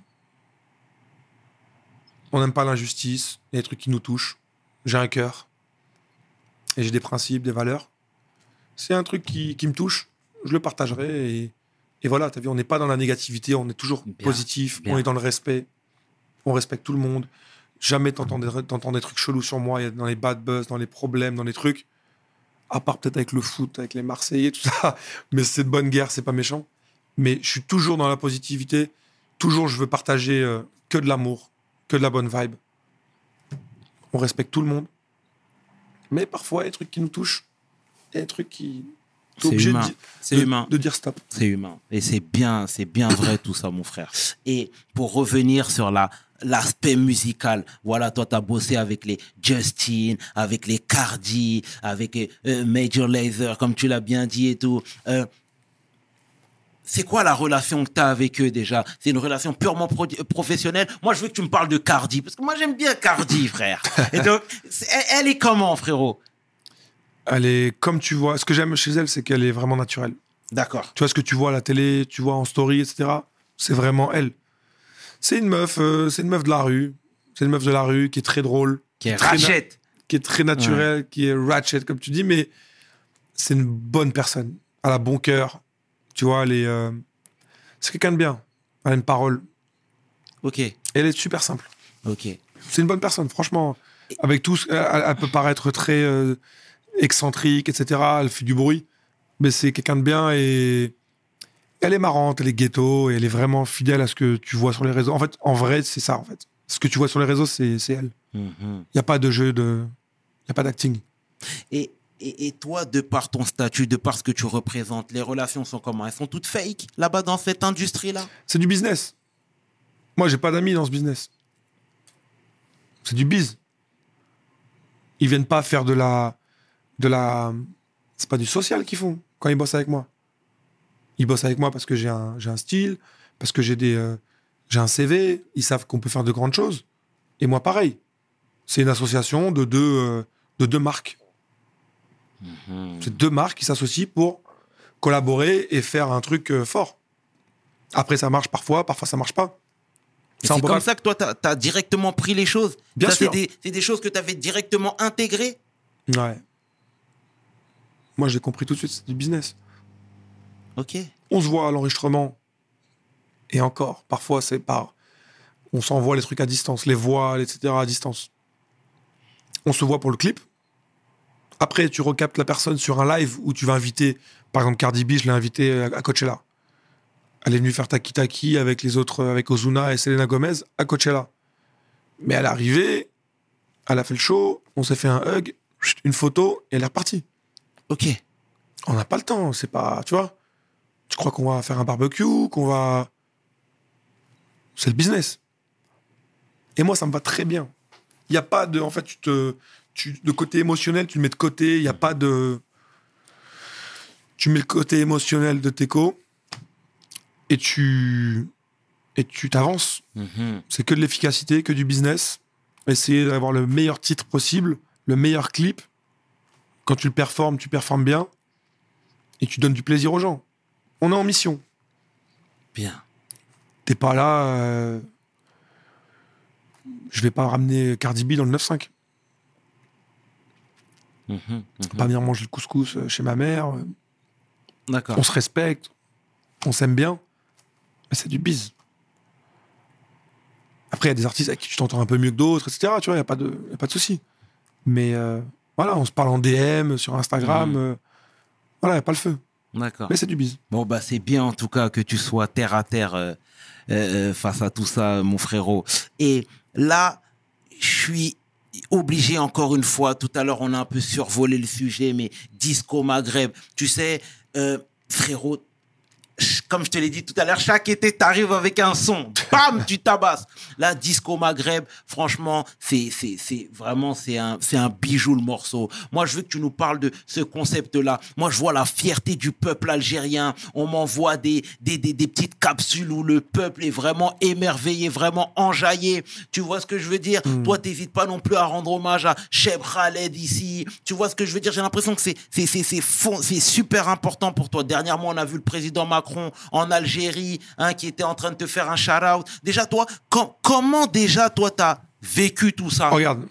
On n'aime pas l'injustice, il y a des trucs qui nous touchent. J'ai un cœur et j'ai des principes, des valeurs. C'est un truc qui me touche, je le partagerai et voilà, t'as vu, on n'est pas dans la négativité, on est toujours positif, on est dans le respect, on respecte tout le monde. Jamais t'entends des trucs chelous sur moi, dans les bad buzz, dans les problèmes, dans les trucs. À part peut-être avec le foot, avec les Marseillais, tout ça. Mais c'est de bonne guerre, c'est pas méchant. Mais je suis toujours dans la positivité. Toujours, je veux partager que de l'amour, que de la bonne vibe. On respecte tout le monde. Mais parfois, il y a des trucs qui nous touchent. Il y a des trucs qui... C'est humain. C'est humain. De dire stop. C'est humain. Et c'est bien vrai tout ça, mon frère. Et pour revenir sur l'aspect musical, voilà, toi, tu as bossé avec les Justin, avec les Cardi, avec Major Lazer, comme tu l'as bien dit et tout. C'est quoi la relation que tu as avec eux déjà? C'est une relation purement professionnelle? Moi, je veux que tu me parles de Cardi, parce que moi, j'aime bien Cardi, frère. Et donc, elle est comment, frérot? Elle est comme tu vois. Ce que j'aime chez elle, c'est qu'elle est vraiment naturelle. D'accord. Tu vois ce que tu vois à la télé, tu vois en story, etc. C'est vraiment elle. C'est une meuf de la rue. C'est une meuf de la rue qui est très drôle. Qui est ratchet. Qui est très naturelle, qui est ratchet, comme tu dis. Mais c'est une bonne personne. Elle a bon cœur. Tu vois, c'est quelqu'un de bien. Elle a une parole. Ok, Elle est super simple. ok. C'est une bonne personne, franchement. Avec tout, elle peut paraître très excentrique, etc. Elle fait du bruit. Mais c'est quelqu'un de bien et elle est marrante, elle est ghetto et elle est vraiment fidèle à ce que tu vois sur les réseaux. En fait, en vrai, c'est ça, en fait. Ce que tu vois sur les réseaux, c'est elle. Il n'y a pas de jeu il n'y a pas d'acting. Et toi, de par ton statut, de par ce que tu représentes, les relations sont comment? Elles sont toutes fake là-bas dans cette industrie-là? C'est du business. Moi, j'ai pas d'amis dans ce business. C'est du biz. Ils viennent pas faire de la... C'est pas du social qu'ils font quand ils bossent avec moi. Ils bossent avec moi parce que j'ai un style, parce que j'ai un CV. Ils savent qu'on peut faire de grandes choses. Et moi, pareil. C'est une association de deux marques. C'est deux marques qui s'associent pour collaborer et faire un truc fort. Après, ça marche parfois ça marche pas. C'est comme ça que toi, tu as directement pris les choses. Bien ça, sûr. C'est des choses que tu avais directement intégrées. Ouais. Moi, j'ai compris tout de suite, c'est du business. Ok. On se voit à l'enregistrement. Et encore, parfois, c'est par... On s'envoie les trucs à distance, les voiles, etc. à distance. On se voit pour le clip. Après, tu recaptes la personne sur un live où tu vas inviter... Par exemple, Cardi B, je l'ai invité à Coachella. Elle est venue faire Taki Taki avec les autres, avec Ozuna et Selena Gomez à Coachella. Mais elle est arrivée, elle a fait le show, on s'est fait un hug, une photo, et elle est repartie. Ok. On n'a pas le temps, c'est pas... Tu vois? Tu crois qu'on va faire un barbecue, qu'on va... C'est le business. Et moi, ça me va très bien. Il n'y a pas de... En fait, de côté émotionnel, tu le mets de côté, il n'y a pas de... Tu mets le côté émotionnel de Teco et tu t'avances. C'est que de l'efficacité, que du business. Essayer d'avoir le meilleur titre possible, le meilleur clip. Quand tu performes bien. Et tu donnes du plaisir aux gens. On est en mission. Bien. T'es pas là... Je vais pas ramener Cardi B dans le 9-5. Pas venir manger le couscous chez ma mère. D'accord. On se respecte. On s'aime bien. Mais c'est du bise. Après, il y a des artistes avec qui tu t'entends un peu mieux que d'autres, etc. Tu vois, il n'y a pas de souci. Mais voilà, on se parle en DM, sur Instagram. Voilà, il n'y a pas le feu. D'accord. Mais c'est du bise. Bon, bah, c'est bien en tout cas que tu sois terre à terre face à tout ça, mon frérot. Et là, je suis obligé encore une fois, tout à l'heure on a un peu survolé le sujet, mais Disco Maghreb, tu sais, frérot, comme je te l'ai dit tout à l'heure, chaque été, t'arrives avec un son. Bam, tu tabasses. Là, Disco Maghreb, franchement, c'est vraiment, c'est un bijou, le morceau. Moi, je veux que tu nous parles de ce concept-là. Moi, je vois la fierté du peuple algérien. On m'envoie des petites capsules où le peuple est vraiment émerveillé, vraiment enjaillé. Tu vois ce que je veux dire? Toi, t'hésites pas non plus à rendre hommage à Cheb Khaled ici. Tu vois ce que je veux dire? J'ai l'impression que c'est super important pour toi. Dernièrement, on a vu le président Macron en Algérie, hein, qui était en train de te faire un shout-out. Déjà, toi, comment déjà, toi, t'as vécu tout ça? Regarde,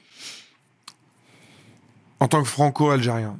en tant que franco-algérien,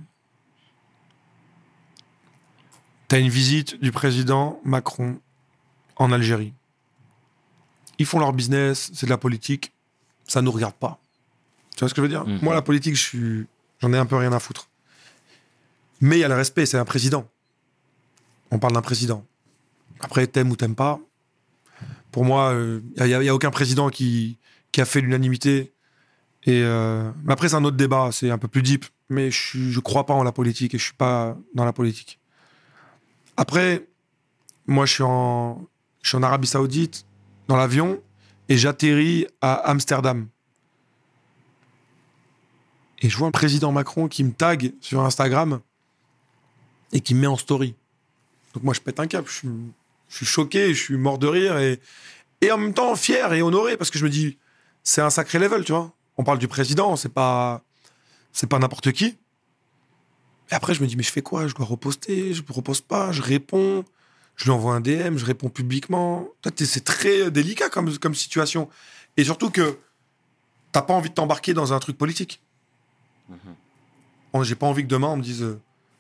t'as une visite du président Macron en Algérie. Ils font leur business, c'est de la politique, ça nous regarde pas. Tu vois ce que je veux dire? Moi, la politique, j'en ai un peu rien à foutre. Mais il y a le respect, c'est un président. On parle d'un président. Après, t'aimes ou t'aimes pas. Pour moi, il n'y a aucun président qui a fait l'unanimité. Et mais après, c'est un autre débat, c'est un peu plus deep. Mais je crois pas en la politique et je suis pas dans la politique. Après, moi, je suis en Arabie Saoudite, dans l'avion, et j'atterris à Amsterdam. Et je vois un président Macron qui me tag sur Instagram et qui me met en story. Donc moi, je pète un câble. Je suis choqué, je suis mort de rire et en même temps fier et honoré parce que je me dis, c'est un sacré level, tu vois. On parle du président, c'est pas n'importe qui. Et après, je me dis, mais je fais quoi? Je dois reposter, je ne repose pas, je réponds, je lui envoie un DM, je réponds publiquement. C'est très délicat comme situation. Et surtout que t'as pas envie de t'embarquer dans un truc politique. J'ai pas envie que demain, on me dise,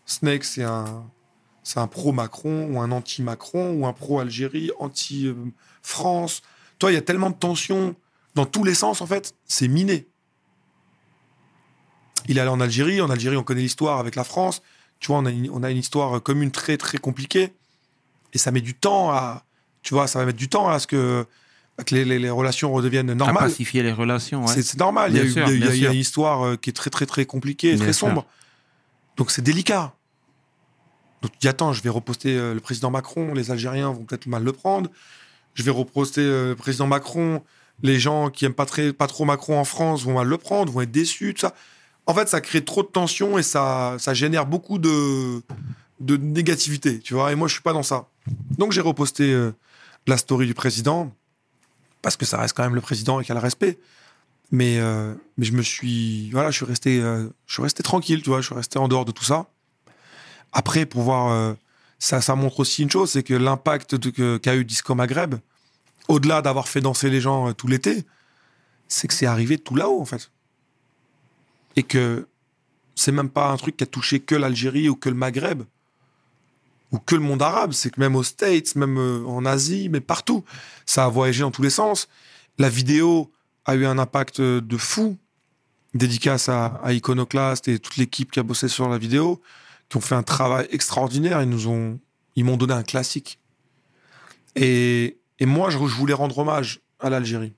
Snake, c'est un pro-Macron, ou un anti-Macron, ou un pro-Algérie, anti-France. Toi, il y a tellement de tensions dans tous les sens, en fait, c'est miné. Il est allé en Algérie, on connaît l'histoire avec la France. Tu vois, on a une histoire commune très, très compliquée. Et ça met du temps à... Tu vois, ça va mettre du temps à ce que les relations redeviennent À normales. pacifier les relations, ouais. C'est normal. Bien Il sûr, y a bien sûr. une histoire qui est très, très, très compliquée, Bien très sûr. sombre. Donc, c'est délicat. Donc, tu dis, attends, je vais reposter le président Macron. Les Algériens vont peut-être mal le prendre. Je vais reposter le président Macron. Les gens qui n'aiment pas trop Macron en France vont mal le prendre, vont être déçus, tout ça. En fait, ça crée trop de tensions et ça génère beaucoup de négativité, tu vois. Et moi, je suis pas dans ça. Donc, j'ai reposté la story du président parce que ça reste quand même le président et qu'il y a le respect. Mais je me suis... Voilà, je suis resté tranquille, tu vois. Je suis resté en dehors de tout ça. Après, pour voir... ça montre aussi une chose, c'est que l'impact qu'a eu Disco Maghreb, au-delà d'avoir fait danser les gens tout l'été, c'est que c'est arrivé tout là-haut, en fait. Et que c'est même pas un truc qui a touché que l'Algérie ou que le Maghreb ou que le monde arabe. C'est que même aux States, même en Asie, mais partout, ça a voyagé dans tous les sens. La vidéo a eu un impact de fou. Dédicace à Iconoclast et toute l'équipe qui a bossé sur la vidéo, qui ont fait un travail extraordinaire. Ils m'ont donné un classique. Et moi, je voulais rendre hommage à l'Algérie.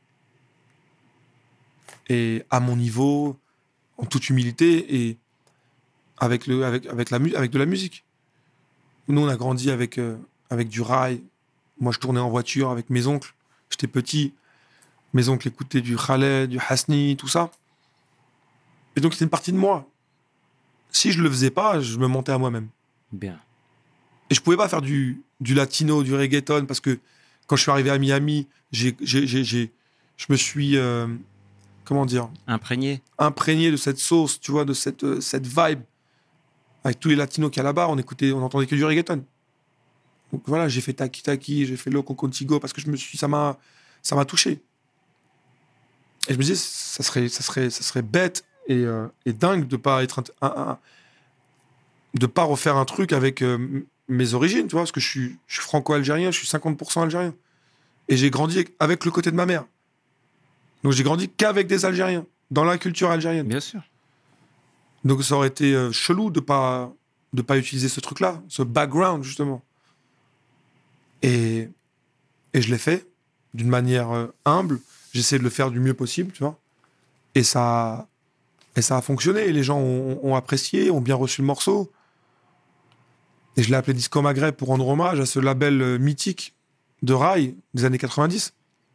Et à mon niveau, en toute humilité, et avec de la musique. Nous, on a grandi avec du rail. Moi, je tournais en voiture avec mes oncles. J'étais petit. Mes oncles écoutaient du Khaled, du Hasni, tout ça. Et donc, c'était une partie de moi. Si je le faisais pas, je me mentais à moi-même. Bien. Et je pouvais pas faire du latino, du reggaeton, parce que quand je suis arrivé à Miami, je me suis, comment dire, Imprégné. imprégné de cette sauce, tu vois, de cette vibe. Avec tous les latinos qu'il y a là-bas, on entendait que du reggaeton. Donc voilà, j'ai fait Taki Taki, j'ai fait Loco Contigo, parce que ça m'a touché. Et je me disais, ça serait bête et dingue de pas être de pas refaire un truc avec mes origines, tu vois, parce que je suis franco-algérien, je suis 50% algérien. Et j'ai grandi avec le côté de ma mère. Donc j'ai grandi qu'avec des Algériens, dans la culture algérienne. Bien sûr. Donc ça aurait été chelou de pas utiliser ce truc-là, ce background, justement. Et je l'ai fait d'une manière humble. J'essaie de le faire du mieux possible, tu vois. Et ça a fonctionné. Et les gens ont apprécié, ont bien reçu le morceau. Et je l'ai appelé Disco Maghreb pour rendre hommage à ce label mythique de rail des années 90.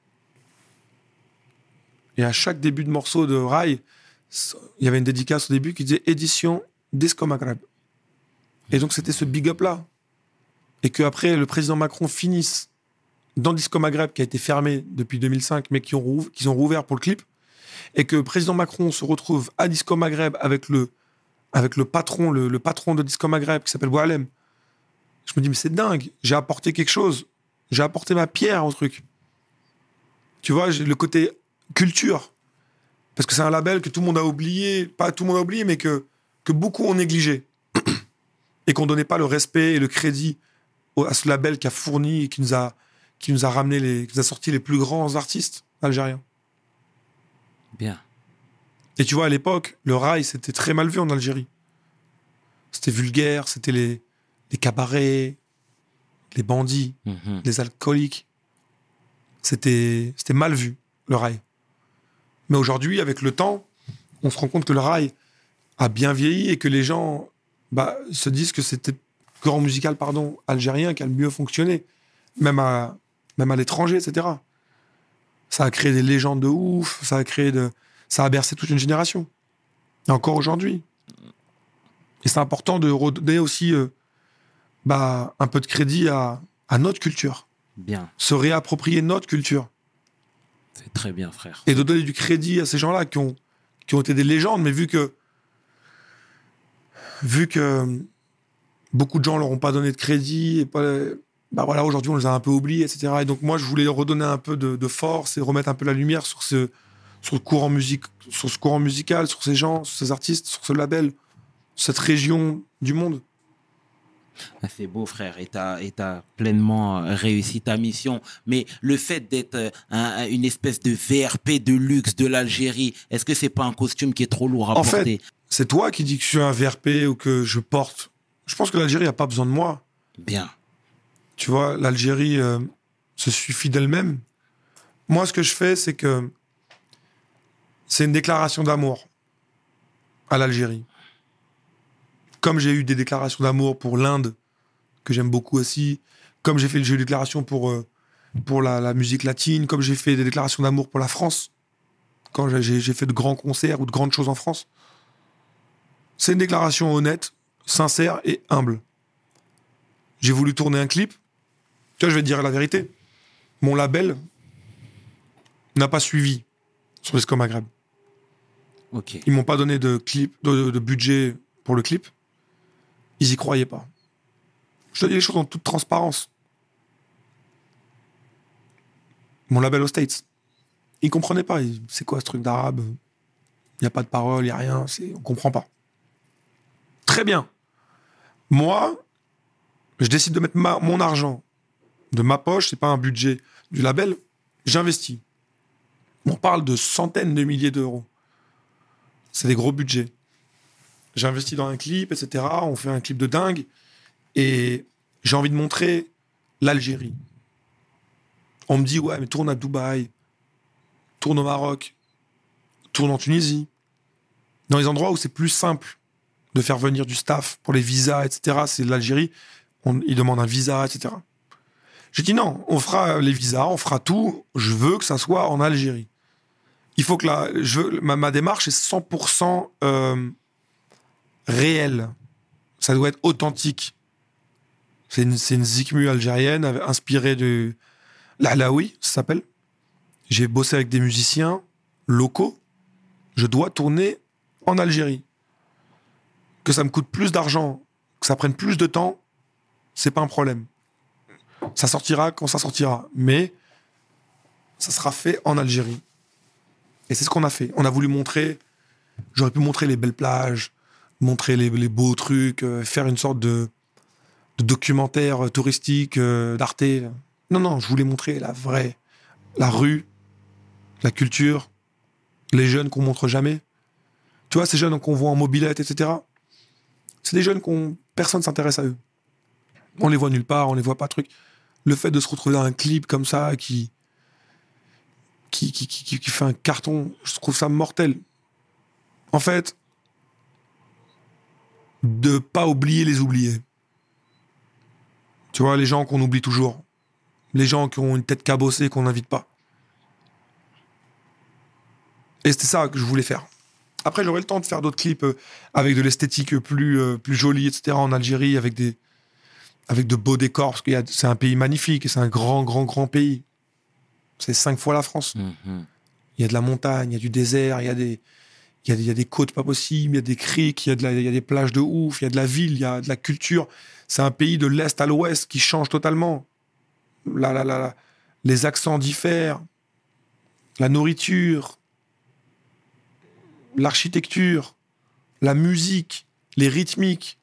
Et à chaque début de morceau de rail, il y avait une dédicace au début qui disait édition Disco Maghreb. Et donc c'était ce big up là. Et qu'après le président Macron finisse dans Disco Maghreb, qui a été fermé depuis 2005, mais qu'ils ont rouvert pour le clip. Et que le président Macron se retrouve à Disco Maghreb avec le patron, le patron de Disco Maghreb qui s'appelle Boualem. Je me dis, mais c'est dingue, j'ai apporté quelque chose. J'ai apporté ma pierre au truc. Tu vois, j'ai le côté culture. Parce que c'est un label que tout le monde a oublié, pas tout le monde a oublié, mais que beaucoup ont négligé. Et qu'on ne donnait pas le respect et le crédit à ce label qui a fourni et qui nous a ramené qui nous a sorti les plus grands artistes algériens. Bien. Et tu vois, à l'époque, le rail, c'était très mal vu en Algérie. C'était vulgaire, c'était les cabarets, les bandits, les alcooliques. C'était mal vu, le rail. Mais aujourd'hui, avec le temps, on se rend compte que le rail a bien vieilli et que les gens se disent que c'était le courant musical algérien qui a le mieux fonctionné, même à l'étranger, etc. Ça a créé des légendes de ouf, ça a bercé toute une génération. Et encore aujourd'hui. Et c'est important de redonner aussi un peu de crédit à notre culture. Bien. Se réapproprier notre culture. C'est très bien, frère. Et de donner du crédit à ces gens-là qui ont été des légendes, mais vu que beaucoup de gens leur ont pas donné de crédit, et voilà, aujourd'hui on les a un peu oubliés, etc. Et donc moi je voulais redonner un peu de force et remettre un peu la lumière sur ce courant musical, sur ces gens, sur ces artistes, sur ce label cette région du monde. C'est beau, frère, et t'as pleinement réussi ta mission. Mais le fait d'être une espèce de VRP de luxe de l'Algérie, est-ce que c'est pas un costume qui est trop lourd à En porter? fait, c'est toi qui dis que je suis un VRP ou que je porte. Je pense que l'Algérie n'a pas besoin de moi. Bien. Tu vois, l'Algérie se suffit d'elle-même. Moi, ce que je fais, c'est que c'est une déclaration d'amour à l'Algérie. Comme j'ai eu des déclarations d'amour pour l'Inde, que j'aime beaucoup aussi, comme j'ai eu des déclarations pour la musique latine, comme j'ai fait des déclarations d'amour pour la France, quand j'ai fait de grands concerts ou de grandes choses en France. C'est une déclaration honnête, sincère et humble. J'ai voulu tourner un clip. Tu vois, je vais te dire la vérité. Mon label n'a pas suivi sur Disco Maghreb. Ok. Ils m'ont pas donné de budget pour le clip. Ils y croyaient pas. Je te dis les choses en toute transparence. Mon label aux States, ils comprenaient pas. C'est quoi ce truc d'arabe? Il n'y a pas de parole, il n'y a rien. On comprend pas. Très bien. Moi, je décide de mettre mon argent de ma poche, c'est pas un budget du label, j'investis. On parle de centaines de milliers d'euros. C'est des gros budgets. J'investis dans un clip, etc. On fait un clip de dingue. Et j'ai envie de montrer l'Algérie. On me dit, ouais, mais tourne à Dubaï, tourne au Maroc, tourne en Tunisie. Dans les endroits où c'est plus simple de faire venir du staff pour les visas, etc. C'est l'Algérie. Ils demandent un visa, etc. J'ai dit non, on fera les visas, on fera tout. Je veux que ça soit en Algérie. Il faut que ma démarche est 100% réelle. Ça doit être authentique. C'est une zikmu algérienne inspirée de l'Ahlaoui, ça s'appelle. J'ai bossé avec des musiciens locaux. Je dois tourner en Algérie. Que ça me coûte plus d'argent, que ça prenne plus de temps, c'est pas un problème. Ça sortira quand ça sortira. Mais ça sera fait en Algérie. Et c'est ce qu'on a fait. On a voulu montrer... J'aurais pu montrer les belles plages, montrer les beaux trucs, faire une sorte de documentaire touristique d'Arte. Non, je voulais montrer la rue, la culture, les jeunes qu'on montre jamais. Tu vois, ces jeunes qu'on voit en mobilette, etc. C'est des jeunes personne ne s'intéresse à eux. On les voit nulle part, on les voit pas truc. Le fait de se retrouver dans un clip comme ça qui fait un carton, je trouve ça mortel. En fait, de pas oublier les oubliés. Tu vois, les gens qu'on oublie toujours. Les gens qui ont une tête cabossée qu'on n'invite pas. Et c'était ça que je voulais faire. Après, j'aurai le temps de faire d'autres clips avec de l'esthétique plus jolie, etc. en Algérie, avec de beaux décors, parce que c'est un pays magnifique et c'est un grand pays. C'est 5 fois la France. Mm-hmm. Il y a de la montagne, il y a du désert, il y a des côtes pas possibles, il y a des criques, il y a des plages de ouf, il y a de la ville, il y a de la culture. C'est un pays de l'Est à l'Ouest qui change totalement. Les accents diffèrent, la nourriture, l'architecture, la musique, les rythmiques,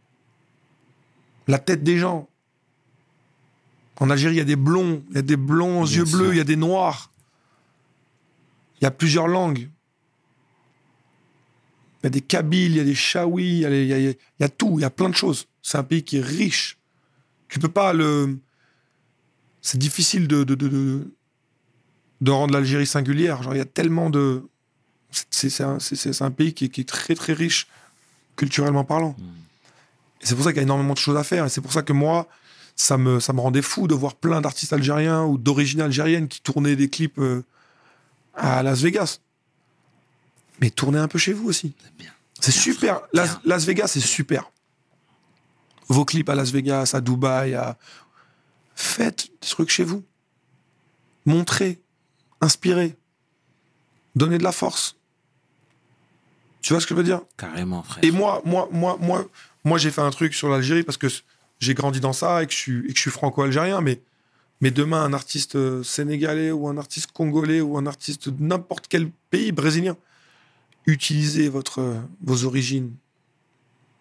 la tête des gens. En Algérie, il y a des blonds aux yeux bleus, il y a des noirs. Il y a plusieurs langues. Il y a des Kabyles, il y a des Chaouis, il y a tout, il y a plein de choses. C'est un pays qui est riche. Tu peux pas C'est difficile de rendre l'Algérie singulière. Genre, il y a tellement de... C'est un pays qui est très, très riche, culturellement parlant. Et c'est pour ça qu'il y a énormément de choses à faire. Et c'est pour ça que moi, ça me rendait fou de voir plein d'artistes algériens ou d'origine algérienne qui tournaient des clips à Las Vegas. Mais tournez un peu chez vous aussi. C'est super. Las Vegas, c'est super. Vos clips à Las Vegas, à Dubaï, faites des trucs chez vous. Montrez, inspirez, donnez de la force. Tu vois ce que je veux dire? Carrément, frère. Et moi, j'ai fait un truc sur l'Algérie parce que j'ai grandi dans ça et que je suis franco-algérien, mais demain, un artiste sénégalais ou un artiste congolais ou un artiste de n'importe quel pays brésilien, utilisez vos origines.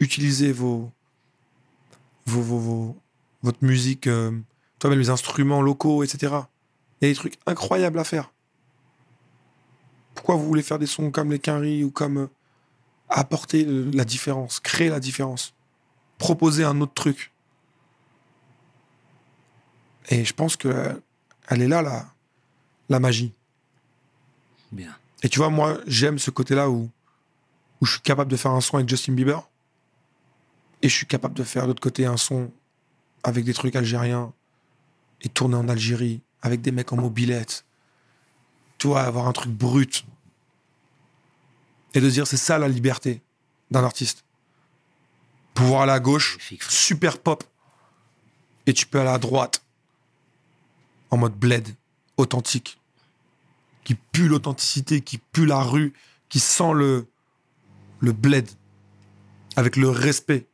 utilisez votre musique, toi-même les instruments locaux, etc. Il y a des trucs incroyables à faire. Pourquoi vous voulez faire des sons comme les Quinry ou comme apporter la différence, créer la différence, proposer un autre truc? Et je pense que elle est là, la magie. Bien. Et tu vois, moi, j'aime ce côté-là où je suis capable de faire un son avec Justin Bieber et je suis capable de faire de l'autre côté un son avec des trucs algériens et tourner en Algérie avec des mecs en mobilette. Tu vois, avoir un truc brut. Et de dire, c'est ça la liberté d'un artiste. Pouvoir aller à gauche, Magnifique, frère. super pop. Et tu peux aller à droite, en mode bled, authentique. Qui pue l'authenticité, qui pue la rue, qui sent le bled. Avec le respect.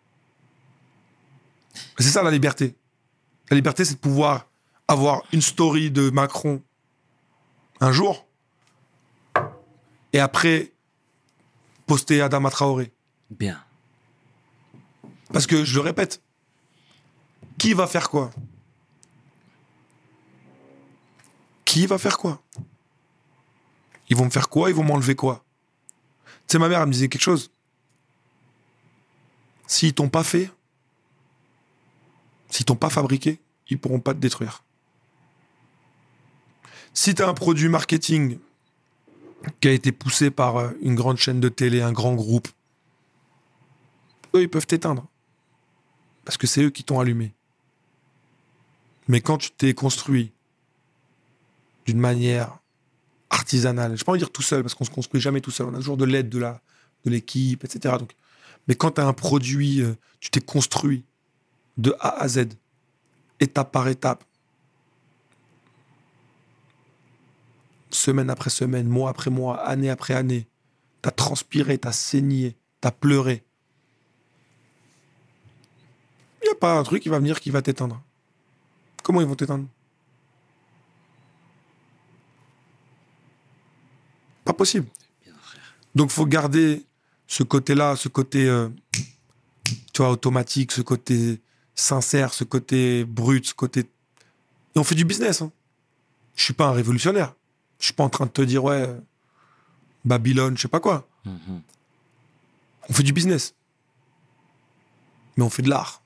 C'est ça la liberté. La liberté, c'est de pouvoir avoir une story de Macron un jour et après poster Adama Traoré. Bien. Parce que, je le répète, qui va faire quoi? Qui va faire quoi? Ils vont me faire quoi? Ils vont m'enlever quoi? Tu sais, ma mère, elle me disait quelque chose. S'ils t'ont pas fait, s'ils t'ont pas fabriqué, ils pourront pas te détruire. Si tu as un produit marketing qui a été poussé par une grande chaîne de télé, un grand groupe, eux, ils peuvent t'éteindre. Parce que c'est eux qui t'ont allumé. Mais quand tu t'es construit d'une manière artisanale, je peux pas dire tout seul, parce qu'on se construit jamais tout seul, on a toujours de l'aide de l'équipe, etc. Donc, mais quand tu as un produit, tu t'es construit de A à Z, étape par étape, semaine après semaine, mois après mois, année après année, t'as transpiré, t'as saigné, t'as pleuré. Il n'y a pas un truc qui va venir qui va t'éteindre. Comment ils vont t'éteindre? Pas possible. Bien, frère. Donc faut garder ce côté-là, ce côté, tu vois, automatique, ce côté sincère, ce côté brut, ce côté... Et on fait du business. Hein. Je suis pas un révolutionnaire. Je suis pas en train de te dire, ouais, Babylone, je sais pas quoi. Mhm. On fait du business. Mais on fait de l'art.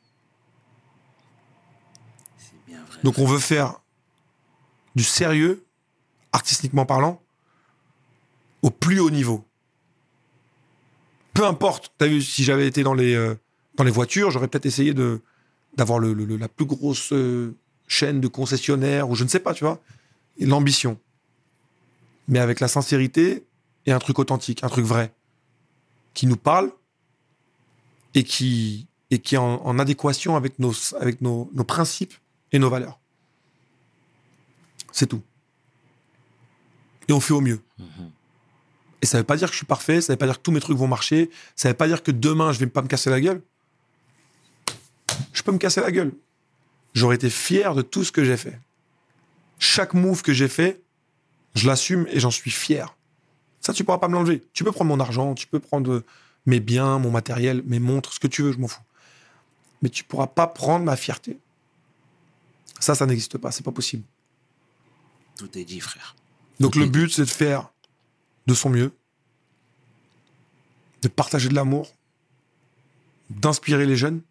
C'est bien vrai. Donc on veut faire du sérieux, artistiquement parlant, au plus haut niveau. Peu importe. T'as vu, si j'avais été dans les voitures, j'aurais peut-être essayé d'avoir la plus grosse chaîne de concessionnaires, ou je ne sais pas, tu vois. Et l'ambition. Mais avec la sincérité et un truc authentique, un truc vrai, qui nous parle et qui est en adéquation avec nos principes et nos valeurs. C'est tout. Et on fait au mieux. Mhm. Et ça veut pas dire que je suis parfait, ça veut pas dire que tous mes trucs vont marcher, ça veut pas dire que demain je vais pas me casser la gueule. Je peux me casser la gueule. J'aurais été fier de tout ce que j'ai fait. Chaque move que j'ai fait, je l'assume et j'en suis fier. Ça, tu pourras pas me l'enlever. Tu peux prendre mon argent, tu peux prendre mes biens, mon matériel, mes montres, ce que tu veux, je m'en fous. Mais tu pourras pas prendre ma fierté. Ça n'existe pas, c'est pas possible. Tout est dit, frère. Donc Tout le est but, c'est de faire de son mieux, de partager de l'amour, d'inspirer les jeunes,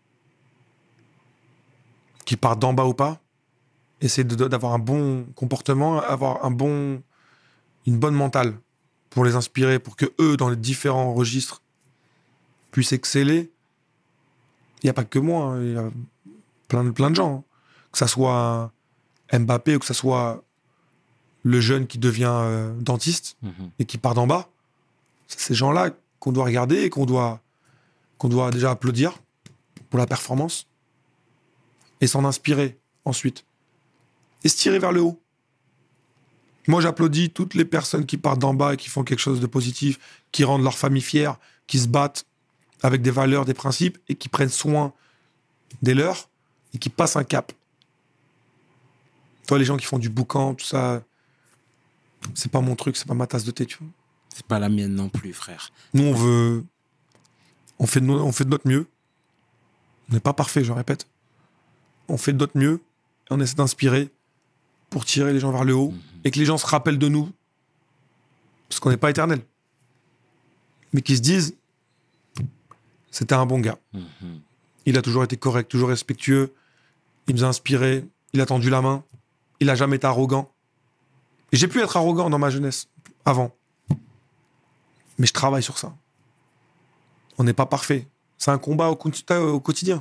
qui partent d'en bas ou pas, essayer d'avoir un bon comportement, avoir une bonne mentale pour les inspirer, pour que eux, dans les différents registres, puissent exceller. Il n'y a pas que moi, hein, il y a plein de gens. Hein. Que ça soit Mbappé ou que ça soit le jeune qui devient dentiste Mhm. et qui part d'en bas. C'est ces gens-là qu'on doit regarder et qu'on doit déjà applaudir pour la performance et s'en inspirer ensuite. Et se tirer vers le haut. Moi, j'applaudis toutes les personnes qui partent d'en bas et qui font quelque chose de positif, qui rendent leur famille fière, qui se battent avec des valeurs, des principes et qui prennent soin des leurs et qui passent un cap. Toi, les gens qui font du boucan, tout ça, c'est pas mon truc, c'est pas ma tasse de thé, tu vois. C'est pas la mienne non plus, frère. Nous, On fait de notre mieux. On n'est pas parfait, je répète. On fait de notre mieux. Et on essaie d'inspirer pour tirer les gens vers le haut. Et que les gens se rappellent de nous. Parce qu'on n'est pas éternel. Mais qu'ils se disent, c'était un bon gars. Il a toujours été correct, toujours respectueux. Il nous a inspirés. Il a tendu la main. Il n'a jamais été arrogant. Et j'ai pu être arrogant dans ma jeunesse, avant. Mais je travaille sur ça. On n'est pas parfait. C'est un combat au quotidien.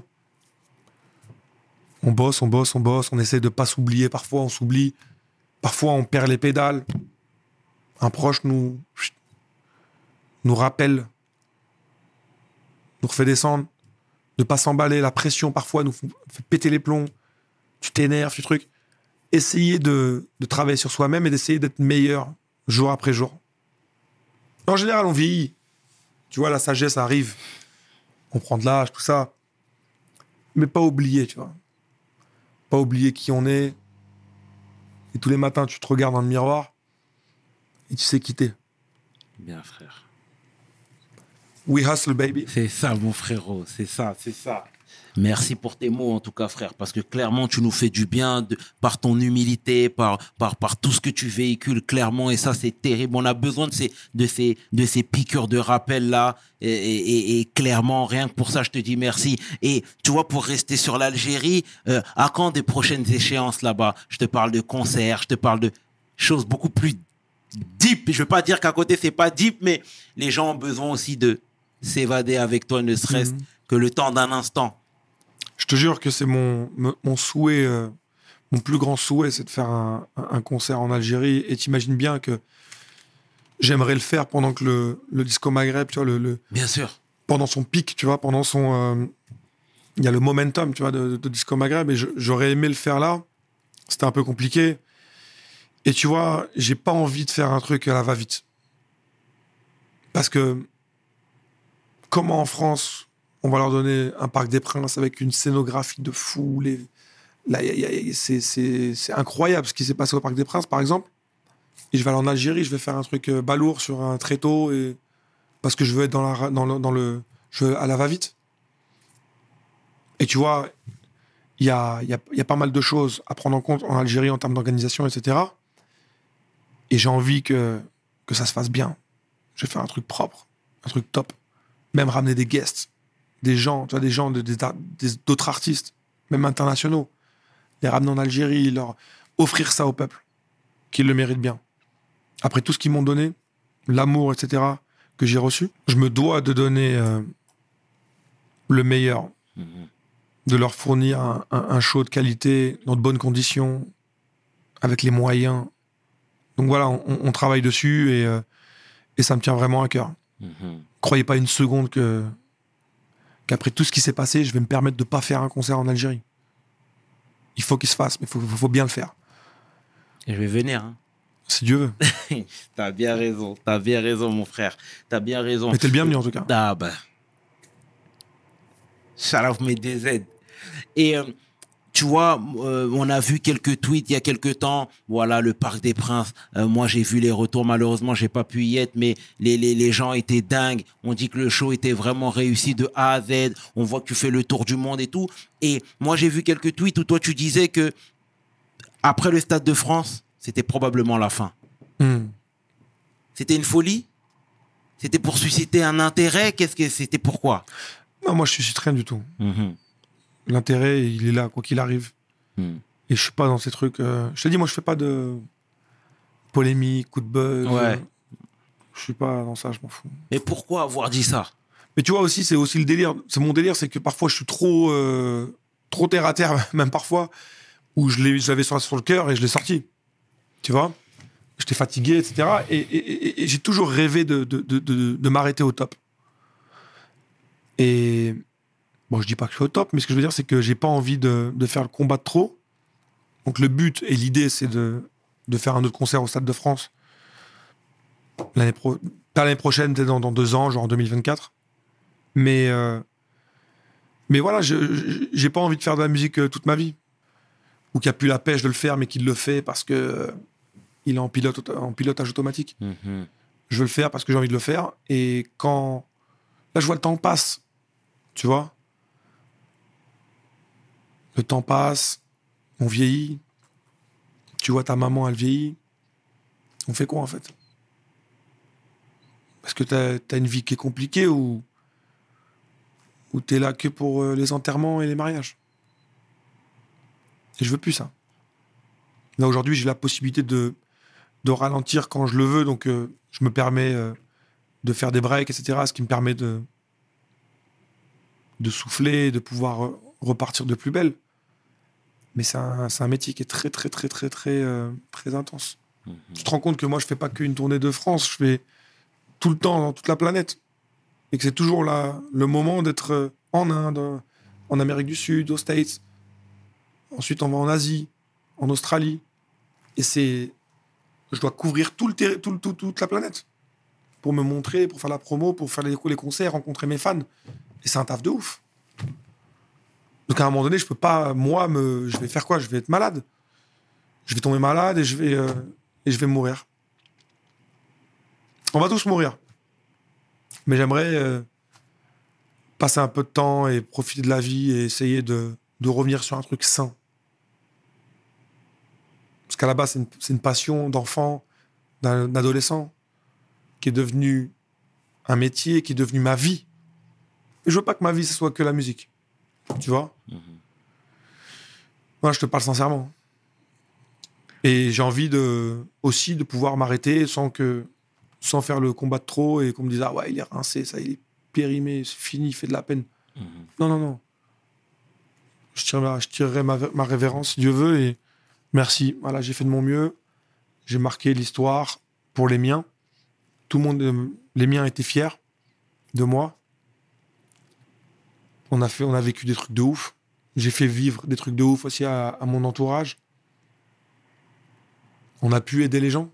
On bosse, on essaie de pas s'oublier. Parfois, on s'oublie. Parfois, on perd les pédales. Un proche nous rappelle, nous refait descendre, ne pas s'emballer. La pression, parfois, nous fait péter les plombs. Tu t'énerves, tu truc. Essayer de travailler sur soi-même et d'essayer d'être meilleur jour après jour. En général, on vieillit. Tu vois, la sagesse arrive. On prend de l'âge, tout ça. Mais pas oublier, tu vois. Pas oublier qui on est. Et tous les matins, tu te regardes dans le miroir et tu sais qui t'es. Bien, frère. We hustle, baby. C'est ça, mon frérot. C'est ça. Merci pour tes mots, en tout cas, frère, parce que clairement, tu nous fais du bien par ton humilité, par tout ce que tu véhicules, clairement, et ça, c'est terrible. On a besoin de ces piqûres de rappel, là, et clairement, rien que pour ça, je te dis merci. Et tu vois, pour rester sur l'Algérie, à quand des prochaines échéances là-bas? Je te parle de concerts, je te parle de choses beaucoup plus deep. Je veux pas dire qu'à côté, c'est pas deep, mais les gens ont besoin aussi de s'évader avec toi, ne serait-ce que le temps d'un instant. Je te jure que c'est mon souhait, mon plus grand souhait, c'est de faire un concert en Algérie. Et t'imagines bien que j'aimerais le faire pendant que le Disco Maghreb, tu vois, Bien sûr. Pendant son pic, tu vois, pendant son... Il y a le momentum, tu vois, de Disco Maghreb. Et j'aurais aimé le faire là. C'était un peu compliqué. Et tu vois, j'ai pas envie de faire un truc à la va-vite. Parce que comment en France... On va leur donner un Parc des Princes avec une scénographie de fou. C'est incroyable ce qui s'est passé au Parc des Princes, par exemple. Et je vais aller en Algérie, je vais faire un truc balourd sur un tréteau parce que je veux être je veux à la va-vite. Et tu vois, il y a pas mal de choses à prendre en compte en Algérie en termes d'organisation, etc. Et j'ai envie que ça se fasse bien. Je vais faire un truc propre, un truc top. Même ramener des guests. Des gens, tu vois, d'autres artistes, même internationaux, les ramener en Algérie, leur offrir ça au peuple, qu'ils le méritent bien. Après tout ce qu'ils m'ont donné, l'amour, etc., que j'ai reçu, je me dois de donner le meilleur, de leur fournir un show de qualité, dans de bonnes conditions, avec les moyens. Donc voilà, on travaille dessus et ça me tient vraiment à cœur. Croyez pas une seconde qu'après tout ce qui s'est passé, je vais me permettre de ne pas faire un concert en Algérie. Il faut qu'il se fasse, mais il faut bien le faire. Et je vais venir. Hein. Si Dieu veut. T'as bien raison, mon frère. T'as bien raison. Mais t'es le bienvenu, en tout cas. Ah ben. Shout out mes DZ. Et tu vois, on a vu quelques tweets il y a quelques temps. Voilà, le Parc des Princes. Moi, j'ai vu les retours. Malheureusement, j'ai pas pu y être, mais les gens étaient dingues. On dit que le show était vraiment réussi de A à Z. On voit que tu fais le tour du monde et tout. Et moi, j'ai vu quelques tweets où toi, tu disais que après le Stade de France, c'était probablement la fin. C'était une folie? C'était pour susciter un intérêt? Qu'est-ce que c'était? Pourquoi? Non, moi, je suscite rien du tout. L'intérêt, il est là, quoi qu'il arrive. Et je suis pas dans ces trucs... Je te dis, moi, je fais pas de polémique, coup de buzz. Ouais. Je suis pas dans ça, je m'en fous. Mais pourquoi avoir dit ça? Mais tu vois aussi, c'est aussi le délire. C'est mon délire, c'est que parfois, je suis trop terre à terre, même parfois, où je l'avais sur le cœur et je l'ai sorti. Tu vois? J'étais fatigué, etc. Et j'ai toujours rêvé de m'arrêter au top. Et... Bon, je dis pas que je suis au top, mais ce que je veux dire, c'est que j'ai pas envie de faire le combat de trop. Donc le but et l'idée, c'est de faire un autre concert au Stade de France. Pas l'année prochaine, peut-être dans 2 ans, genre en 2024. Mais voilà, j'ai pas envie de faire de la musique toute ma vie. Ou qu'il n'y a plus la pêche de le faire, mais qu'il le fait parce que il est en pilotage automatique. Je veux le faire parce que j'ai envie de le faire. Et quand Là, je vois le temps passe. Tu vois? Le temps passe, on vieillit. Tu vois ta maman, elle vieillit. On fait quoi, en fait? Est-ce que t'as une vie qui est compliquée ou t'es là que pour les enterrements et les mariages? Et je veux plus ça. Là, aujourd'hui, j'ai la possibilité de ralentir quand je le veux, donc je me permets de faire des breaks, etc., ce qui me permet de souffler, de pouvoir repartir de plus belle. Mais c'est un métier qui est très, très, très, très, très, très intense. Tu te rends compte que moi, je fais pas qu'une tournée de France, je fais tout le temps dans toute la planète. Et que c'est toujours là, le moment d'être en Inde, en Amérique du Sud, aux States. Ensuite, on va en Asie, en Australie. Et je dois couvrir toute la planète pour me montrer, pour faire la promo, pour faire les concerts, rencontrer mes fans. Et c'est un taf de ouf. Donc à un moment donné, je peux pas, je vais faire quoi? Je vais être malade. Je vais tomber malade et je vais mourir. On va tous mourir. Mais j'aimerais passer un peu de temps et profiter de la vie et essayer de revenir sur un truc sain. Parce qu'à la base, c'est une passion d'enfant, d'un adolescent, qui est devenu un métier, qui est devenu ma vie. Et je veux pas que ma vie, ce soit que la musique. Tu vois? Moi, je te parle sincèrement. Et j'ai envie aussi de pouvoir m'arrêter sans faire le combat de trop et qu'on me dise « Ah ouais, il est rincé, ça, il est périmé, c'est fini, il fait de la peine. » Non, non, non. Je tirerai ma révérence, si Dieu veut, et merci. Voilà, j'ai fait de mon mieux. J'ai marqué l'histoire pour les miens. Tout le monde, les miens étaient fiers de moi. On a vécu des trucs de ouf. J'ai fait vivre des trucs de ouf aussi à mon entourage. On a pu aider les gens.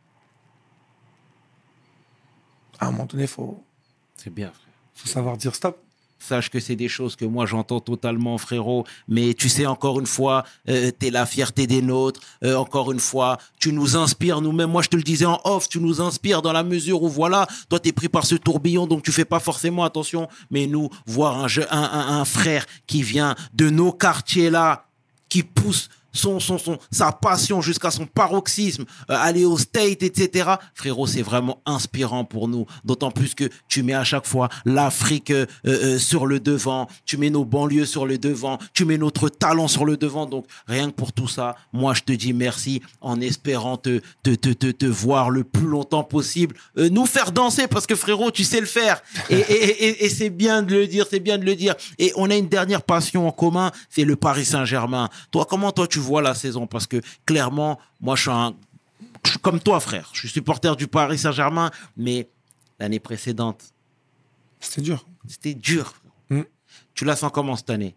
À un moment donné, C'est bien, frère. Faut savoir dire stop. Sache que c'est des choses que moi j'entends totalement, frérot. Mais tu sais, encore une fois, t'es la fierté des nôtres. Encore une fois, tu nous inspires nous-mêmes. Moi, je te le disais en off, tu nous inspires dans la mesure où, voilà, toi, t'es pris par ce tourbillon, donc tu fais pas forcément attention. Mais nous, voir un frère qui vient de nos quartiers là, qui pousse sa passion jusqu'à son paroxysme, aller au state, etc. Frérot, c'est vraiment inspirant pour nous. D'autant plus que tu mets à chaque fois l'Afrique sur le devant, tu mets nos banlieues sur le devant, tu mets notre talent sur le devant. Donc, rien que pour tout ça, moi, je te dis merci en espérant te voir le plus longtemps possible. Nous faire danser parce que, frérot, tu sais le faire. Et c'est bien de le dire, c'est bien de le dire. Et on a une dernière passion en commun, c'est le Paris Saint-Germain. Comment toi, tu vois la saison? Parce que clairement, moi, je suis comme toi, frère. Je suis supporter du Paris Saint-Germain, mais l'année précédente, c'était dur. C'était dur. Tu la sens comment cette année?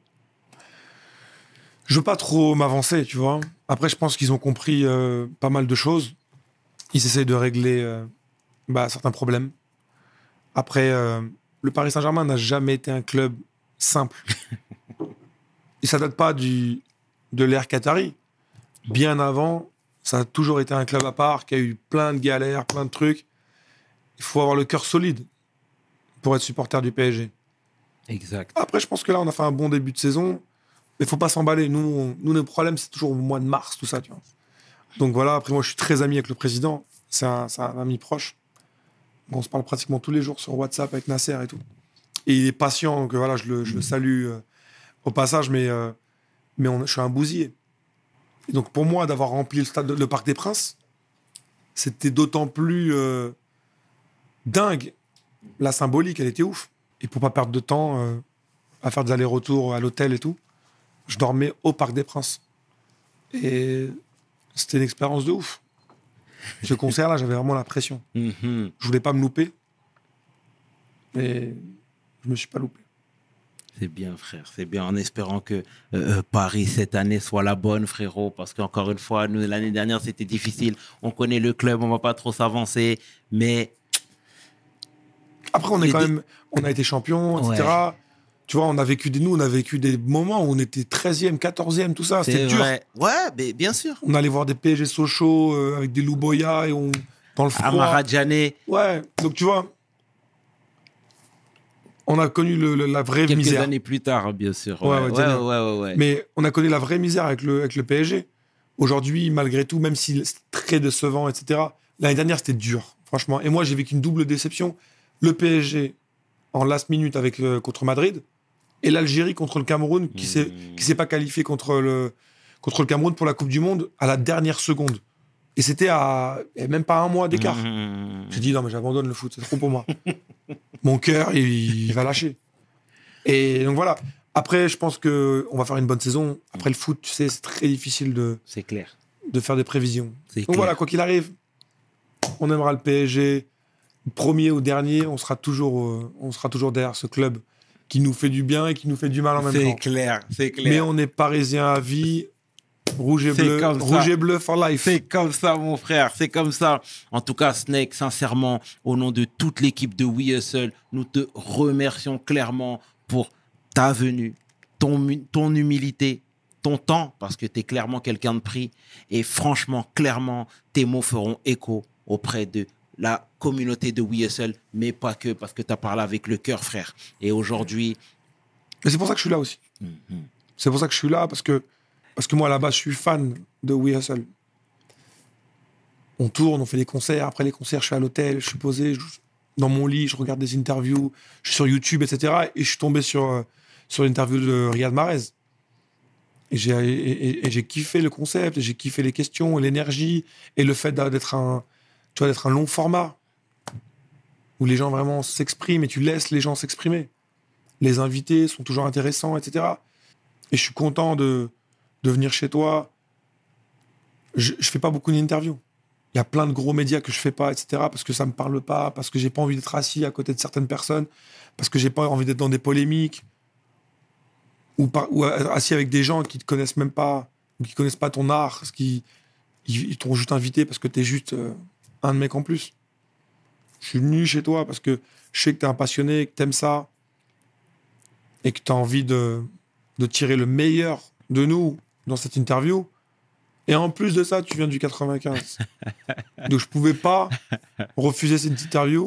Je veux pas trop m'avancer, tu vois. Après, je pense qu'ils ont compris pas mal de choses. Ils essayent de régler certains problèmes. Après, le Paris Saint-Germain n'a jamais été un club simple. Et ça date pas de l'ère qatari. Bien avant, ça a toujours été un club à part, qui a eu plein de galères, plein de trucs. Il faut avoir le cœur solide pour être supporter du PSG. Exact. Après, je pense que là, on a fait un bon début de saison, mais il faut pas s'emballer. Nous, nos problèmes, c'est toujours au mois de mars, tout ça, tu vois. Donc voilà, après, moi, je suis très ami avec le président. C'est un ami proche. On se parle pratiquement tous les jours sur WhatsApp avec Nasser et tout. Et il est patient, donc voilà, je le salue au passage, mais je suis un bousier. Et donc pour moi, d'avoir rempli le Parc des Princes, c'était d'autant plus dingue. La symbolique, elle était ouf. Et pour pas perdre de temps à faire des allers-retours à l'hôtel et tout, je dormais au Parc des Princes. Et c'était une expérience de ouf. Ce concert-là, j'avais vraiment la pression. Je voulais pas me louper. Et je me suis pas loupé. C'est bien, frère. C'est bien, en espérant que Paris, cette année, soit la bonne, frérot. Parce qu'encore une fois, nous, l'année dernière, c'était difficile. On connaît le club, on va pas trop s'avancer. Mais... Après, on a été champion, etc. Ouais. Tu vois, on a vécu des moments où on était 13e, 14e, tout ça. C'était dur. Ouais, mais bien sûr. On allait voir des PSG Sochaux avec des Louboya dans le froid. Amara Djane. Ouais, donc tu vois... On a connu la vraie Quelques misère. années plus tard, bien sûr. Ouais, Ouais. Mais on a connu la vraie misère avec le PSG. Aujourd'hui, malgré tout, même si c'est très décevant, etc., l'année dernière, c'était dur, franchement. Et moi, j'ai vécu une double déception. Le PSG en last minute contre Madrid et l'Algérie contre le Cameroun qui s'est pas qualifié contre le Cameroun pour la Coupe du Monde à la dernière seconde. Et c'était même pas un mois d'écart. J'ai dit, non, mais j'abandonne le foot, c'est trop pour moi. Mon cœur, il va lâcher. Et donc voilà. Après, je pense qu'on va faire une bonne saison. Après le foot, tu sais, c'est très difficile C'est clair. de faire des prévisions. C'est Donc clair. voilà, quoi qu'il arrive, on aimera le PSG. Premier ou dernier, on sera toujours derrière ce club qui nous fait du bien et qui nous fait du mal en même temps. C'est clair. Mais on est parisien à vie. Rouge et C'est bleu. comme ça. Rouge et bleu for life. C'est comme ça, mon frère, c'est comme ça. En tout cas, Snake, sincèrement, au nom de toute l'équipe de We Hustle, nous te remercions clairement pour ta venue, ton humilité, ton temps, parce que tu es clairement quelqu'un de pris. Et franchement, clairement, tes mots feront écho auprès de la communauté de We Hustle, mais pas que, parce que tu as parlé avec le cœur, frère. Et aujourd'hui... Mais c'est pour ça que je suis là aussi. C'est pour ça que je suis là, parce que moi, à la base, je suis fan de We Hustle. On tourne, on fait des concerts. Après les concerts, je suis à l'hôtel, je suis posé dans mon lit, je regarde des interviews, je suis sur YouTube, etc. Et je suis tombé sur l'interview de Riyad Mahrez. Et j'ai kiffé le concept, et j'ai kiffé les questions, et l'énergie, et le fait d'être un long format, où les gens vraiment s'expriment, et tu laisses les gens s'exprimer. Les invités sont toujours intéressants, etc. Et je suis content de venir chez toi. Je fais pas beaucoup d'interviews. Il y a plein de gros médias que je fais pas, etc. Parce que ça me parle pas, parce que j'ai pas envie d'être assis à côté de certaines personnes, parce que j'ai pas envie d'être dans des polémiques, ou assis avec des gens qui te connaissent même pas, ou qui connaissent pas ton art, parce qu'ils t'ont juste invité parce que t'es juste un mec en plus. Je suis venu chez toi parce que je sais que t'es un passionné, que t'aimes ça, et que t'as envie de tirer le meilleur de nous dans cette interview. Et en plus de ça, tu viens du 95. Donc je pouvais pas refuser cette interview.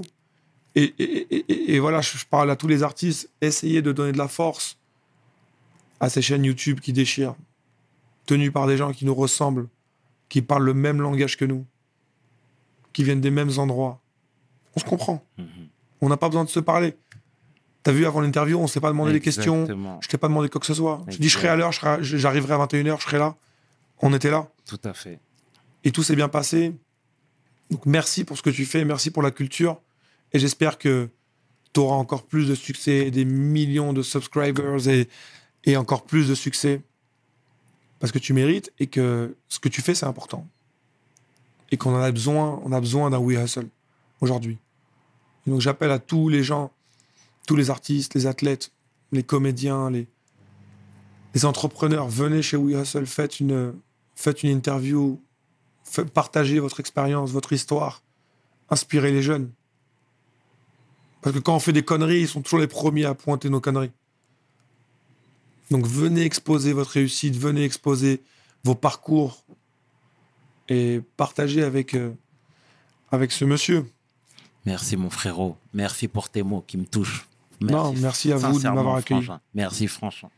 Et voilà, je parle à tous les artistes, essayez de donner de la force à ces chaînes YouTube qui déchirent, tenues par des gens qui nous ressemblent, qui parlent le même langage que nous, qui viennent des mêmes endroits. On se comprend. On n'a pas besoin de se parler. T'as vu, avant l'interview, on s'est pas demandé des questions. Je t'ai pas demandé quoi que ce soit. Je dis, je serai à l'heure, j'arriverai à 21h, je serai là. On était là. Tout à fait. Et tout s'est bien passé. Donc merci pour ce que tu fais, merci pour la culture. Et j'espère que tu auras encore plus de succès, des millions de subscribers et encore plus de succès. Parce que tu mérites et que ce que tu fais, c'est important. Et qu'on en a besoin, on a besoin d'un We Hustle aujourd'hui. Et donc j'appelle à tous les gens, tous les artistes, les athlètes, les comédiens, les entrepreneurs, venez chez We Hustle, faites une interview, partagez votre expérience, votre histoire, inspirez les jeunes. Parce que quand on fait des conneries, ils sont toujours les premiers à pointer nos conneries. Donc venez exposer votre réussite, venez exposer vos parcours et partagez avec ce monsieur. Merci mon frérot, merci pour tes mots qui me touchent. Merci à vous de m'avoir accueilli. Franchement. Merci franchement.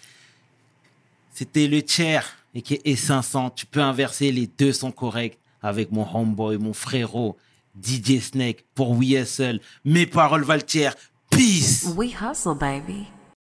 C'était le chair et qui est 500. Tu peux inverser, les deux sont corrects avec mon homeboy, mon frérot, DJ Snake pour We Hustle. Mes paroles valent tiers. Peace. We hustle, baby.